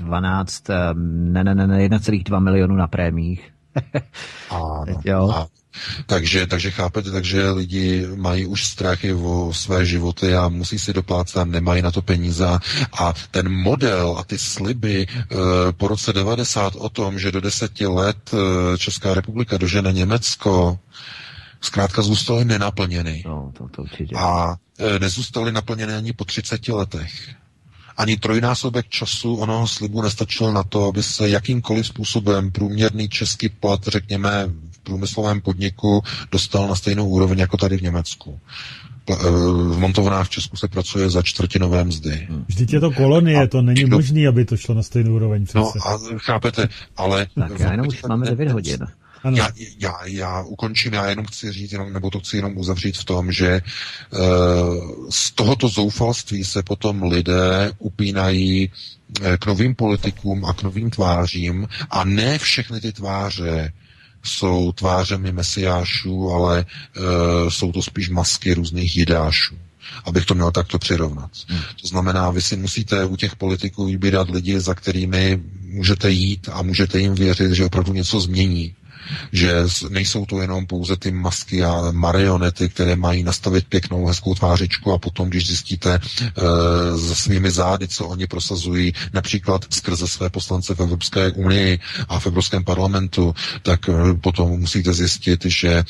Speaker 1: 1,2 milionu na prémiích.
Speaker 4: Ano. Takže chápete, takže lidi mají už strachy o své životy a musí si doplácet, nemají na to peníze a ten model a ty sliby po roce 90 o tom, že do 10 let Česká republika dožene Německo, zkrátka zůstaly nenaplněny.
Speaker 1: No, to určitě.
Speaker 4: A nezůstaly naplněny ani po 30 letech. Ani trojnásobek času onoho slibu nestačil na to, aby se jakýmkoliv způsobem průměrný český plat, řekněme, v průmyslovém podniku dostal na stejnou úroveň jako tady v Německu. V montovnách v Česku se pracuje za čtvrtinové mzdy.
Speaker 3: Vždyť je to kolonie, to není možné, aby to šlo na stejnou úroveň. Přece.
Speaker 4: No a chápete, ale...
Speaker 1: Tak já jenom už máme 9 hodin.
Speaker 4: Já ukončím, já jenom chci říct, nebo to chci jenom uzavřít v tom, že z tohoto zoufalství se potom lidé upínají k novým politikům a k novým tvářím a ne všechny ty tváře jsou tvářemi mesiášů, ale jsou to spíš masky různých jidášů, abych to měl takto přirovnat. To znamená, vy si musíte u těch politiků vybírat lidi, za kterými můžete jít a můžete jim věřit, že opravdu něco změní. Že nejsou to jenom pouze ty masky a marionety, které mají nastavit pěknou, hezkou tvářičku a potom, když zjistíte za svými zády, co oni prosazují, například skrze své poslance v Evropské unii a v Evropském parlamentu, tak potom musíte zjistit, že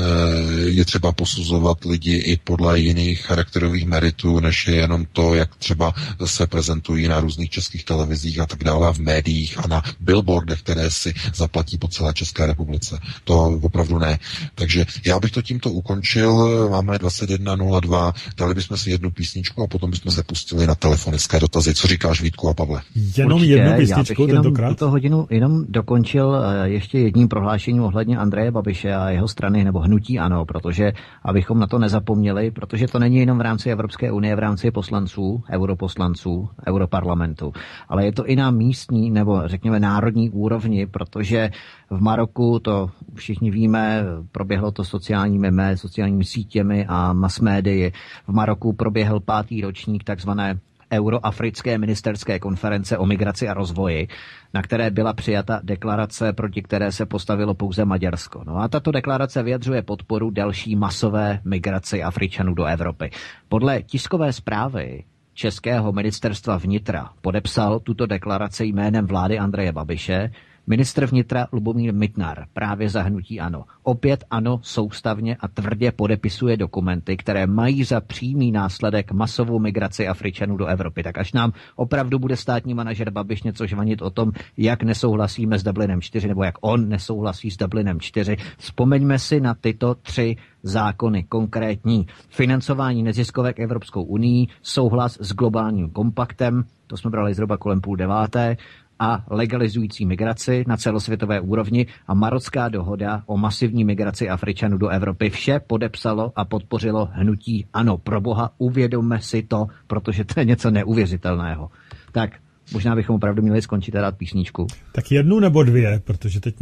Speaker 4: je třeba posuzovat lidi i podle jiných charakterových meritů, než je jenom to, jak třeba se prezentují na různých českých televizích a tak dále, v médiích a na billboardech, které si zaplatí po celé České republice. To opravdu ne. Takže já bych to tímto ukončil. Máme 21:02. Dali bychom si jednu písničku a potom bychom se pustili na telefonické dotazy. Co říkáš, Vítku a Pavle?
Speaker 3: Jenom jednu písničku tentokrát?
Speaker 1: Tuto hodinu jenom dokončil ještě jedním prohlášením ohledně Andreje Babiše a jeho strany nebo hnutí ANO, protože abychom na to nezapomněli, protože to není jenom v rámci Evropské unie, v rámci poslanců, europoslanců, europarlamentu, ale je to i na místní nebo řekněme národní úrovni, protože v Maroku, to všichni víme, proběhlo to sociálními sítěmi a masmédii. V Maroku proběhl 5. ročník takzvané Euroafrické ministerské konference o migraci a rozvoji, na které byla přijata deklarace, proti které se postavilo pouze Maďarsko. No a tato deklarace vyjadřuje podporu další masové migraci Afričanů do Evropy. Podle tiskové zprávy Českého ministerstva vnitra podepsal tuto deklaraci jménem vlády Andreje Babiše ministr vnitra Lubomír Metnar, právě za hnutí ANO. Opět ANO soustavně a tvrdě podepisuje dokumenty, které mají za přímý následek masovou migraci Afričanů do Evropy. Tak až nám opravdu bude státní manažer Babiš něco žvanit o tom, jak nesouhlasíme s Dublinem 4, nebo jak on nesouhlasí s Dublinem 4, vzpomeňme si na tyto 3 zákony konkrétní. Financování neziskovek Evropskou unii, souhlas s globálním kompaktem, to jsme brali zhruba kolem 8:30, a legalizující migraci na celosvětové úrovni a marocká dohoda o masivní migraci Afričanů do Evropy. Vše podepsalo a podpořilo hnutí ANO. Proboha, uvědomme si to, protože to je něco neuvěřitelného. Tak možná bychom opravdu měli skončit a dát písničku.
Speaker 3: Tak 1 nebo 2, protože teď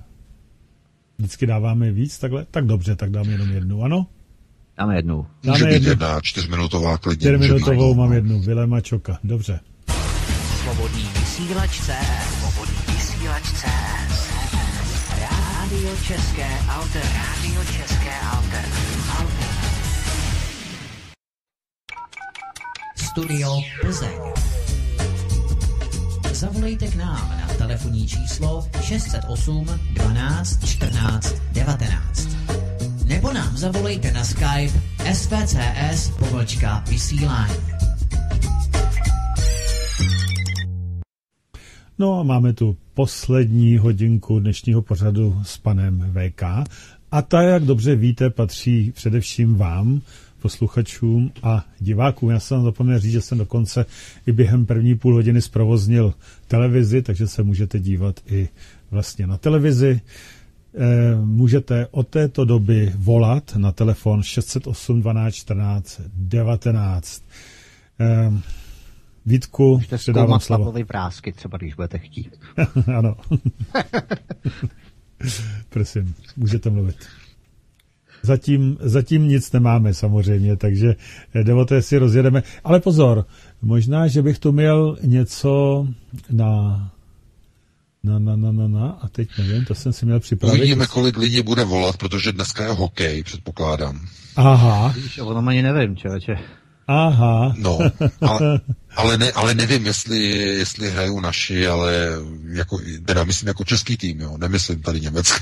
Speaker 3: vždycky dáváme víc takhle. Tak dobře, tak dáme jenom 1, ano?
Speaker 1: Dáme 1.
Speaker 4: Může být 1, 4minutová klidně.
Speaker 3: 4minutovou mám 1, Vilema Čoka. Dobře.
Speaker 5: Svobodný vysílač CS. Svobodný vysílač CS. Rádio České Alter. Rádio České Alter. Studio Plzeň. Zavolejte k nám na telefonní číslo 608 12 14 19. Nebo nám zavolejte na Skype svcs_vysílání.
Speaker 3: No a máme tu poslední hodinku dnešního pořadu s panem VK. A ta, jak dobře víte, patří především vám, posluchačům a divákům. Já jsem zapomněl říct, že jsem dokonce i během první půl hodiny zprovoznil televizi, takže se můžete dívat i vlastně na televizi. Můžete od této doby volat na telefon 608 12 14 19. Vítku, předávám slovo.
Speaker 1: Slavový vrásky, třeba když budete chtít.
Speaker 3: Ano. Prosím, můžete mluvit. Zatím nic nemáme samozřejmě, takže dovolte si rozjedeme. Ale pozor, možná, že bych tu měl něco na a teď nevím, to jsem si měl připravit.
Speaker 4: Uvidíme, kolik lidí bude volat, protože dneska je hokej, předpokládám.
Speaker 3: Aha.
Speaker 1: O tom ani nevím, člověče.
Speaker 3: Aha.
Speaker 4: No, ale nevím, jestli hrajou naši, ale teda myslím jako český tým, jo, nemyslím tady německý.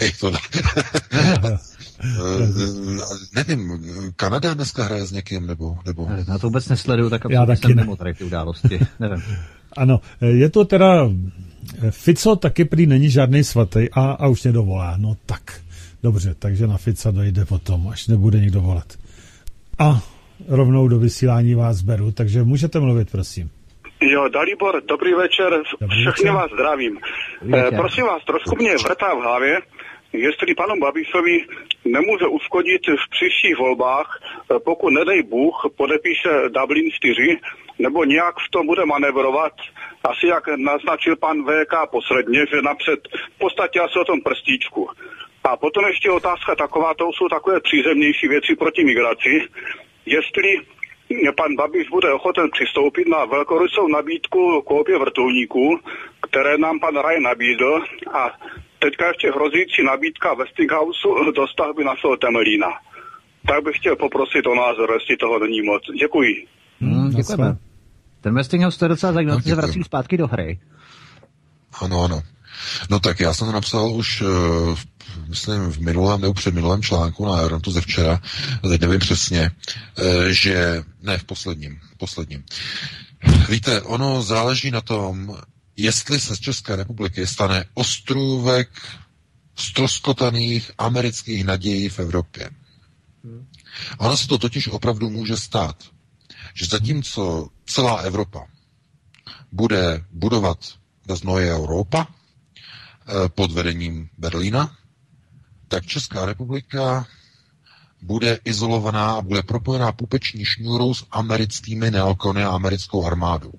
Speaker 4: Nevím, Kanada dneska hraje s někým, nebo...
Speaker 1: Já to vůbec nesleduju, tak absolutně jsem mimo tady ty události, nevím.
Speaker 3: Ano, je to teda... Fico taky prý není žádný svatý a už nedovolá. No tak, dobře, takže na Fica dojde potom, až nebude nikdo volat. A rovnou do vysílání vás beru, takže můžete mluvit, prosím.
Speaker 6: Jo, Dalibor, dobrý večer, všechny vás zdravím. Prosím vás, trošku mě vrtá v hlavě, jestli panu Babišovi nemůže uškodit v příštích volbách, pokud nedej Bůh podepíše Dublin 4, nebo nějak v tom bude manevrovat, asi jak naznačil pan VK posledně, že napřed v podstatě asi o tom prstíčku. A potom ještě otázka taková, to jsou takové přízemnější věci proti migraci. Jestli pan Babiš bude ochoten přistoupit na velkorysou nabídku koupě vrtulníků, které nám pan Raj nabídl, a teďka ještě hrozící nabídka Westinghouse do stavby na Temelína. Tak bych chtěl poprosit o názor, jestli toho není moc. Děkuji.
Speaker 1: Děkujeme. Ten Westinghouse to je docela zajímavé, se vrací zpátky do hry.
Speaker 4: Ano. No tak já jsem to napsal už, myslím, v minulém nebo předminulém článku na Aerontu ze včera, teď nevím přesně, že, ne, v posledním. Víte, ono záleží na tom, jestli se z České republiky stane ostrůvek ztroskotaných amerických nadějí v Evropě. Ono se to totiž opravdu může stát, že zatímco celá Evropa bude budovat das Neue Europa pod vedením Berlína, tak Česká republika bude izolovaná a bude propojená pupeční šňůrou s americkými neokony a americkou armádou.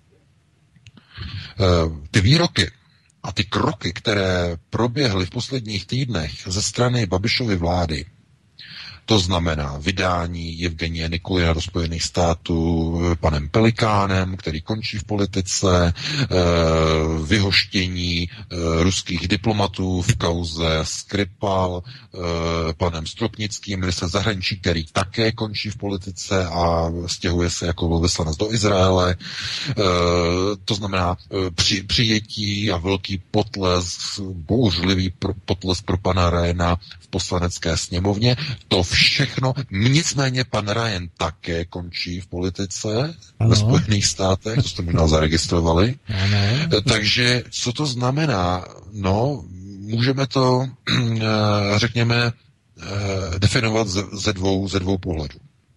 Speaker 4: Ty výroky a ty kroky, které proběhly v posledních týdnech ze strany Babišovy vlády, to znamená vydání Jevgenie Nikulina do Spojených států panem Pelikánem, který končí v politice, vyhoštění ruských diplomatů v kauze Skripal, panem Stropnickým, ministr zahraničí, který také končí v politice a stěhuje se jako velvyslanec do Izraele. To znamená přijetí a velký potlesk, bouřlivý potlesk pro pana Ryana v poslanecké sněmovně. To všechno, nicméně pan Ryan také končí v politice ve Spojených státech, to jste možná zaregistrovali. Takže co to znamená? No, můžeme to, řekněme, definovat ze dvou pohledů.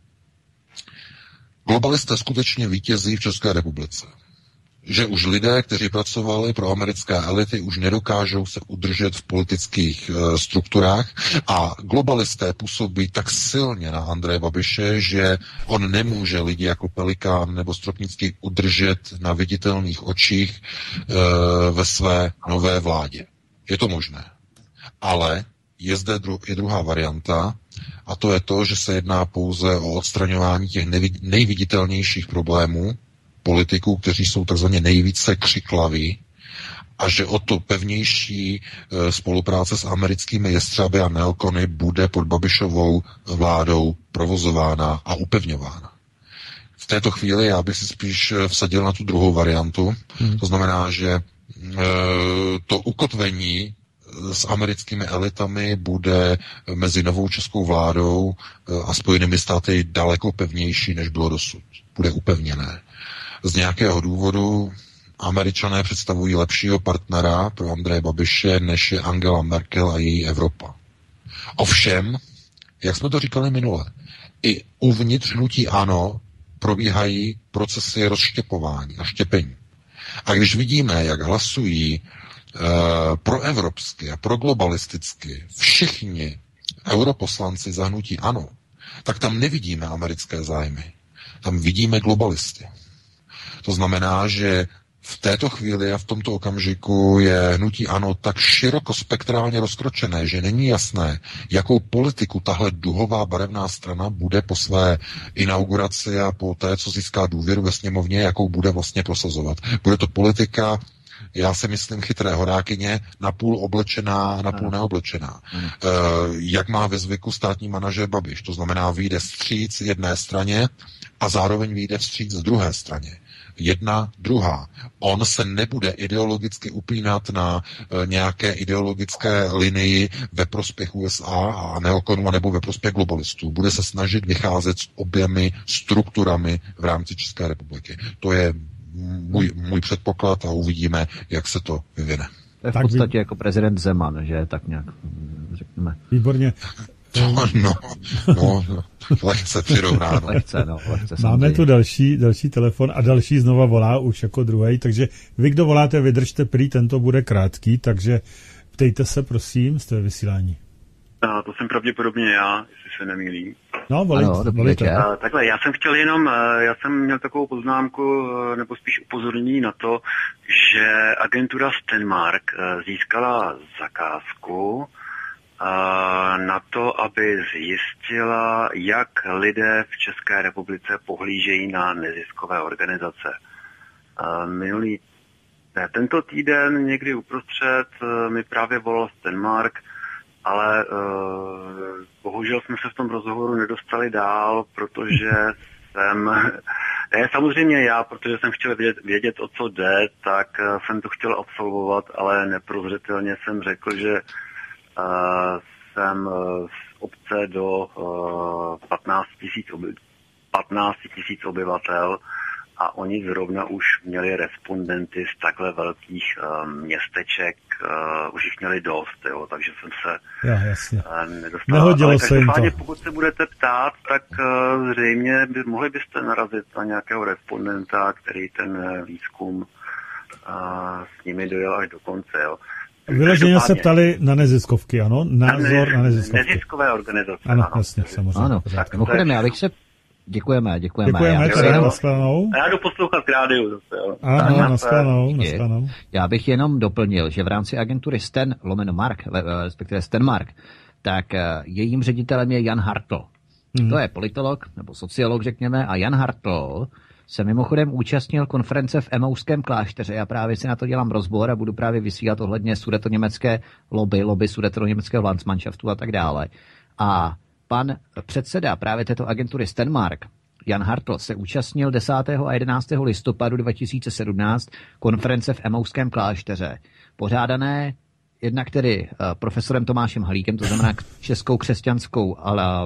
Speaker 4: Globalisté skutečně vítězí v České republice. Že už lidé, kteří pracovali pro americké elity, už nedokážou se udržet v politických strukturách a globalisté působí tak silně na Andreje Babiše, že on nemůže lidi jako Pelikán nebo Stropnický udržet na viditelných očích ve své nové vládě. Je to možné. Ale je zde druhá varianta, a to je to, že se jedná pouze o odstraňování těch nejviditelnějších problémů politiků, kteří jsou takzvaně nejvíce křiklaví, a že o to pevnější spolupráce s americkými jestřáby a neokony bude pod Babišovou vládou provozována a upevňována. V této chvíli já bych si spíš vsadil na tu druhou variantu. To znamená, že to ukotvení s americkými elitami bude mezi novou českou vládou a Spojenými státy daleko pevnější, než bylo dosud. Bude upevněné. Z nějakého důvodu Američané představují lepšího partnera pro Andreje Babiše, než je Angela Merkel a její Evropa. Ovšem, jak jsme to říkali minule, i uvnitř hnutí ANO probíhají procesy rozštěpování a štěpení. A když vidíme, jak hlasují proevropsky a proglobalisticky všichni europoslanci za hnutí ANO, tak tam nevidíme americké zájmy. Tam vidíme globalisty. To znamená, že v této chvíli a v tomto okamžiku je hnutí ANO tak širokospektrálně rozkročené, že není jasné, jakou politiku tahle duhová barevná strana bude po své inauguraci a po té, co získá důvěru ve sněmovně, jakou bude vlastně prosazovat. Bude to politika, já si myslím, chytré horákyně, napůl oblečená, napůl neoblečená. Jak má ve zvyku státní manažer Babiš, to znamená vyjde vstříc jedné straně a zároveň vyjde vstříc druhé straně. Jedna, druhá. On se nebude ideologicky upínat na nějaké ideologické linii ve prospěch USA a neokonu, nebo ve prospěch globalistů. Bude se snažit vycházet s oběmi strukturami v rámci České republiky. To je můj předpoklad a uvidíme, jak se to vyvine.
Speaker 1: To je v podstatě jako prezident Zeman, že tak nějak řekněme.
Speaker 3: Výborně.
Speaker 4: Lehce přirovnáno.
Speaker 3: Lehce, máme tu další telefon a další znova volá už jako druhý, takže vy, kdo voláte, vydržte prý, tento bude krátký, takže ptejte se, prosím, jste ve vysílání.
Speaker 7: To jsem pravděpodobně já, jestli se nemýlím.
Speaker 3: No, volíte.
Speaker 7: Takhle, já jsem měl takovou poznámku, nebo spíš upozornění na to, že agentura Stenmark získala zakázku na to, aby zjistila, jak lidé v České republice pohlížejí na neziskové organizace. Minulý Tento týden někdy uprostřed mi právě volal Stenmark, ale bohužel jsme se v tom rozhovoru nedostali dál, protože samozřejmě já, protože jsem chtěl vědět, o co jde, tak jsem to chtěl absolvovat, ale neprozřetelně jsem řekl, že jsem z obce do 15 000 obyvatel a oni zrovna už měli respondenty z takhle velkých městeček, už jich měli dost, jo, takže jsem se nedostal.
Speaker 3: Nehodilo se jim to.
Speaker 7: Pokud se budete ptát, tak zřejmě mohli byste narazit na nějakého respondenta, který ten výzkum s nimi dojel až do konce, jo.
Speaker 3: Vyloženě se ptali na neziskovky, ano? Názor na neziskovky.
Speaker 7: Neziskové organizace,
Speaker 3: ano. Jasně, samozřejmě.
Speaker 1: Ano, mimochodem, já bych se... Děkujeme.
Speaker 7: Já jdu poslouchat k rádiu zase, jo.
Speaker 3: Ano, naschledanou.
Speaker 1: Já bych jenom doplnil, že v rámci agentury Sten-Mark, respektive Stenmark, tak jejím ředitelem je Jan Hartl. To je politolog, nebo sociolog, řekněme, a Jan Hartl se mimochodem účastnil konference v Emauském klášteře. Já právě si na to dělám rozbor a budu právě vysílat ohledně sudetoněmecké lobby sudetoněmeckého Landsmannschaftu a tak dále. A pan předseda právě této agentury Stenmark, Jan Hartl, se účastnil 10. a 11. listopadu 2017 konference v Emauském klášteře, pořádané jednak tedy profesorem Tomášem Halíkem, to znamená Českou křesťanskou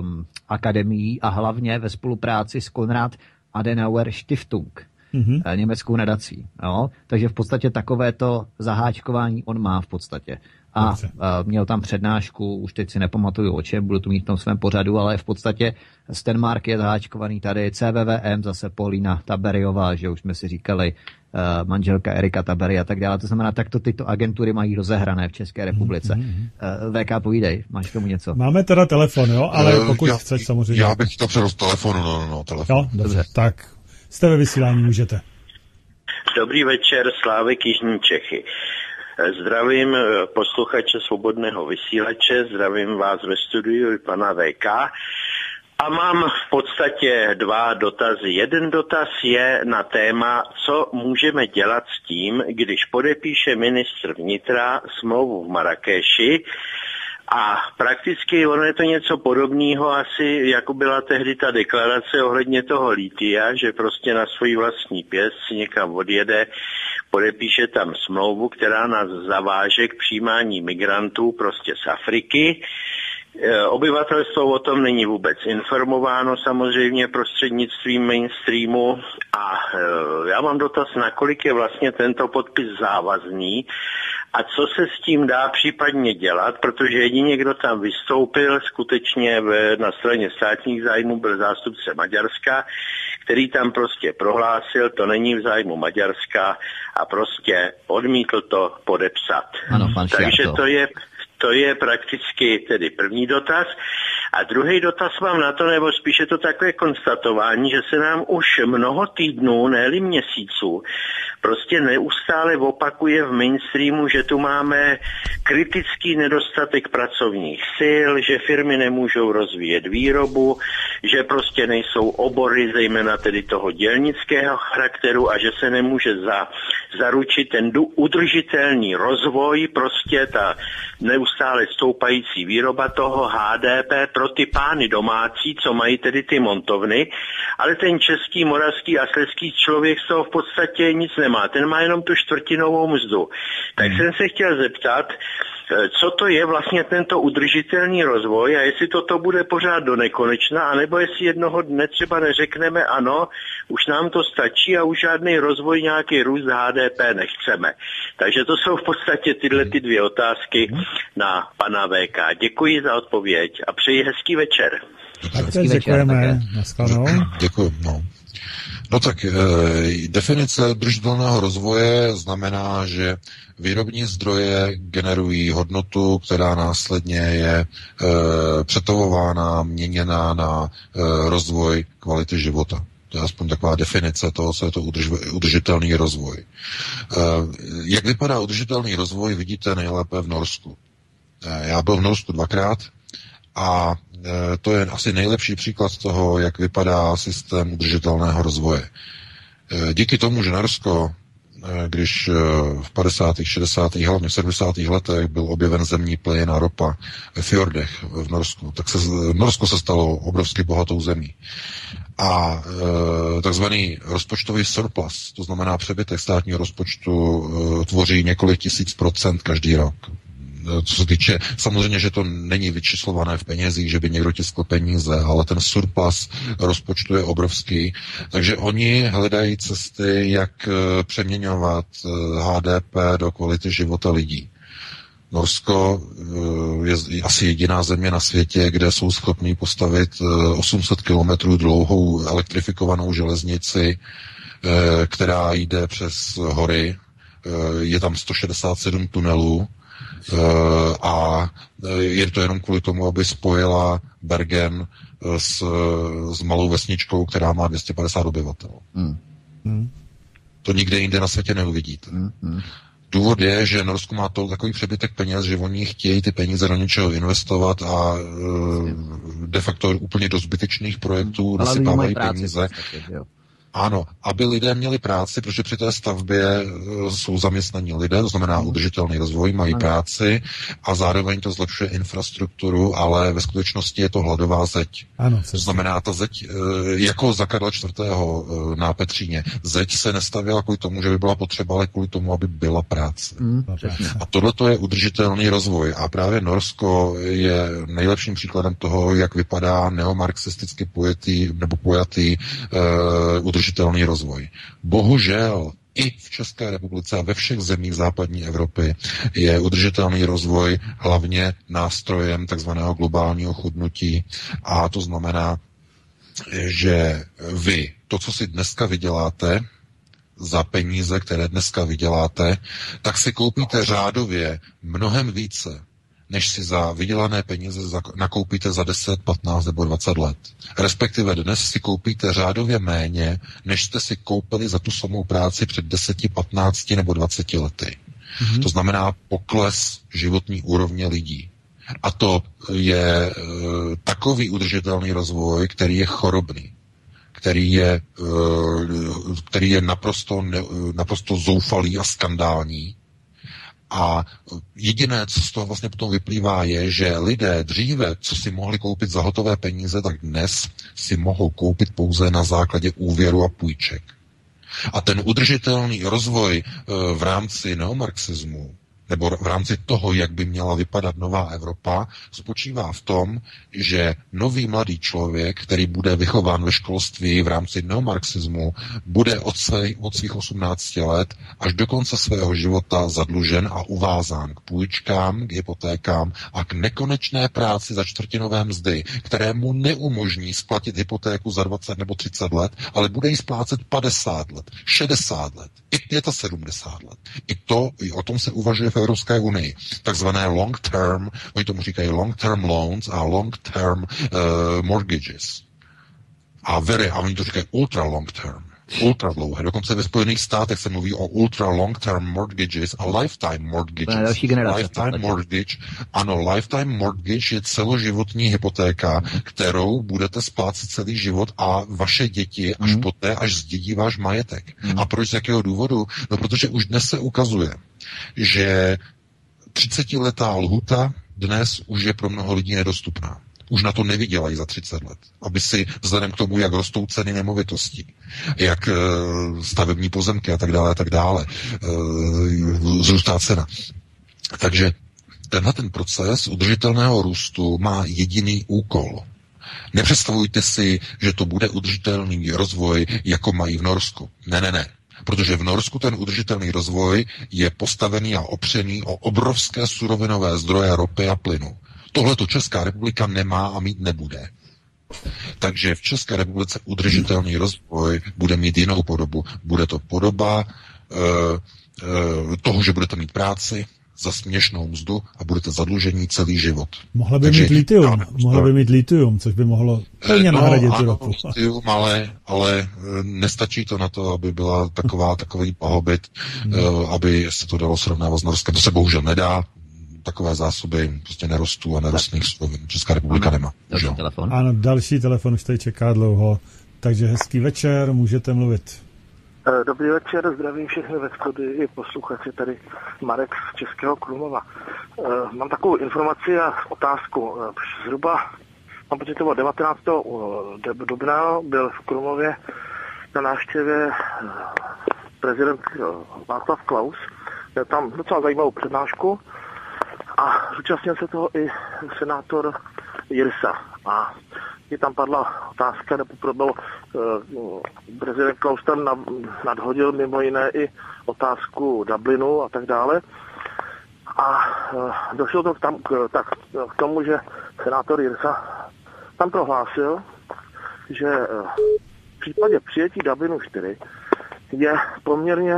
Speaker 1: akademií a hlavně ve spolupráci s Konrad Adenauer Stiftung, německou nadací. No? Takže v podstatě takovéto zaháčkování on má v podstatě. A měl tam přednášku, už teď si nepamatuju o čem, budu tu mít v tom svém pořadu, ale v podstatě Stenmark je zaháčkovaný tady, CVVM, zase Paulína Taberiová, že už jsme si říkali, manželka Erika Tabery a tak dále. To znamená, takto tyto agentury mají rozehrané v České republice. VK, povídej, máš k tomu něco?
Speaker 3: Máme teda telefon, jo, ale pokud chceš samozřejmě.
Speaker 4: Já bych chtěl předat telefonu, telefon.
Speaker 3: Jo, dobře, tak jste ve vysílání, můžete.
Speaker 8: Dobrý večer, Slávek, Jižní Čechy. Zdravím posluchače Svobodného vysílače, zdravím vás ve studiu i pana VK. A mám v podstatě dva dotazy. Jeden dotaz je na téma, co můžeme dělat s tím, když podepíše ministr vnitra smlouvu v Marrakeši a prakticky ono je to něco podobného asi, jako byla tehdy ta deklarace ohledně toho litia, že prostě na svůj vlastní pěst si někam odjede, podepíše tam smlouvu, která nás zaváže k přijímání migrantů prostě z Afriky. Obyvatelstvo o tom není vůbec informováno samozřejmě prostřednictvím mainstreamu a já mám dotaz, nakolik je vlastně tento podpis závazný a co se s tím dá případně dělat, protože jedině, kdo tam vystoupil skutečně na straně státních zájmů, byl zástupce Maďarska, který tam prostě prohlásil, to není v zájmu Maďarska a prostě odmítl to podepsat.
Speaker 1: Ano,
Speaker 8: takže to je prakticky tedy první dotaz. A druhý dotaz mám na to, nebo spíše to takové konstatování, že se nám už mnoho týdnů, ne-li měsíců, prostě neustále opakuje v mainstreamu, že tu máme kritický nedostatek pracovních sil, že firmy nemůžou rozvíjet výrobu, že prostě nejsou obory, zejména tedy toho dělnického charakteru a že se nemůže zaručit ten udržitelný rozvoj, prostě ta neustále stoupající výroba toho HDP pro ty pány domácí, co mají tedy ty montovny, ale ten český, moravský a slezský člověk z toho v podstatě nic nemá, ten má jenom tu čtvrtinovou mzdu. Tak jsem se chtěl zeptat, co to je vlastně tento udržitelný rozvoj a jestli toto bude pořád do nekonečna, anebo jestli jednoho dne třeba neřekneme ano, už nám to stačí a už žádný rozvoj, nějaký růst HDP nechceme. Takže to jsou v podstatě tyhle ty dvě otázky na pana VK. Děkuji za odpověď a přeji hezký večer.
Speaker 3: Tak děkujeme.
Speaker 4: Děkuji. No tak definice udržitelného rozvoje znamená, že výrobní zdroje generují hodnotu, která následně je přetavována, měněna na rozvoj kvality života. To je aspoň taková definice toho, co je to udržitelný rozvoj. Jak vypadá udržitelný rozvoj, vidíte nejlépe v Norsku. Já byl v Norsku 2krát a to je asi nejlepší příklad toho, jak vypadá systém udržitelného rozvoje. Díky tomu, že Norsko když v 50., 60., hlavně v 70. letech byl objeven zemní plyn a ropa ve fjordech v Norsku, tak Norsko se stalo obrovsky bohatou zemí. A takzvaný rozpočtový surplus, to znamená přebytek státního rozpočtu, tvoří několik tisíc % každý rok. Co se týče, samozřejmě, že to není vyčíslované v penězích, že by někdo tiskl peníze, ale ten surplus rozpočtu je obrovský, takže oni hledají cesty, jak přeměňovat HDP do kvality života lidí. Norsko je asi jediná země na světě, kde jsou schopní postavit 800 kilometrů dlouhou elektrifikovanou železnici, která jde přes hory. Je tam 167 tunelů a je to jenom kvůli tomu, aby spojila Bergen s malou vesničkou, která má 250 obyvatel. To nikde jinde na světě neuvidíte. Důvod je, že Norsko má takový přebytek peněz, že oni chtějí ty peníze do něčeho investovat a de facto úplně do zbytečných projektů nasypávají peníze. Ano, aby lidé měli práci, protože při té stavbě jsou zaměstnaní lidé, to znamená udržitelný rozvoj, mají práci a zároveň to zlepšuje infrastrukturu, ale ve skutečnosti je to hladová zeď.
Speaker 3: Ano,
Speaker 4: to znamená, ta zeď, jako za Karla IV. Na Petříně, zeď se nestavěla kvůli tomu, že by byla potřeba, ale kvůli tomu, aby byla práce. A tohle je udržitelný rozvoj. A právě Norsko je nejlepším příkladem toho, jak vypadá neomarxisticky pojatý udržitelný rozvoj. Bohužel i v České republice a ve všech zemích západní Evropy je udržitelný rozvoj hlavně nástrojem takzvaného globálního chudnutí a to znamená, že vy to, co si dneska vyděláte za peníze, které dneska vyděláte, tak si koupíte řádově mnohem více, než si za vydělané peníze nakoupíte za 10, 15 nebo 20 let. Respektive dnes si koupíte řádově méně, než jste si koupili za tu samou práci před 10, 15 nebo 20 lety. To znamená pokles životní úrovně lidí. A to je takový udržitelný rozvoj, který je chorobný, který je naprosto zoufalý a skandální. A jediné, co z toho vlastně potom vyplývá, je, že lidé dříve, co si mohli koupit za hotové peníze, tak dnes si mohou koupit pouze na základě úvěru a půjček. A ten udržitelný rozvoj v rámci neomarxismu, nebo v rámci toho, jak by měla vypadat nová Evropa, spočívá v tom, že nový mladý člověk, který bude vychován ve školství v rámci neomarxismu, bude od svých 18 let až do konce svého života zadlužen a uvázán k půjčkám, k hypotékám a k nekonečné práci za čtvrtinové mzdy, které mu neumožní splatit hypotéku za 20 nebo 30 let, ale bude ji splácet 50 let, 60 let, i 75 let. I o tom se uvažuje v Evropské unii. Takzvané long term, oni tomu říkají long term loans a long term mortgages. A oni to říkají ultra long term. Ultra dlouhé. Dokonce ve Spojených státech se mluví o ultra long term mortgages a lifetime mortgages. Lifetime mortgage. Ano, lifetime mortgage je celoživotní hypotéka, kterou budete splácet celý život a vaše děti až poté, až zdědí váš majetek. A proč, z jakého důvodu? No, protože už dnes se ukazuje, že 30letá lhuta dnes už je pro mnoho lidí nedostupná. Už na to nevydělají za 30 let. Aby si vzhledem k tomu, jak rostou ceny nemovitostí, jak stavební pozemky a tak dále, zrůstá cena. Takže ten proces udržitelného růstu má jediný úkol. Nepředstavujte si, že to bude udržitelný rozvoj, jako mají v Norsku. Ne. Protože v Norsku ten udržitelný rozvoj je postavený a opřený o obrovské surovinové zdroje ropy a plynu. Tohle to Česká republika nemá a mít nebude. Takže v České republice udržitelný rozvoj bude mít jinou podobu. Bude to podoba toho, že budete mít práci za směšnou mzdu a budete zadlužení celý život.
Speaker 3: Mohla by mít litium, což by mohlo plně nahradit tu ropu.
Speaker 4: Litium, ale nestačí to na to, aby byla takový blahobyt, aby se to dalo srovnávat s Norskem. To se bohužel nedá. Takové zásoby prostě nerostou a nerostných surovin. Česká republika nemá.
Speaker 1: Další telefon.
Speaker 3: Ano, další telefon už tady čeká dlouho. Takže hezký večer, můžete mluvit.
Speaker 9: Dobrý večer, zdravím všechny ve studiu i posluchače, tady Marek z Českého Krumlova. Mám takovou informaci a otázku. Zhruba, mám pocit, to bylo 19. dubna, byl v Krumlově na návštěvě prezident Václav Klaus. Měl tam docela zajímavou přednášku a zúčastnil se toho i senátor Jirsa. A je tam padla otázka, nebo probělo, prezident Klaus tam nadhodil mimo jiné i otázku Dublinu a tak dále. A došlo to k tomu, že senátor Jirsa tam prohlásil, že v případě přijetí Dublinu 4 je poměrně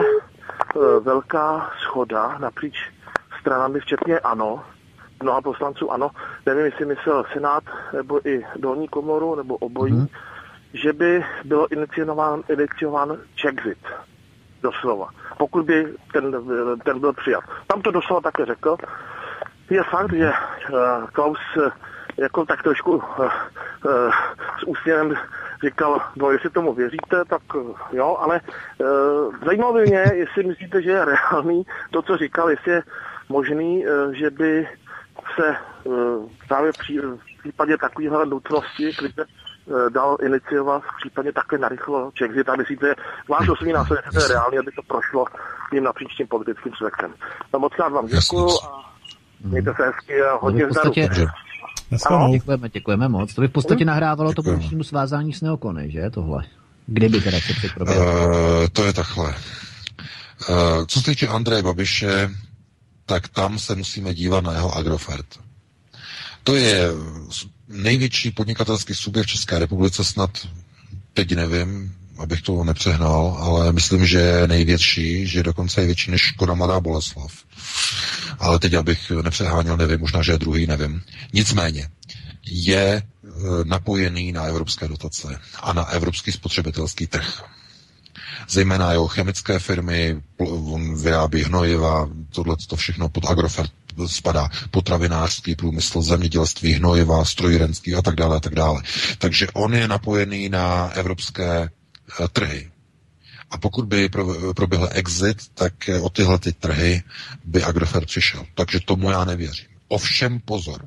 Speaker 9: velká shoda napříč stranami, včetně ANO, mnoha poslanců ANO, nevím, jestli myslel Senát nebo i dolní komoru, nebo obojí, že by bylo iniciován Czexit, doslova. Pokud by ten byl přijat. Tam to doslova také řekl. Je fakt, že Klaus jako tak trošku s úsměvem říkal, no jestli tomu věříte, tak jo, ale zajímalo by mě, jestli myslíte, že je reálný to, co říkal, jestli je možný, že by se právě v případě takovéhle nutnosti dal iniciovat v případě takhle narychlo Czexit a myslíte, váš osobní názor, že to je reálný, aby to prošlo tím napříč tím politickým spektrem. Moc krát vám děkuju a mějte se hezky a hodně zdaru.
Speaker 1: Děkujeme moc. To by v podstatě nahrávalo to budoucímu svázání s neokony, že tohle? Kdyby teda se připravil.
Speaker 4: To je takhle. Co se týče Andreje Babiše, tak tam se musíme dívat na jeho Agrofert. To je největší podnikatelský subjekt v České republice, snad teď nevím, abych to nepřehnal, ale myslím, že je největší, že dokonce je větší než Škoda Mladá Boleslav. Ale teď, abych nepřeháněl, nevím, možná, že je druhý, nevím. Nicméně je napojený na evropské dotace a na evropský spotřebitelský trh. Zejména jeho chemické firmy, on vyrábí hnojiva, tohle to všechno pod Agrofert spadá, potravinářský průmysl, zemědělství, hnojiva, strojírenský a tak dále a tak dále. Takže on je napojený na evropské trhy. A pokud by proběhl exit, tak o tyhle ty trhy by Agrofert přišel. Takže tomu já nevěřím. Ovšem pozor.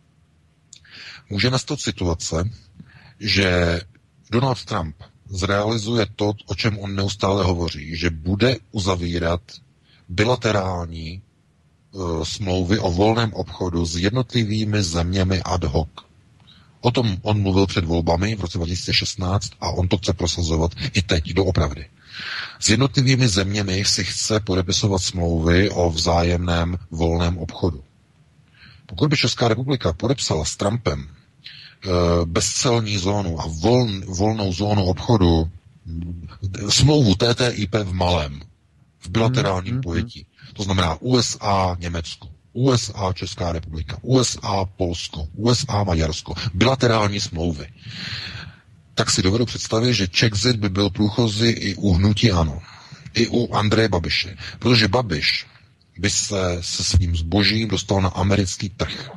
Speaker 4: Může nastat situace, že Donald Trump zrealizuje to, o čem on neustále hovoří, že bude uzavírat bilaterální smlouvy o volném obchodu s jednotlivými zeměmi ad hoc. O tom on mluvil před volbami v roce 2016 a on to chce prosazovat i teď doopravdy. S jednotlivými zeměmi si chce podepisovat smlouvy o vzájemném volném obchodu. Pokud by Česká republika podepsala s Trumpem bezcelní zónu a volnou zónu obchodu, smlouvu TTIP v malém, v bilaterálním pojetí, to znamená USA, Německo, USA, Česká republika, USA, Polsko, USA, Maďarsko, bilaterální smlouvy, tak si dovedu představit, že Czexit by byl průchozí i u hnutí ANO, i u Andreje Babiše, protože Babiš by se svým zbožím dostal na americký trh.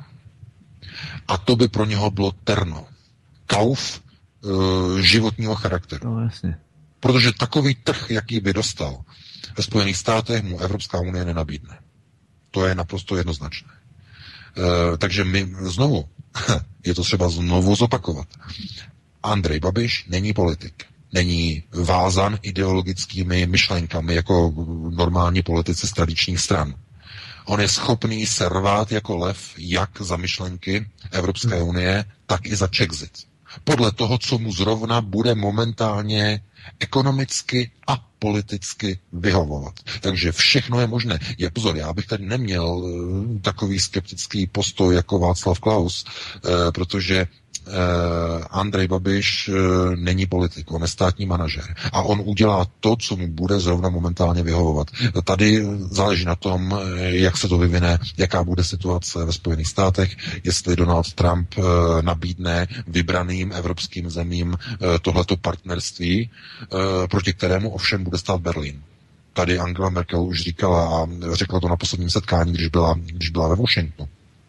Speaker 4: A to by pro něho bylo terno. Kauf životního charakteru.
Speaker 1: No, jasně.
Speaker 4: Protože takový trh, jaký by dostal ve Spojených státech, mu Evropská unie nenabídne. To je naprosto jednoznačné. Takže my znovu, je to třeba znovu zopakovat. Andrej Babiš není politik. Není vázan ideologickými myšlenkami jako normální politici z tradičních stran. On je schopný se rvát jako lev jak za myšlenky Evropské unie, tak i za Czexit. Podle toho, co mu zrovna bude momentálně ekonomicky a politicky vyhovovat. Takže všechno je možné. Je pozor, já bych tady neměl takový skeptický postoj jako Václav Klaus, protože Andrej Babiš není politik, on je státní manažer a on udělá to, co mu bude zrovna momentálně vyhovovat. Tady záleží na tom, jak se to vyvine, jaká bude situace ve Spojených státech, jestli Donald Trump nabídne vybraným evropským zemím tohleto partnerství, proti kterému ovšem bude stát Berlín. Tady Angela Merkel už říkala a řekla to na posledním setkání, když byla ve Washingtonu,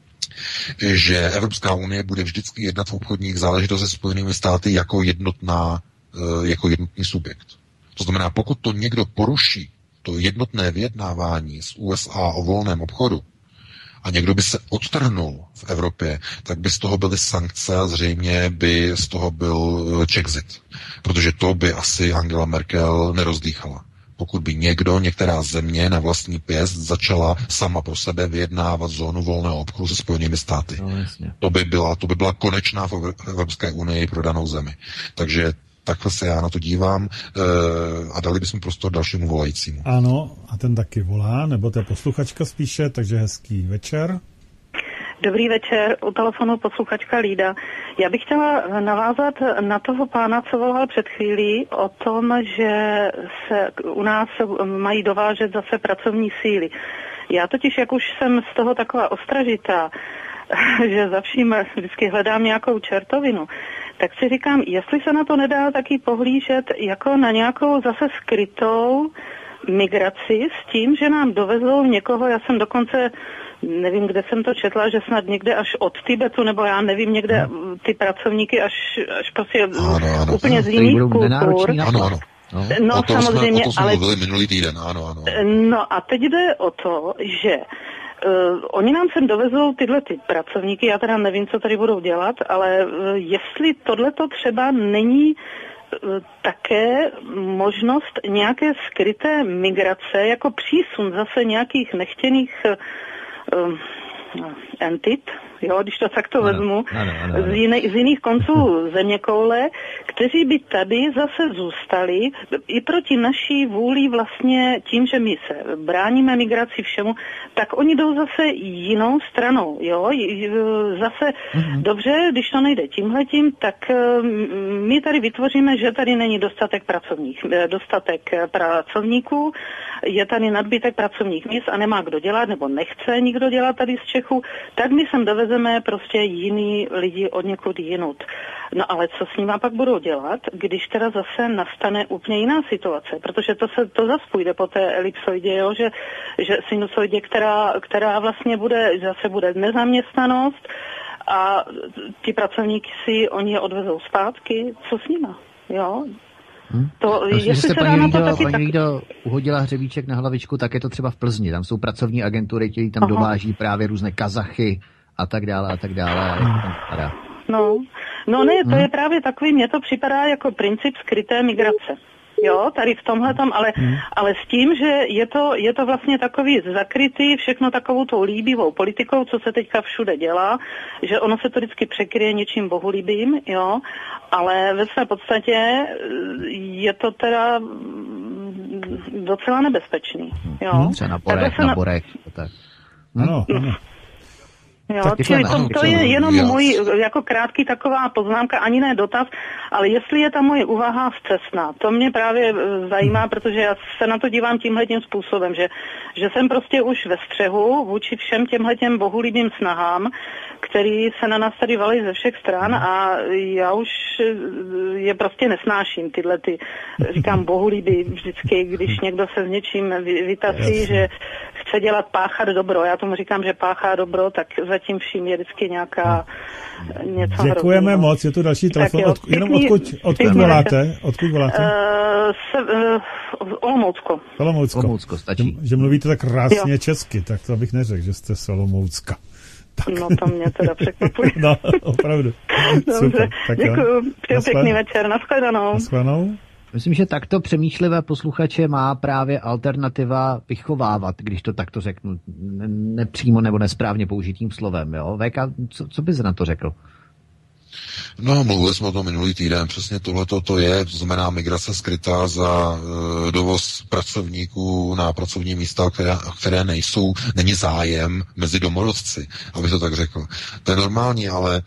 Speaker 4: že Evropská unie bude vždycky jednat v obchodních záležitostech se Spojenými státy jako jednotný subjekt. To znamená, pokud to někdo poruší, to jednotné vyjednávání s USA o volném obchodu, a někdo by se odtrhnul v Evropě, tak by z toho byly sankce a zřejmě by z toho byl Czexit. Protože to by asi Angela Merkel nerozdýchala. Pokud by některá země na vlastní pěst začala sama pro sebe vyjednávat zónu volného obchodu se Spojenými státy.
Speaker 1: No, jasně.
Speaker 4: To by byla konečná v Evropské unii pro danou zemi. Takže takhle se já na to dívám a dali bychom prostor dalšímu volajícímu.
Speaker 3: Ano, a ten taky volá, nebo to je posluchačka spíše, takže hezký večer.
Speaker 10: Dobrý večer, u telefonu posluchačka Lída. Já bych chtěla navázat na toho pána, co volal před chvílí, o tom, že se u nás mají dovážet zase pracovní síly. Já totiž, jak už jsem z toho taková ostražitá, že za vším vždycky hledám nějakou čertovinu, tak si říkám, jestli se na to nedá taky pohlížet jako na nějakou zase skrytou migraci s tím, že nám dovezou někoho, já jsem dokonce, nevím, kde jsem to četla, že snad někde až od Tibetu, nebo já nevím, někde ty pracovníky až prostě úplně z jiných kultur.
Speaker 4: Ano.
Speaker 10: No samozřejmě,
Speaker 4: ale minulý týden, ano.
Speaker 10: No a teď jde o to, že oni nám sem dovezou tyhle ty pracovníky, já teda nevím, co tady budou dělat, ale jestli tohleto třeba není také možnost nějaké skryté migrace, jako přísun zase nějakých nechtěných entit, jo, když to takto vezmu, z jiných konců zeměkoule, kteří by tady zase zůstali i proti naší vůli vlastně tím, že my se bráníme migraci všemu, tak oni jdou zase jinou stranou, jo, zase dobře, když to nejde tímhletím, tak my tady vytvoříme, že tady není dostatek pracovníků, je tady nadbytek pracovních míst a nemá kdo dělat, nebo nechce nikdo dělat tady z Čechu, tak my sem dovezeme prostě jiný lidi od někud jinut. No ale co s nima pak budou dělat, když teda zase nastane úplně jiná situace, protože to zase půjde po té elipsoidě, jo, že sinusoidě, která vlastně bude nezaměstnanost a ty pracovníky oni je odvezou zpátky, co s nima, jo?
Speaker 1: Jestli se paní někdo uhodila hřebíček na hlavičku, tak je to třeba v Plzni. Tam jsou pracovní agentury, kteří tam dováží právě různé Kazachy a tak dále.
Speaker 10: No ne, to je právě takový, mně to připadá jako princip skryté migrace. Jo, tady v tomhletom, ale s tím, že je to vlastně takový zakrytý všechno takovou tou líbivou politikou, co se teďka všude dělá, že ono se to vždycky překryje něčím bohulibým, jo, ale ve své podstatě je to teda docela nebezpečný, jo.
Speaker 1: Třeba na Borech, tak.
Speaker 3: Ano.
Speaker 10: Jo, čili to je jenom můj jako krátký taková poznámka, ani ne dotaz, ale jestli je ta moje úvaha vcestná, to mě právě zajímá, protože já se na to dívám tímhletím způsobem, že jsem prostě už ve střehu vůči všem těmhletěm bohulibým snahám, který se na nás tady valí ze všech stran a já už je prostě nesnáším tyhle ty, říkám bohulibý vždycky, když někdo se s něčím vytací, že chce dělat páchat dobro, já tomu říkám, že páchá dobro, tak zatím vším je vždycky nějaká něco
Speaker 3: Děkujeme
Speaker 10: hroznýho.
Speaker 3: Moc, je tu další telefon. Jenom odkud voláte?
Speaker 1: Olomoucko, stačí.
Speaker 3: Že mluvíte tak krásně česky, tak to bych neřekl, že jste z Olomoucka.
Speaker 10: Tak. No to mě teda překvapuje.
Speaker 3: No, opravdu.
Speaker 10: Dobře, děkuju, přeju pěkný večer, nashledanou.
Speaker 1: Myslím, že takto přemýšlivé posluchače má právě alternativa vychovávat, když to takto řeknu, nepřímo nebo nesprávně použitým slovem. Jo? VK, co bys na to řekl?
Speaker 4: No, mluvili jsme o tom minulý týden, přesně tohleto to je, to znamená migrace skrytá za dovoz pracovníků na pracovní místa, které není zájem mezi domorodci, abych to tak řekl. To je normální, ale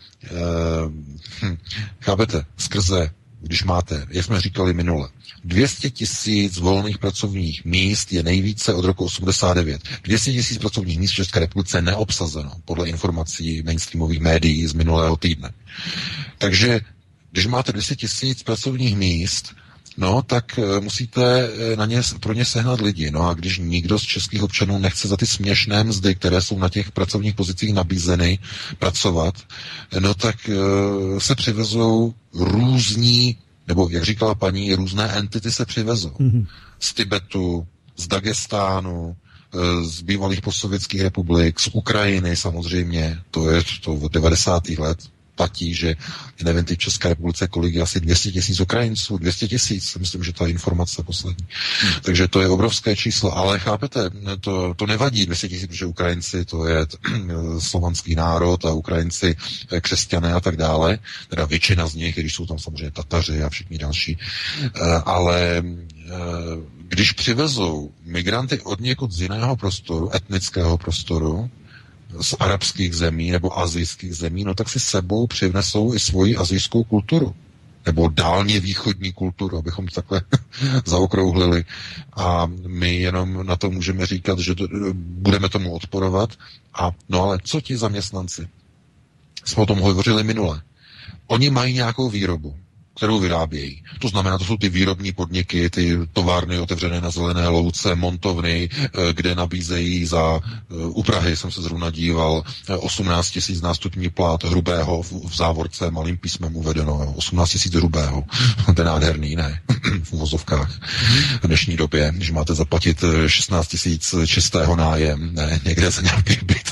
Speaker 4: chápete, skrze, když máte, jak jsme říkali minule, 200 000 volných pracovních míst je nejvíce od roku 89. 200 000 pracovních míst v České republice neobsazeno, podle informací mainstreamových médií z minulého týdne. Takže, když máte 200 000 pracovních míst, no, tak musíte pro ně sehnat lidi. No a když nikdo z českých občanů nechce za ty směšné mzdy, které jsou na těch pracovních pozicích nabízeny, pracovat, no tak se přivezou různí Nebo, jak říkala paní, různé entity se přivezou. Z Tibetu, z Dagestánu, z bývalých postsovětských republik, z Ukrajiny samozřejmě, to je to od 90. let, platí, že nevím, v České republice kolik je asi 200 000 Ukrajinců, 200 000, myslím, že ta informace poslední. Takže to je obrovské číslo, ale chápete, to nevadí 200 000, protože Ukrajinci to je slovanský národ a Ukrajinci křesťané a tak dále, teda většina z nich, když jsou tam samozřejmě Tataři a všichni další, ale když přivezou migranty od někud z jiného prostoru, etnického prostoru, z arabských zemí nebo asijských zemí, no tak si sebou přivnesou i svoji asijskou kulturu. Nebo dálně východní kulturu, abychom to takhle zaokrouhlili. A my jenom na to můžeme říkat, že budeme tomu odporovat. A no ale co ti zaměstnanci? Jsme o tom hovořili minule. Oni mají nějakou výrobu, kterou vyrábějí. To znamená, to jsou ty výrobní podniky, ty továrny otevřené na Zelené louce, montovny, kde nabízejí u Prahy jsem se zrovna díval, 18 000 nástupní plat hrubého v závorce malým písmem uvedeno, 18 000 hrubého. To je nádherný, ne? V uvozovkách. V dnešní době, když máte zaplatit 16 000 čistého nájem, ne? Někde za nějaký byt.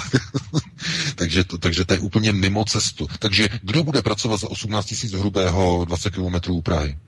Speaker 4: takže to je úplně mimo cestu. Takže kdo bude pracovat za 18 000 hrubého 20 kilometrů u Prahy?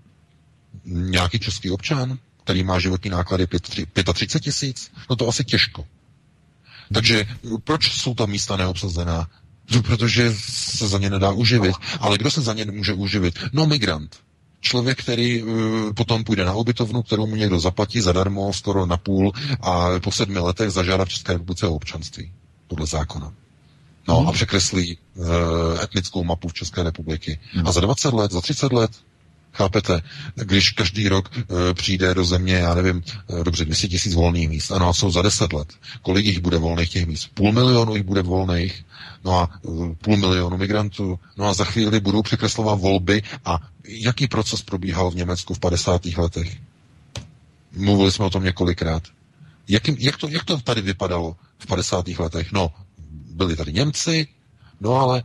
Speaker 4: Nějaký český občan, který má životní náklady 35 000? No to asi těžko. Takže proč jsou ta místa neobsazená? No, protože se za ně nedá uživit. Ale kdo se za ně může uživit? No migrant. Člověk, který potom půjde na ubytovnu, kterou mu někdo zaplatí zadarmo, skoro na půl, a po 7 letech zažádá v České republice o občanství. Podle zákona. No a překreslí etnickou mapu v České republiky. A za 20 let, za 30 let, chápete, když každý rok přijde do země, já nevím, dobře, 200 000 volných míst, ano, a jsou za 10 let. Kolik jich bude volných těch míst? 500 000 jich bude volných, no a 500 000 migrantů, no a za chvíli budou překreslovat volby. A jaký proces probíhal v Německu v 50. letech? Mluvili jsme o tom několikrát. Jak to tady vypadalo v 50. letech? No, byli tady Němci, no ale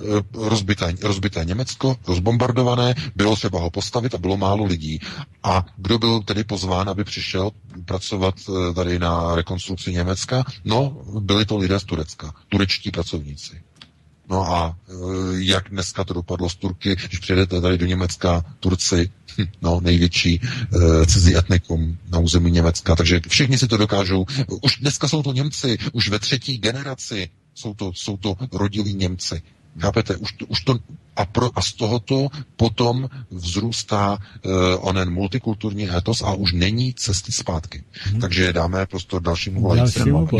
Speaker 4: rozbité Německo, rozbombardované, bylo třeba ho postavit a bylo málo lidí. A kdo byl tedy pozván, aby přišel pracovat tady na rekonstrukci Německa? No, byli to lidé z Turecka, turečtí pracovníci. No a jak dneska to dopadlo z Turky, když přijedete tady do Německa, Turci, no, největší cizí etnikum na území Německa, takže všichni si to dokážou. Už dneska jsou to Němci, už ve 3. generaci jsou to rodilí Němci. Chápete? Už to a z tohoto potom vzrůstá onen multikulturní etos a už není cesty zpátky. Takže dáme prostor dalšímu volajícímu.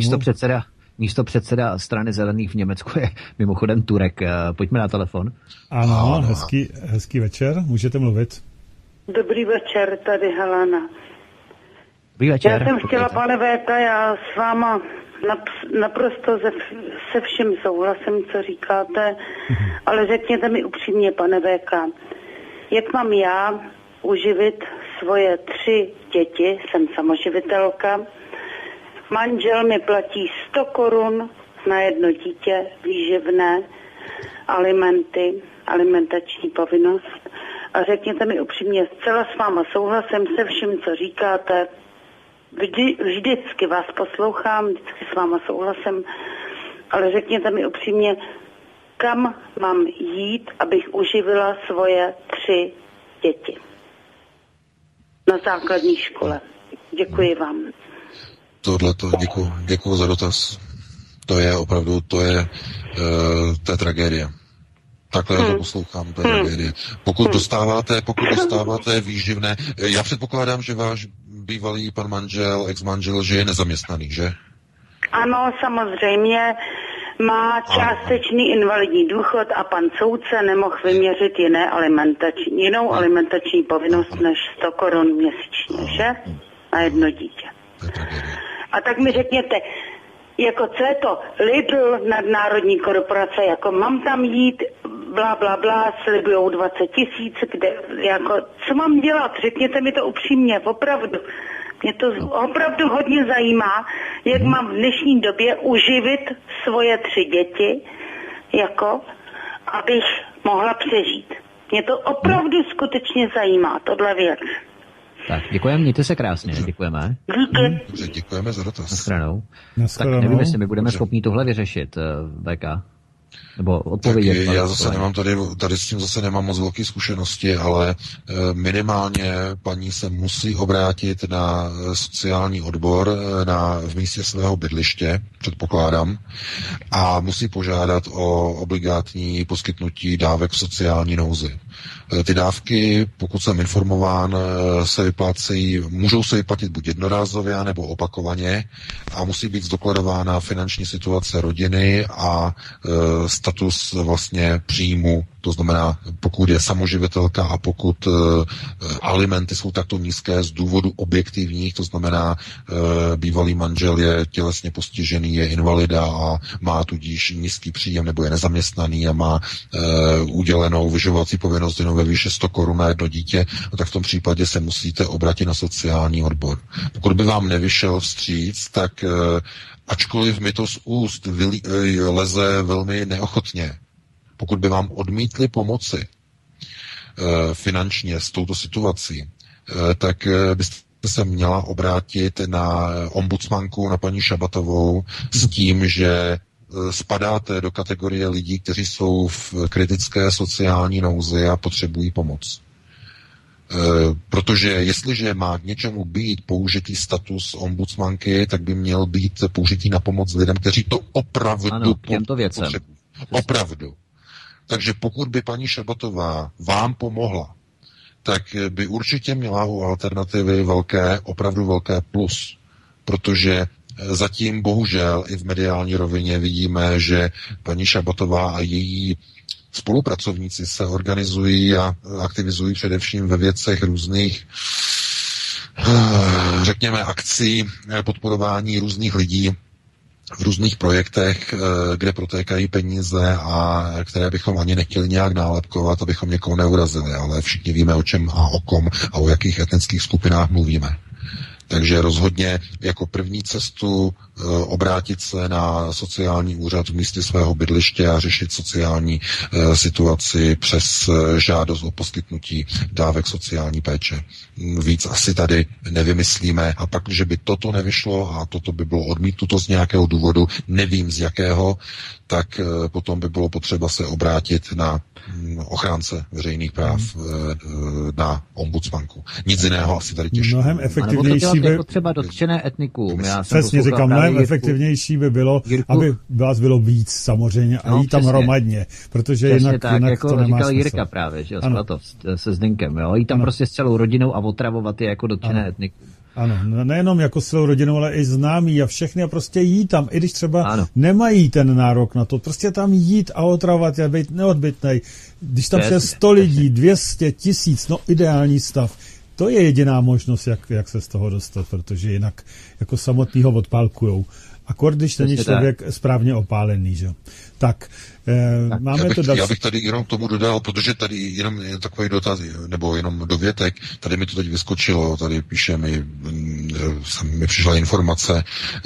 Speaker 1: Místo předseda strany zelených v Německu je mimochodem Turek. Pojďme na telefon.
Speaker 3: Ano, hezký večer, můžete mluvit.
Speaker 10: Dobrý večer, tady Helena.
Speaker 1: Dobrý večer.
Speaker 10: Já jsem chtěla, pane VK, já s váma naprosto se vším souhlasím, co říkáte, ale řekněte mi upřímně, pane VK, jak mám já uživit svoje 3 děti, jsem samoživitelka, manžel mi platí 100 korun na jedno dítě, výživné, alimenty, alimentační povinnost. A řekněte mi upřímně, zcela s váma souhlasím se vším, co říkáte. Vždycky vás poslouchám, vždycky s váma souhlasím, ale řekněte mi upřímně, kam mám jít, abych uživila svoje 3 děti na základní škole. Děkuji vám.
Speaker 4: Tohleto, děkuji za dotaz. To je opravdu, to je tragédie. Takhle já to poslouchám, to je tragédie. Pokud dostáváte výživné, já předpokládám, že váš bývalý pan manžel, ex-manžel, že je nezaměstnaný, že?
Speaker 10: Ano, samozřejmě. Má částečný invalidní důchod a pan soudce nemohl vyměřit jinou alimentační povinnost než 100 korun měsíčně, že? Na jedno dítě. A tak mi řekněte, jako co je to Lidl, nadnárodní korporace, jako mám tam jít, bla, bla, bla, slibujou 20 000, kde, jako, co mám dělat? Řekněte mi to upřímně, opravdu. Mě to opravdu hodně zajímá, jak mám v dnešní době uživit svoje 3 děti, jako, abych mohla přežít. Mě to opravdu skutečně zajímá, tohle věc.
Speaker 1: Tak, děkujeme, mějte se krásně, děkujeme.
Speaker 10: Díky.
Speaker 4: Dobře, děkujeme za dotaz.
Speaker 1: Naschledanou. Tak nevím, jestli my budeme schopni tohle vyřešit, VK. Nebo odpovědět.
Speaker 4: Já zase nemám tady s tím zase nemám moc velké zkušenosti, ale minimálně paní se musí obrátit na sociální odbor v místě svého bydliště, předpokládám, a musí požádat o obligátní poskytnutí dávek v sociální nouzi. Ty dávky, pokud jsem informován, se vyplácejí, můžou se vyplatit buď jednorázově, nebo opakovaně a musí být zdokladována finanční situace rodiny a status vlastně příjmu, to znamená, pokud je samoživitelka a pokud alimenty jsou takto nízké z důvodu objektivních, to znamená, bývalý manžel je tělesně postižený, je invalida a má tudíž nízký příjem nebo je nezaměstnaný a má udělenou vyživovací povinnost jenom ve výši 100 korun na jedno dítě, tak v tom případě se musíte obrátit na sociální odbor. Pokud by vám nevyšel vstříc, tak ačkoliv mi to z úst leze velmi neochotně, pokud by vám odmítli pomoci finančně s touto situací, tak byste se měla obrátit na ombudsmanku, na paní Šabatovou s tím, že spadáte do kategorie lidí, kteří jsou v kritické sociální nouzi a potřebují pomoc. Protože jestliže má k něčemu být použitý status ombudsmanky, tak by měl být použitý na pomoc lidem, kteří to opravdu potřebují. Opravdu. Takže pokud by paní Šabatová vám pomohla, tak by určitě měla u Alternativy opravdu velké plus. Protože zatím bohužel i v mediální rovině vidíme, že paní Šabatová a její spolupracovníci se organizují a aktivizují především ve věcech různých, řekněme, akcí, podporování různých lidí v různých projektech, kde protékají peníze a které bychom ani nechtěli nějak nálepkovat, abychom někoho neurazili, ale všichni víme, o čem a o kom a o jakých etnických skupinách mluvíme. Takže rozhodně jako první cestu obrátit se na sociální úřad v místě svého bydliště a řešit sociální situaci přes žádost o poskytnutí dávek sociální péče. Víc asi tady nevymyslíme a pak, že by toto nevyšlo a toto by bylo odmítnuto z nějakého důvodu, nevím z jakého, tak potom by bylo potřeba se obrátit na ochránce veřejných práv, na ombudsmanku. Nic jiného asi tady těžko.
Speaker 3: Mnohem efektivnější by...
Speaker 1: jako třeba dotčené etnikum.
Speaker 3: Přesně říkám, mnohem efektivnější by bylo, aby vás bylo víc samozřejmě a jí tam hromadně, protože jinak
Speaker 1: jako
Speaker 3: to nemá
Speaker 1: říkal
Speaker 3: smysl.
Speaker 1: Jirka právě, že jo, se Zdenkem, jo, jí tam prostě s celou rodinou a otravovat je jako dotčené etnikum.
Speaker 3: Ano, nejenom jako s celou rodinou, ale i známí a všechny a prostě jít tam, i když třeba nemají ten nárok na to, prostě tam jít a otravovat je, být neodbytnej. Když tam je 100 lidí, 200, 1000, no ideální stav. To je jediná možnost, jak se z toho dostat, protože jinak jako samotnýho odpálkujou. Akord, když není člověk správně opálený, že? Tak, máme to další.
Speaker 4: Já bych tady jenom k tomu dodal, protože tady jenom takový dotaz, nebo jenom dovětek, tady mi to teď vyskočilo, tady píše mi přišla informace,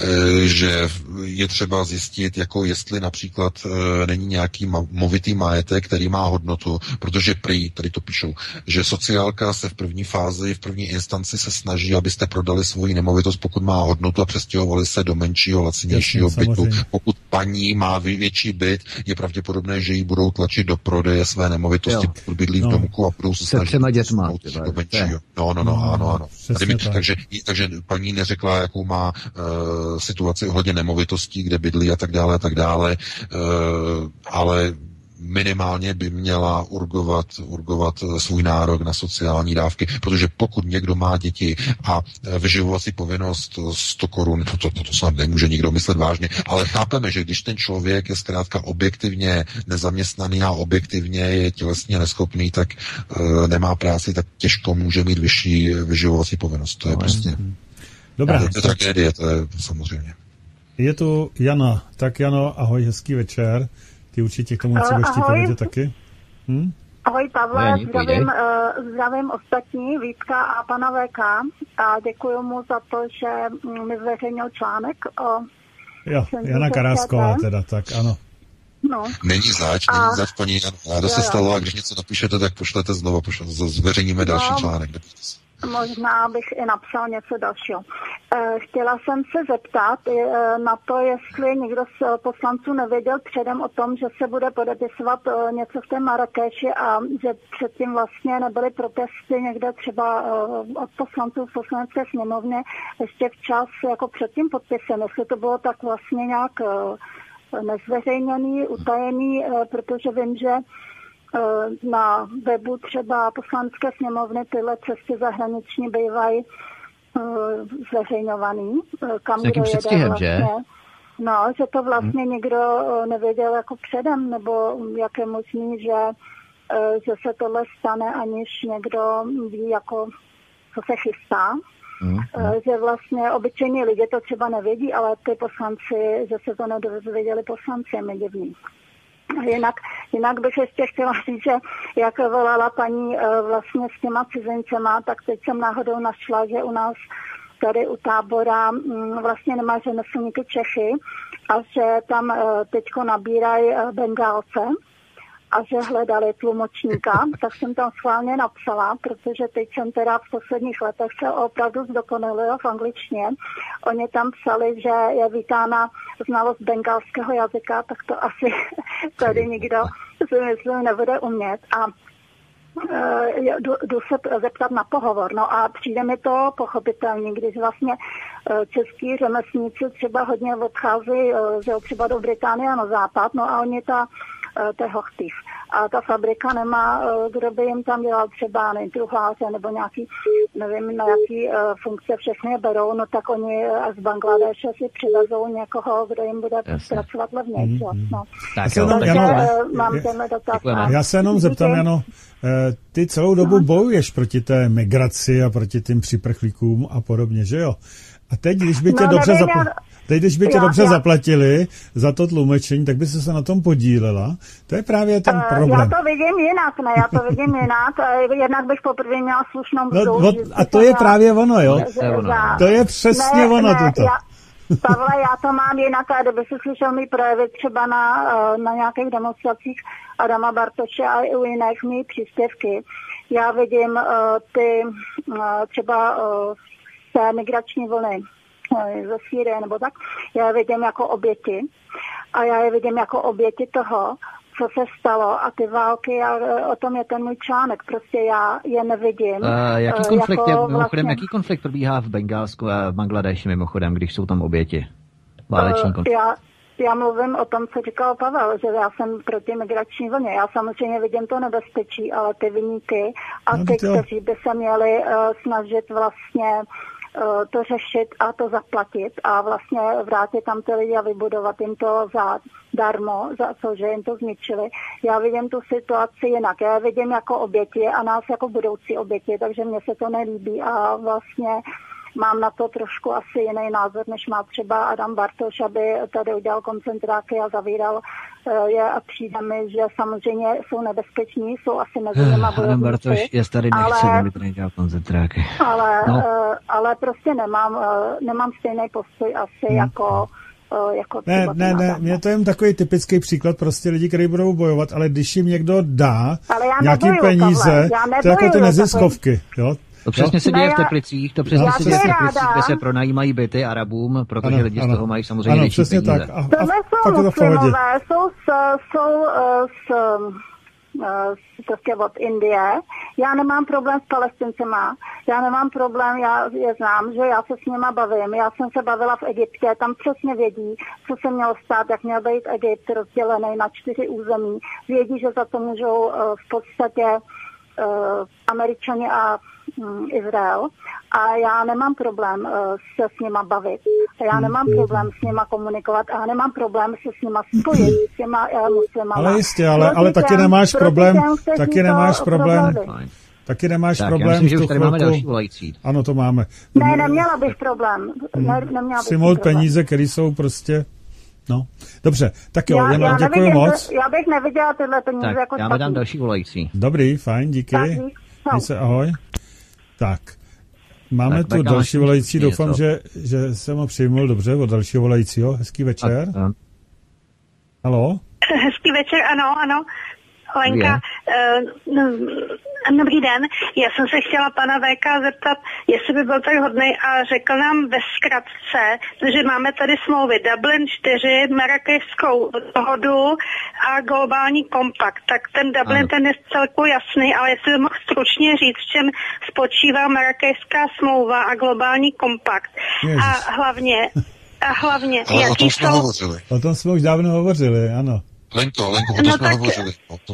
Speaker 4: že je třeba zjistit, jako jestli například není nějaký movitý majetek, který má hodnotu, protože prý, tady to píšou, že sociálka se v první fázi, v první instanci se snaží, abyste prodali svoji nemovitost, pokud má hodnotu a přestěhovali se do menšího, lacinějšího bytu. Pokud paní má větší byt, je pravděpodobné, že ji budou tlačit do prodeje své nemovitosti, pokud bydlí v domku a budou se snažit do menšího. Ano. Takže paní neřekla, jakou má situaci ohledně nemovitostí, kde bydlí a tak dále, ale minimálně by měla urgovat svůj nárok na sociální dávky, protože pokud někdo má děti a vyživovací povinnost 100 korun, to snad nemůže nikdo myslet vážně, ale chápeme, že když ten člověk je zkrátka objektivně nezaměstnaný a objektivně je tělesně neschopný, tak nemá práci, tak těžko může mít vyšší vyživovací povinnost. To je prostě...
Speaker 3: Dobrá.
Speaker 4: To je tragédie, to je samozřejmě.
Speaker 3: Je tu Jana. Tak Jano, ahoj, hezký večer. Ty určitě k tomu něco budeš povědět taky?
Speaker 11: Ahoj Pavle, zdravím ostatní, Vítka a pana VK a děkuji mu za to, že mi zveřejnil článek o...
Speaker 3: Jo, Jana Karásková teda, tak ano.
Speaker 11: No.
Speaker 4: Není zač, paní Jano. Se stalo, a když něco napíšete, tak pošlete znovu, zveřejníme další článek.
Speaker 11: Možná bych i napsal něco dalšího. Chtěla jsem se zeptat na to, jestli někdo z poslanců nevěděl předem o tom, že se bude podepisovat něco v té Marrakeši a že předtím vlastně nebyly protesty někde třeba od poslanců v poslanecké sněmovně ještě včas jako před tím podpisem. Jestli to bylo tak vlastně nějak nezveřejněný, utajený, protože vím, že na webu třeba poslanecké sněmovny tyhle cesty zahraniční bývají zveřejňovaný, kam kdo jede vlastně. Že? No, že to vlastně nikdo nevěděl jako předem, nebo jak je možný, že se tohle stane, aniž někdo ví, jako, co se chystá. Že vlastně obyčejní lidi to třeba nevědí, ale ty poslanci, že se to nedozvěděli poslanci, je mi divný. Jinak bych ještě chtěla říct, že jak volala paní vlastně s těma cizincema, tak teď jsem náhodou našla, že u nás tady u Tábora vlastně nemá řemeslníky Čechy a že tam teďko nabírají Bengálce a že hledali tlumočníka, tak jsem tam schválně napsala, protože teď jsem teda v posledních letech se opravdu zdokonalila v angličtině. Oni tam psali, že je vítána znalost bengálského jazyka, tak to asi tady nikdo si myslím nebude umět. A jdu se zeptat na pohovor. No a přijde mi to pochopitelně, když vlastně český řemeslníci třeba hodně odcházejí třeba do Británie a na západ, no a oni to je hochtiv. A ta fabrika nemá, kdo by jim tam dělal třeba truhláře nebo nějaký, nevím na jaký funkce všechny berou, no tak oni z Bangladeše si přivezou někoho, kdo jim bude pracovat levněji. No. Mám tenhle dotaz.
Speaker 3: Já se jenom zeptám, Jano, ty celou dobu bojuješ proti té migraci a proti tím připrchlíkům a podobně, že jo? A teď, když by tě dobře zaplatili za to tlumočení, tak by se na tom podílela. To je právě ten problém.
Speaker 11: Já to vidím jinak. Jednak bych poprvé měla slušnou mzdu.
Speaker 3: A to je právě ono, jo? To je přesně ono.
Speaker 11: Pavle, já to mám jinak, a kdyby si slyšel mi projevit třeba na nějakých demonstracích Adama Bartoše a i u jiných mý příspěvky. Já vidím ty třeba té migrační vlny ze Sýrie nebo tak, já je vidím jako oběti a já je vidím jako oběti toho, co se stalo a ty války, o tom je ten můj článek, prostě já je nevidím.
Speaker 1: Jaký konflikt probíhá v Bengálsku a v Bangladeši mimochodem, když jsou tam oběti? Váleční konflikt.
Speaker 11: Já mluvím o tom, co říkal Pavel, že já jsem proti migrační vlně. Já samozřejmě vidím to nebezpečí, ale ty viníky a ty, kteří by se měli snažit vlastně to řešit a to zaplatit a vlastně vrátit tam ty lidi a vybudovat jim to zadarmo, za to, že jim to zničili. Já vidím tu situaci jinak. Já vidím jako oběti a nás jako budoucí oběti, takže mně se to nelíbí a vlastně mám na to trošku asi jiný názor, než má třeba Adam Bartoš, aby tady udělal koncentráky a zavíral je a přijde mi, že samozřejmě jsou nebezpeční, jsou asi mezi nimi bojovníci.
Speaker 1: Adam Bartoš je tady nechce, aby tady dělal koncentráky.
Speaker 11: Ale prostě nemám stejný postoj asi jako
Speaker 3: Ne, mě to je takový typický příklad, prostě lidi, kteří budou bojovat, ale když jim někdo dá nějaký peníze, to jako ty neziskovky, jo?
Speaker 1: To přesně se děje v Teplicích, kde se pronajímají byty Arabům, protože lidi z toho mají samozřejmě větší peníze.
Speaker 3: Tak.
Speaker 11: Tohle jsou muslimové, prostě od Indie. Já nemám problém s Palestincema, já nemám problém, já je znám, že já se s nima bavím. Já jsem se bavila v Egyptě, tam přesně vědí, co se mělo stát, jak měl být Egypt rozdělený na 4 území. Vědí, že za to můžou v podstatě Američani a Izrael a já nemám problém se s nima bavit. Já nemám problém s nima komunikovat a nemám problém se s nima spojit s těma muslimama.
Speaker 3: Ale jistě, ale taky nemáš problém, taky nemáš problém. Taky nemáš problém. Já
Speaker 1: myslím, že už tady máme další volající.
Speaker 3: Ano, to máme.
Speaker 11: Ne, neměla bych problém.
Speaker 3: Přijmout peníze, které jsou prostě... No, dobře, tak jo, Jano, děkuji moc.
Speaker 11: Já bych neviděla tyhle peníze
Speaker 1: tak,
Speaker 11: jako
Speaker 1: já dám další volající.
Speaker 3: Dobrý, fajn, díky. Měj se, ahoj. Tak, máme tu další volající, doufám, že jsem ho přijmul dobře od dalšího volajícího. Hezký večer. Haló?
Speaker 12: Hezký večer, ano. Lenka, dobrý den. Já jsem se chtěla pana VK zeptat, jestli by byl tak hodnej a řekl nám ve zkratce, že máme tady smlouvy Dublin 4, Marrakešskou dohodu a globální kompakt. Tak ten Dublin, ten je celku jasný, ale jestli by mohl stručně říct, v čem spočívá Marrakešská smlouva a globální kompakt. A hlavně, jaký jsou...
Speaker 3: O tom jsme už dávno hovořili, ano.
Speaker 4: Lenko, o tom jsme hovořili.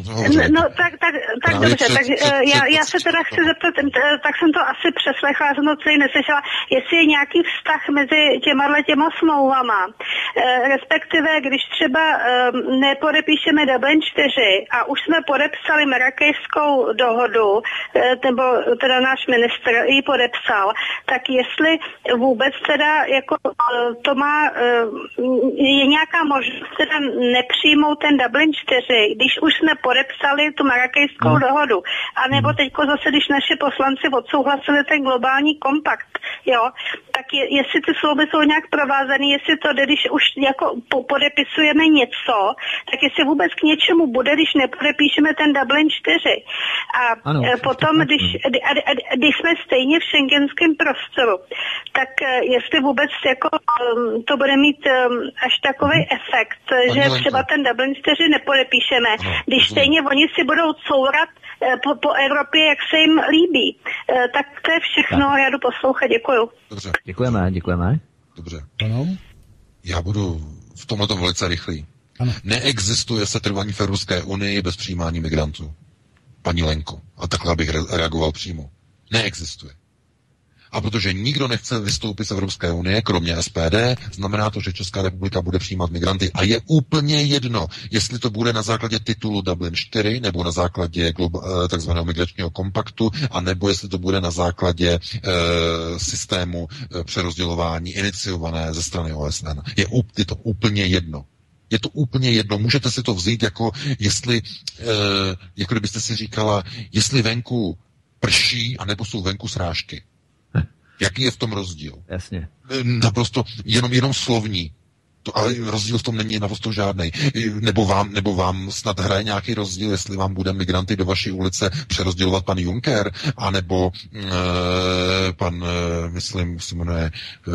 Speaker 12: Tak dobře, tak já se teda chci zeptat, tak jsem to asi přeslechla, já jsem to celý neslyšela, jestli je nějaký vztah mezi těma smlouvama, respektive když třeba nepodepíšeme Dublin 4 a už jsme podepsali Marrakešskou dohodu, nebo teda náš ministr ji podepsal, tak jestli vůbec teda jako to má, je nějaká možnost teda nepřijmout ten Dublin 4, když už jsme podepsali tu Marrakešskou dohodu, anebo teďko zase, když naše poslanci odsouhlasili ten globální kompakt, jo, tak jestli ty smlouvy jsou nějak provázané, jestli to, když už jako podepisujeme něco, tak jestli vůbec k něčemu bude, když nepodepíšeme ten Dublin 4. A potom, když jsme stejně v šengenském prostoru, tak jestli vůbec jako to bude mít až takový efekt, že třeba ten Dublin 4 nepodepíšeme, když stejně oni si budou courat po Evropě, jak se jim líbí. Tak to je všechno, já jdu poslouchat, děkuju.
Speaker 4: Dobře.
Speaker 1: Děkujeme.
Speaker 4: Dobře. Já budu v tomhletom velice rychlý. Ano. Neexistuje setrvání v Evropské unii bez přijímání migrantů. Paní Lenko, a takhle bych reagoval přímo. Neexistuje. A protože nikdo nechce vystoupit z Evropské unie, kromě SPD, znamená to, že Česká republika bude přijímat migranty. A je úplně jedno, jestli to bude na základě titulu Dublin 4, nebo na základě takzvaného migračního kompaktu, a nebo jestli to bude na základě systému přerozdělování iniciované ze strany OSN. Je to úplně jedno. Je to úplně jedno. Můžete si to vzít jako jako kdybyste si říkala, jestli venku prší, anebo jsou venku srážky. Jaký je v tom rozdíl?
Speaker 1: Jasně.
Speaker 4: Naprosto jenom slovní. Ale rozdíl v tom není naprosto žádnej. Nebo vám snad hraje nějaký rozdíl, jestli vám bude migranty do vaší ulice přerozdělovat pan Juncker, anebo pan, myslím, se jmenuje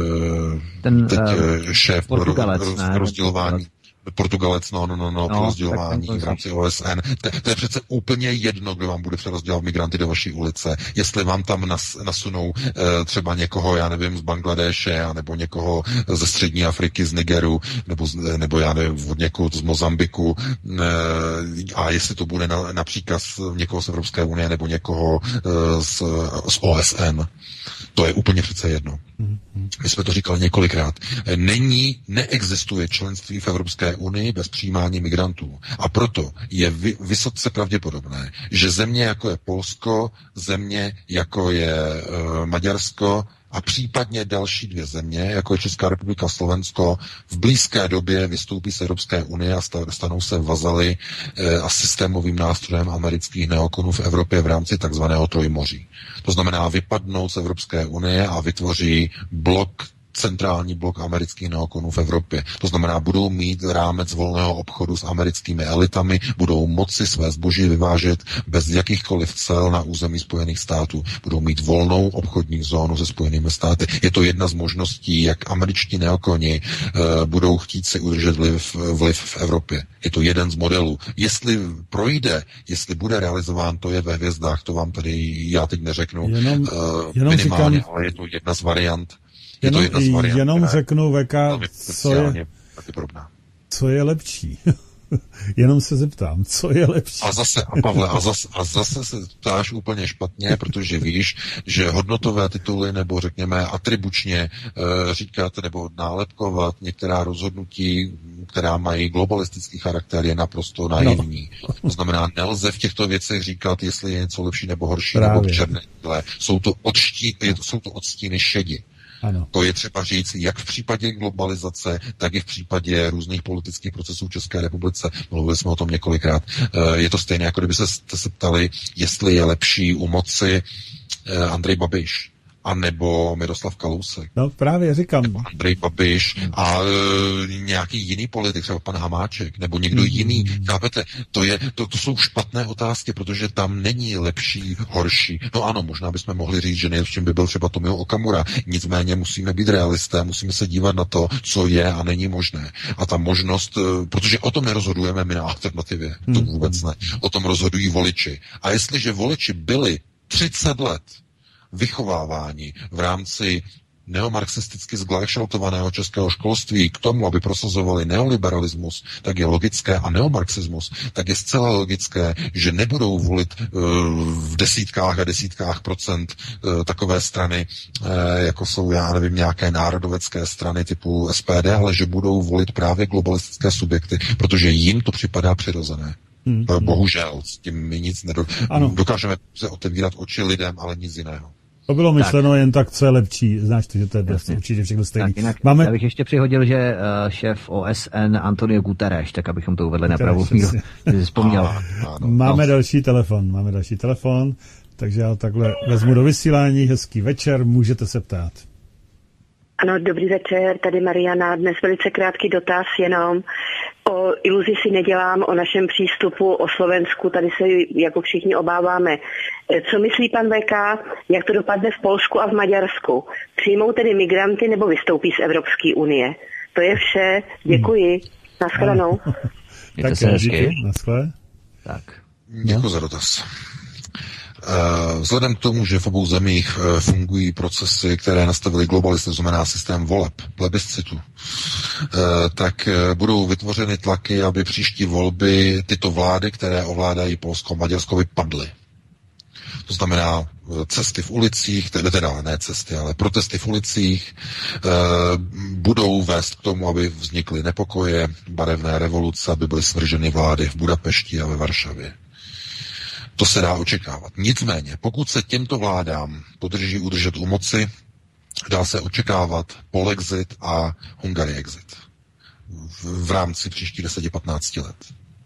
Speaker 4: šéf rozdělování. Portugalec, přerozdělování v rámci OSN. To je přece úplně jedno, kdo vám bude přerozdělovat migranty do vaší ulice. Jestli vám tam nasunou třeba někoho, já nevím, z Bangladéše, nebo někoho ze střední Afriky, z Nigeru, nebo já nevím, od někoho z Mozambiku, a jestli to bude například někoho z Evropské unie, nebo někoho z OSN. To je úplně přece jedno. My jsme to říkali několikrát. Neexistuje členství v Evropské unii bez přijímání migrantů. A proto je vysoce pravděpodobné, že země jako je Polsko, země jako je Maďarsko a případně další dvě země, jako je Česká republika, Slovensko, v blízké době vystoupí z Evropské unie a stanou se vazaly a systémovým nástrojem amerických neokonů v Evropě v rámci takzvaného Trojmoří. To znamená vypadnout z Evropské unie a vytvoří centrální blok amerických neokonů v Evropě. To znamená, budou mít rámec volného obchodu s americkými elitami, budou moci své zboží vyvážet bez jakýchkoliv cel na území Spojených států. Budou mít volnou obchodní zónu se Spojenými státy. Je to jedna z možností, jak američtí neokoni budou chtít si udržet vliv v Evropě. Je to jeden z modelů. Jestli projde, jestli bude realizován, to je ve hvězdách, to vám tady já teď neřeknu
Speaker 3: jenom
Speaker 4: minimálně, ale je to jedna z variant.
Speaker 3: Jenom řeknu, VK, co je lepší. Jenom se zeptám, co je lepší.
Speaker 4: Pavle, zase se ptáš úplně špatně, protože víš, že hodnotové tituly, nebo řekněme atribučně říkat nebo nálepkovat některá rozhodnutí, která mají globalistický charakter, je naprosto naivní. To znamená, nelze v těchto věcech říkat, jestli je něco lepší nebo horší, nebo černé. Jsou to odstíny šedi. Ano. To je třeba říct, jak v případě globalizace, tak i v případě různých politických procesů v České republice. Mluvili jsme o tom několikrát. Je to stejné, jako kdyby se ptali, jestli je lepší u moci Andrej Babiš, A nebo Miroslav Kalousek.
Speaker 3: No právě říkám.
Speaker 4: Nebo Andrej Babiš a nějaký jiný politik, třeba pan Hamáček, nebo někdo jiný. Chápete? To jsou špatné otázky, protože tam není lepší, horší. No ano, možná bychom mohli říct, že nejlepším by byl třeba Tomio Okamura. Nicméně musíme být realisté, musíme se dívat na to, co je a není možné. A ta možnost, protože o tom nerozhodujeme my na Alternativě, to vůbec ne. O tom rozhodují voliči. A jestliže voliči byli 30 let vychovávání v rámci neomarxisticky zglašaltovaného českého školství k tomu, aby prosazovali neoliberalismus, tak je logické, a neomarxismus, tak je zcela logické, že nebudou volit v desítkách a desítkách procent takové strany, jako jsou, já nevím, nějaké národovecké strany typu SPD, ale že budou volit právě globalistické subjekty, protože jim to připadá přirozené. Bohužel, s tím my nic dokážeme se otevírat oči lidem, ale nic jiného.
Speaker 3: To bylo myšleno jen tak, co je lepší. Znáš to, že to je vlastně určitě všechno stejný.
Speaker 1: Já bych ještě přihodil, že šéf OSN Antonio Guterres, tak abychom to uvedli na pravou míru, že jsi vzpomněl.
Speaker 3: Máme další telefon, takže já takhle vezmu do vysílání. Hezký večer, můžete se ptát.
Speaker 13: Ano, dobrý večer, tady Mariana. Dnes velice krátký dotaz jenom. O iluzi si nedělám o našem přístupu o Slovensku, tady se jako všichni obáváme. Co myslí pan VK, jak to dopadne v Polsku a v Maďarsku? Přijmou tedy migranty nebo vystoupí z Evropské unie? To je vše, děkuji. Naschledanou.
Speaker 3: Tak díky, naschle.
Speaker 1: Tak.
Speaker 4: Děkuji za dotaz. Vzhledem k tomu, že v obou zemích fungují procesy, které nastavili globalisté, znamená systém voleb, plebiscitu, tak budou vytvořeny tlaky, aby příští volby tyto vlády, které ovládají Polsko a Maďarsko, vypadly. To znamená cesty v ulicích, teda ne cesty, ale protesty v ulicích budou vést k tomu, aby vznikly nepokoje, barevné revoluce, aby byly svrženy vlády v Budapešti a ve Varšavě. To se dá očekávat. Nicméně, pokud se těmto vládám podrží udržet u moci, dá se očekávat polexit a Hungary exit v rámci příštích 10-15 let.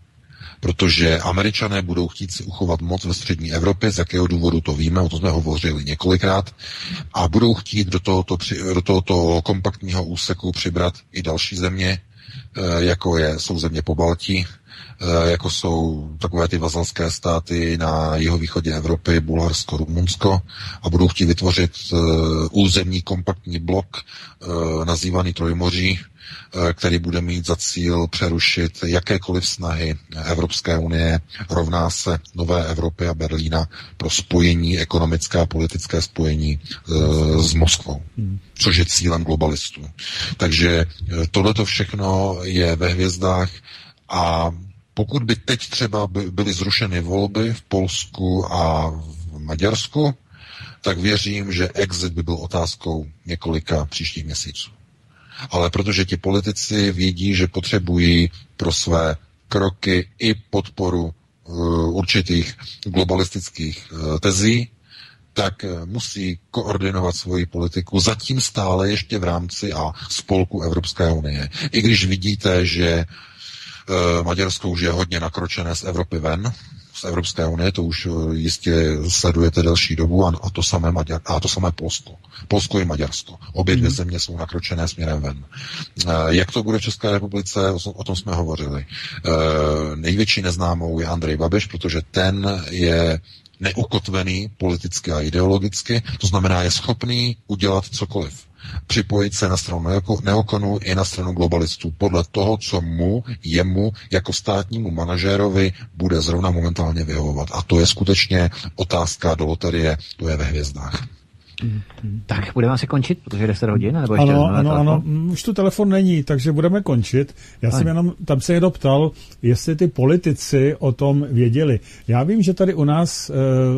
Speaker 4: Protože Američané budou chtít si uchovat moc ve střední Evropě, z jakého důvodu to víme, o tom jsme hovořili několikrát, a budou chtít do tohoto kompaktního úseku přibrat i další země, jako jsou země Pobaltí, jako jsou takové ty vazalské státy na jihovýchodě Evropy, Bulharsko, Rumunsko, a budou chtít vytvořit územní kompaktní blok nazývaný Trojmoří, který bude mít za cíl přerušit jakékoliv snahy Evropské unie rovná se Nové Evropy a Berlína pro spojení, ekonomické a politické spojení s Moskvou, což je cílem globalistů. Takže tohleto všechno je ve hvězdách, a pokud by teď třeba byly zrušeny volby v Polsku a v Maďarsku, tak věřím, že exit by byl otázkou několika příštích měsíců. Ale protože ti politici vědí, že potřebují pro své kroky i podporu určitých globalistických tezí, tak musí koordinovat svoji politiku zatím stále ještě v rámci a spolku Evropské unie. I když vidíte, že Maďarsko už je hodně nakročené z Evropy ven, z Evropské unie, to už jistě sledujete delší dobu, a to samé Polsko. Polsko i Maďarsko. Obě dvě země jsou nakročené směrem ven. Jak to bude v České republice, o tom jsme hovořili. Největší neznámou je Andrej Babiš, protože ten je neukotvený politicky a ideologicky, to znamená, je schopný udělat cokoliv. Připojit se na stranu neokonů i na stranu globalistů podle toho, co jemu jako státnímu manažérovi bude zrovna momentálně vyhovovat. A to je skutečně otázka do loterie, to je ve hvězdách.
Speaker 1: Tak budeme asi končit, protože 10 hodin, nebo ještě
Speaker 3: ano, už tu telefon není, takže budeme končit. Já jsem jenom, tam se někdo ptal, jestli ty politici o tom věděli. Já vím, že tady u nás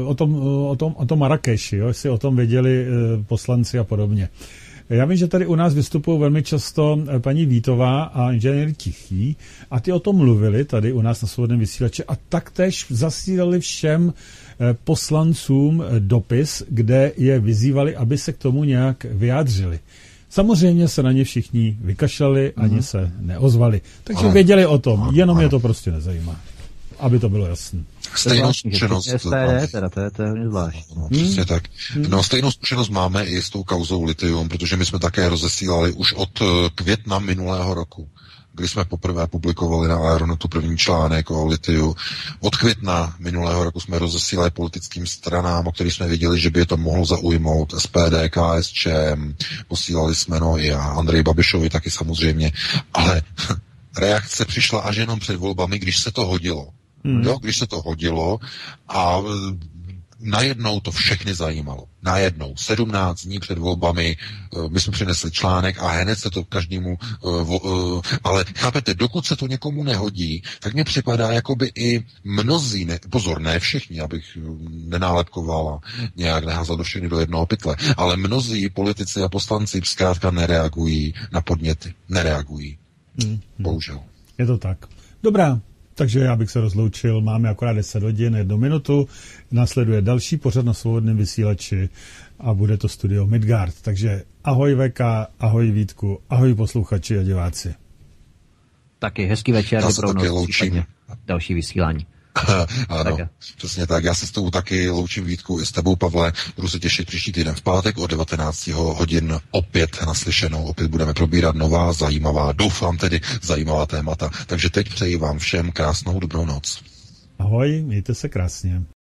Speaker 3: o tom Marrakeši, jestli o tom věděli poslanci a podobně. Já vím, že tady u nás vystupují velmi často paní Vítová a inženýr Tichý, a ty o tom mluvili tady u nás na Svobodném vysílači a taktéž zasílali všem poslancům dopis, kde je vyzývali, aby se k tomu nějak vyjádřili. Samozřejmě se na ně všichni vykašlali, ani se neozvali. Takže věděli o tom, jenom je to prostě nezajímá. aby to bylo jasné.
Speaker 4: Stejnou zkušenost.
Speaker 1: SPD, teda, to je zvláštní.
Speaker 4: No, přesně tak. No, stejnou zkušenost máme i s tou kauzou Lithium, protože my jsme také rozesílali už od května minulého roku, kdy jsme poprvé publikovali na Aeronetu první článek o litiu. Od května minulého roku jsme rozesílali politickým stranám, o kterých jsme věděli, že by je to mohlo zaujmout, SPD, KSČM, posílali jsme i Andreji Babišovi taky samozřejmě, ale reakce přišla až jenom před volbami, když se to hodilo. Jo, když se to hodilo a najednou to všechny zajímalo. Najednou. 17 dní před volbami my jsme přinesli článek a hned se to každému... ale chápete, dokud se to někomu nehodí, tak mně připadá, jako by i mnozí, pozor, ne všichni, abych nenálepkoval a nějak neházal do všechny do jednoho pytle, ale mnozí politici a poslanci zkrátka nereagují na podněty. Nereagují. Bohužel.
Speaker 3: Je to tak. Dobrá. Takže já bych se rozloučil, máme akorát 10 hodin, 1 minutu, následuje další pořad na Svobodném vysílači a bude to studio Midgard. Takže ahoj VK, ahoj Vítku, ahoj posluchači a diváci.
Speaker 1: Taky hezký večer, dobrou noc, další vysílání.
Speaker 4: Ano, přesně tak. Já se s tou taky loučím, Vítku, i s tebou, Pavle. Budu se těšit příští týden v pátek o 19 hodin opět naslyšenou. Opět budeme probírat nová, zajímavá, doufám tedy zajímavá témata. Takže teď přeji vám všem krásnou dobrou noc.
Speaker 3: Ahoj, mějte se krásně.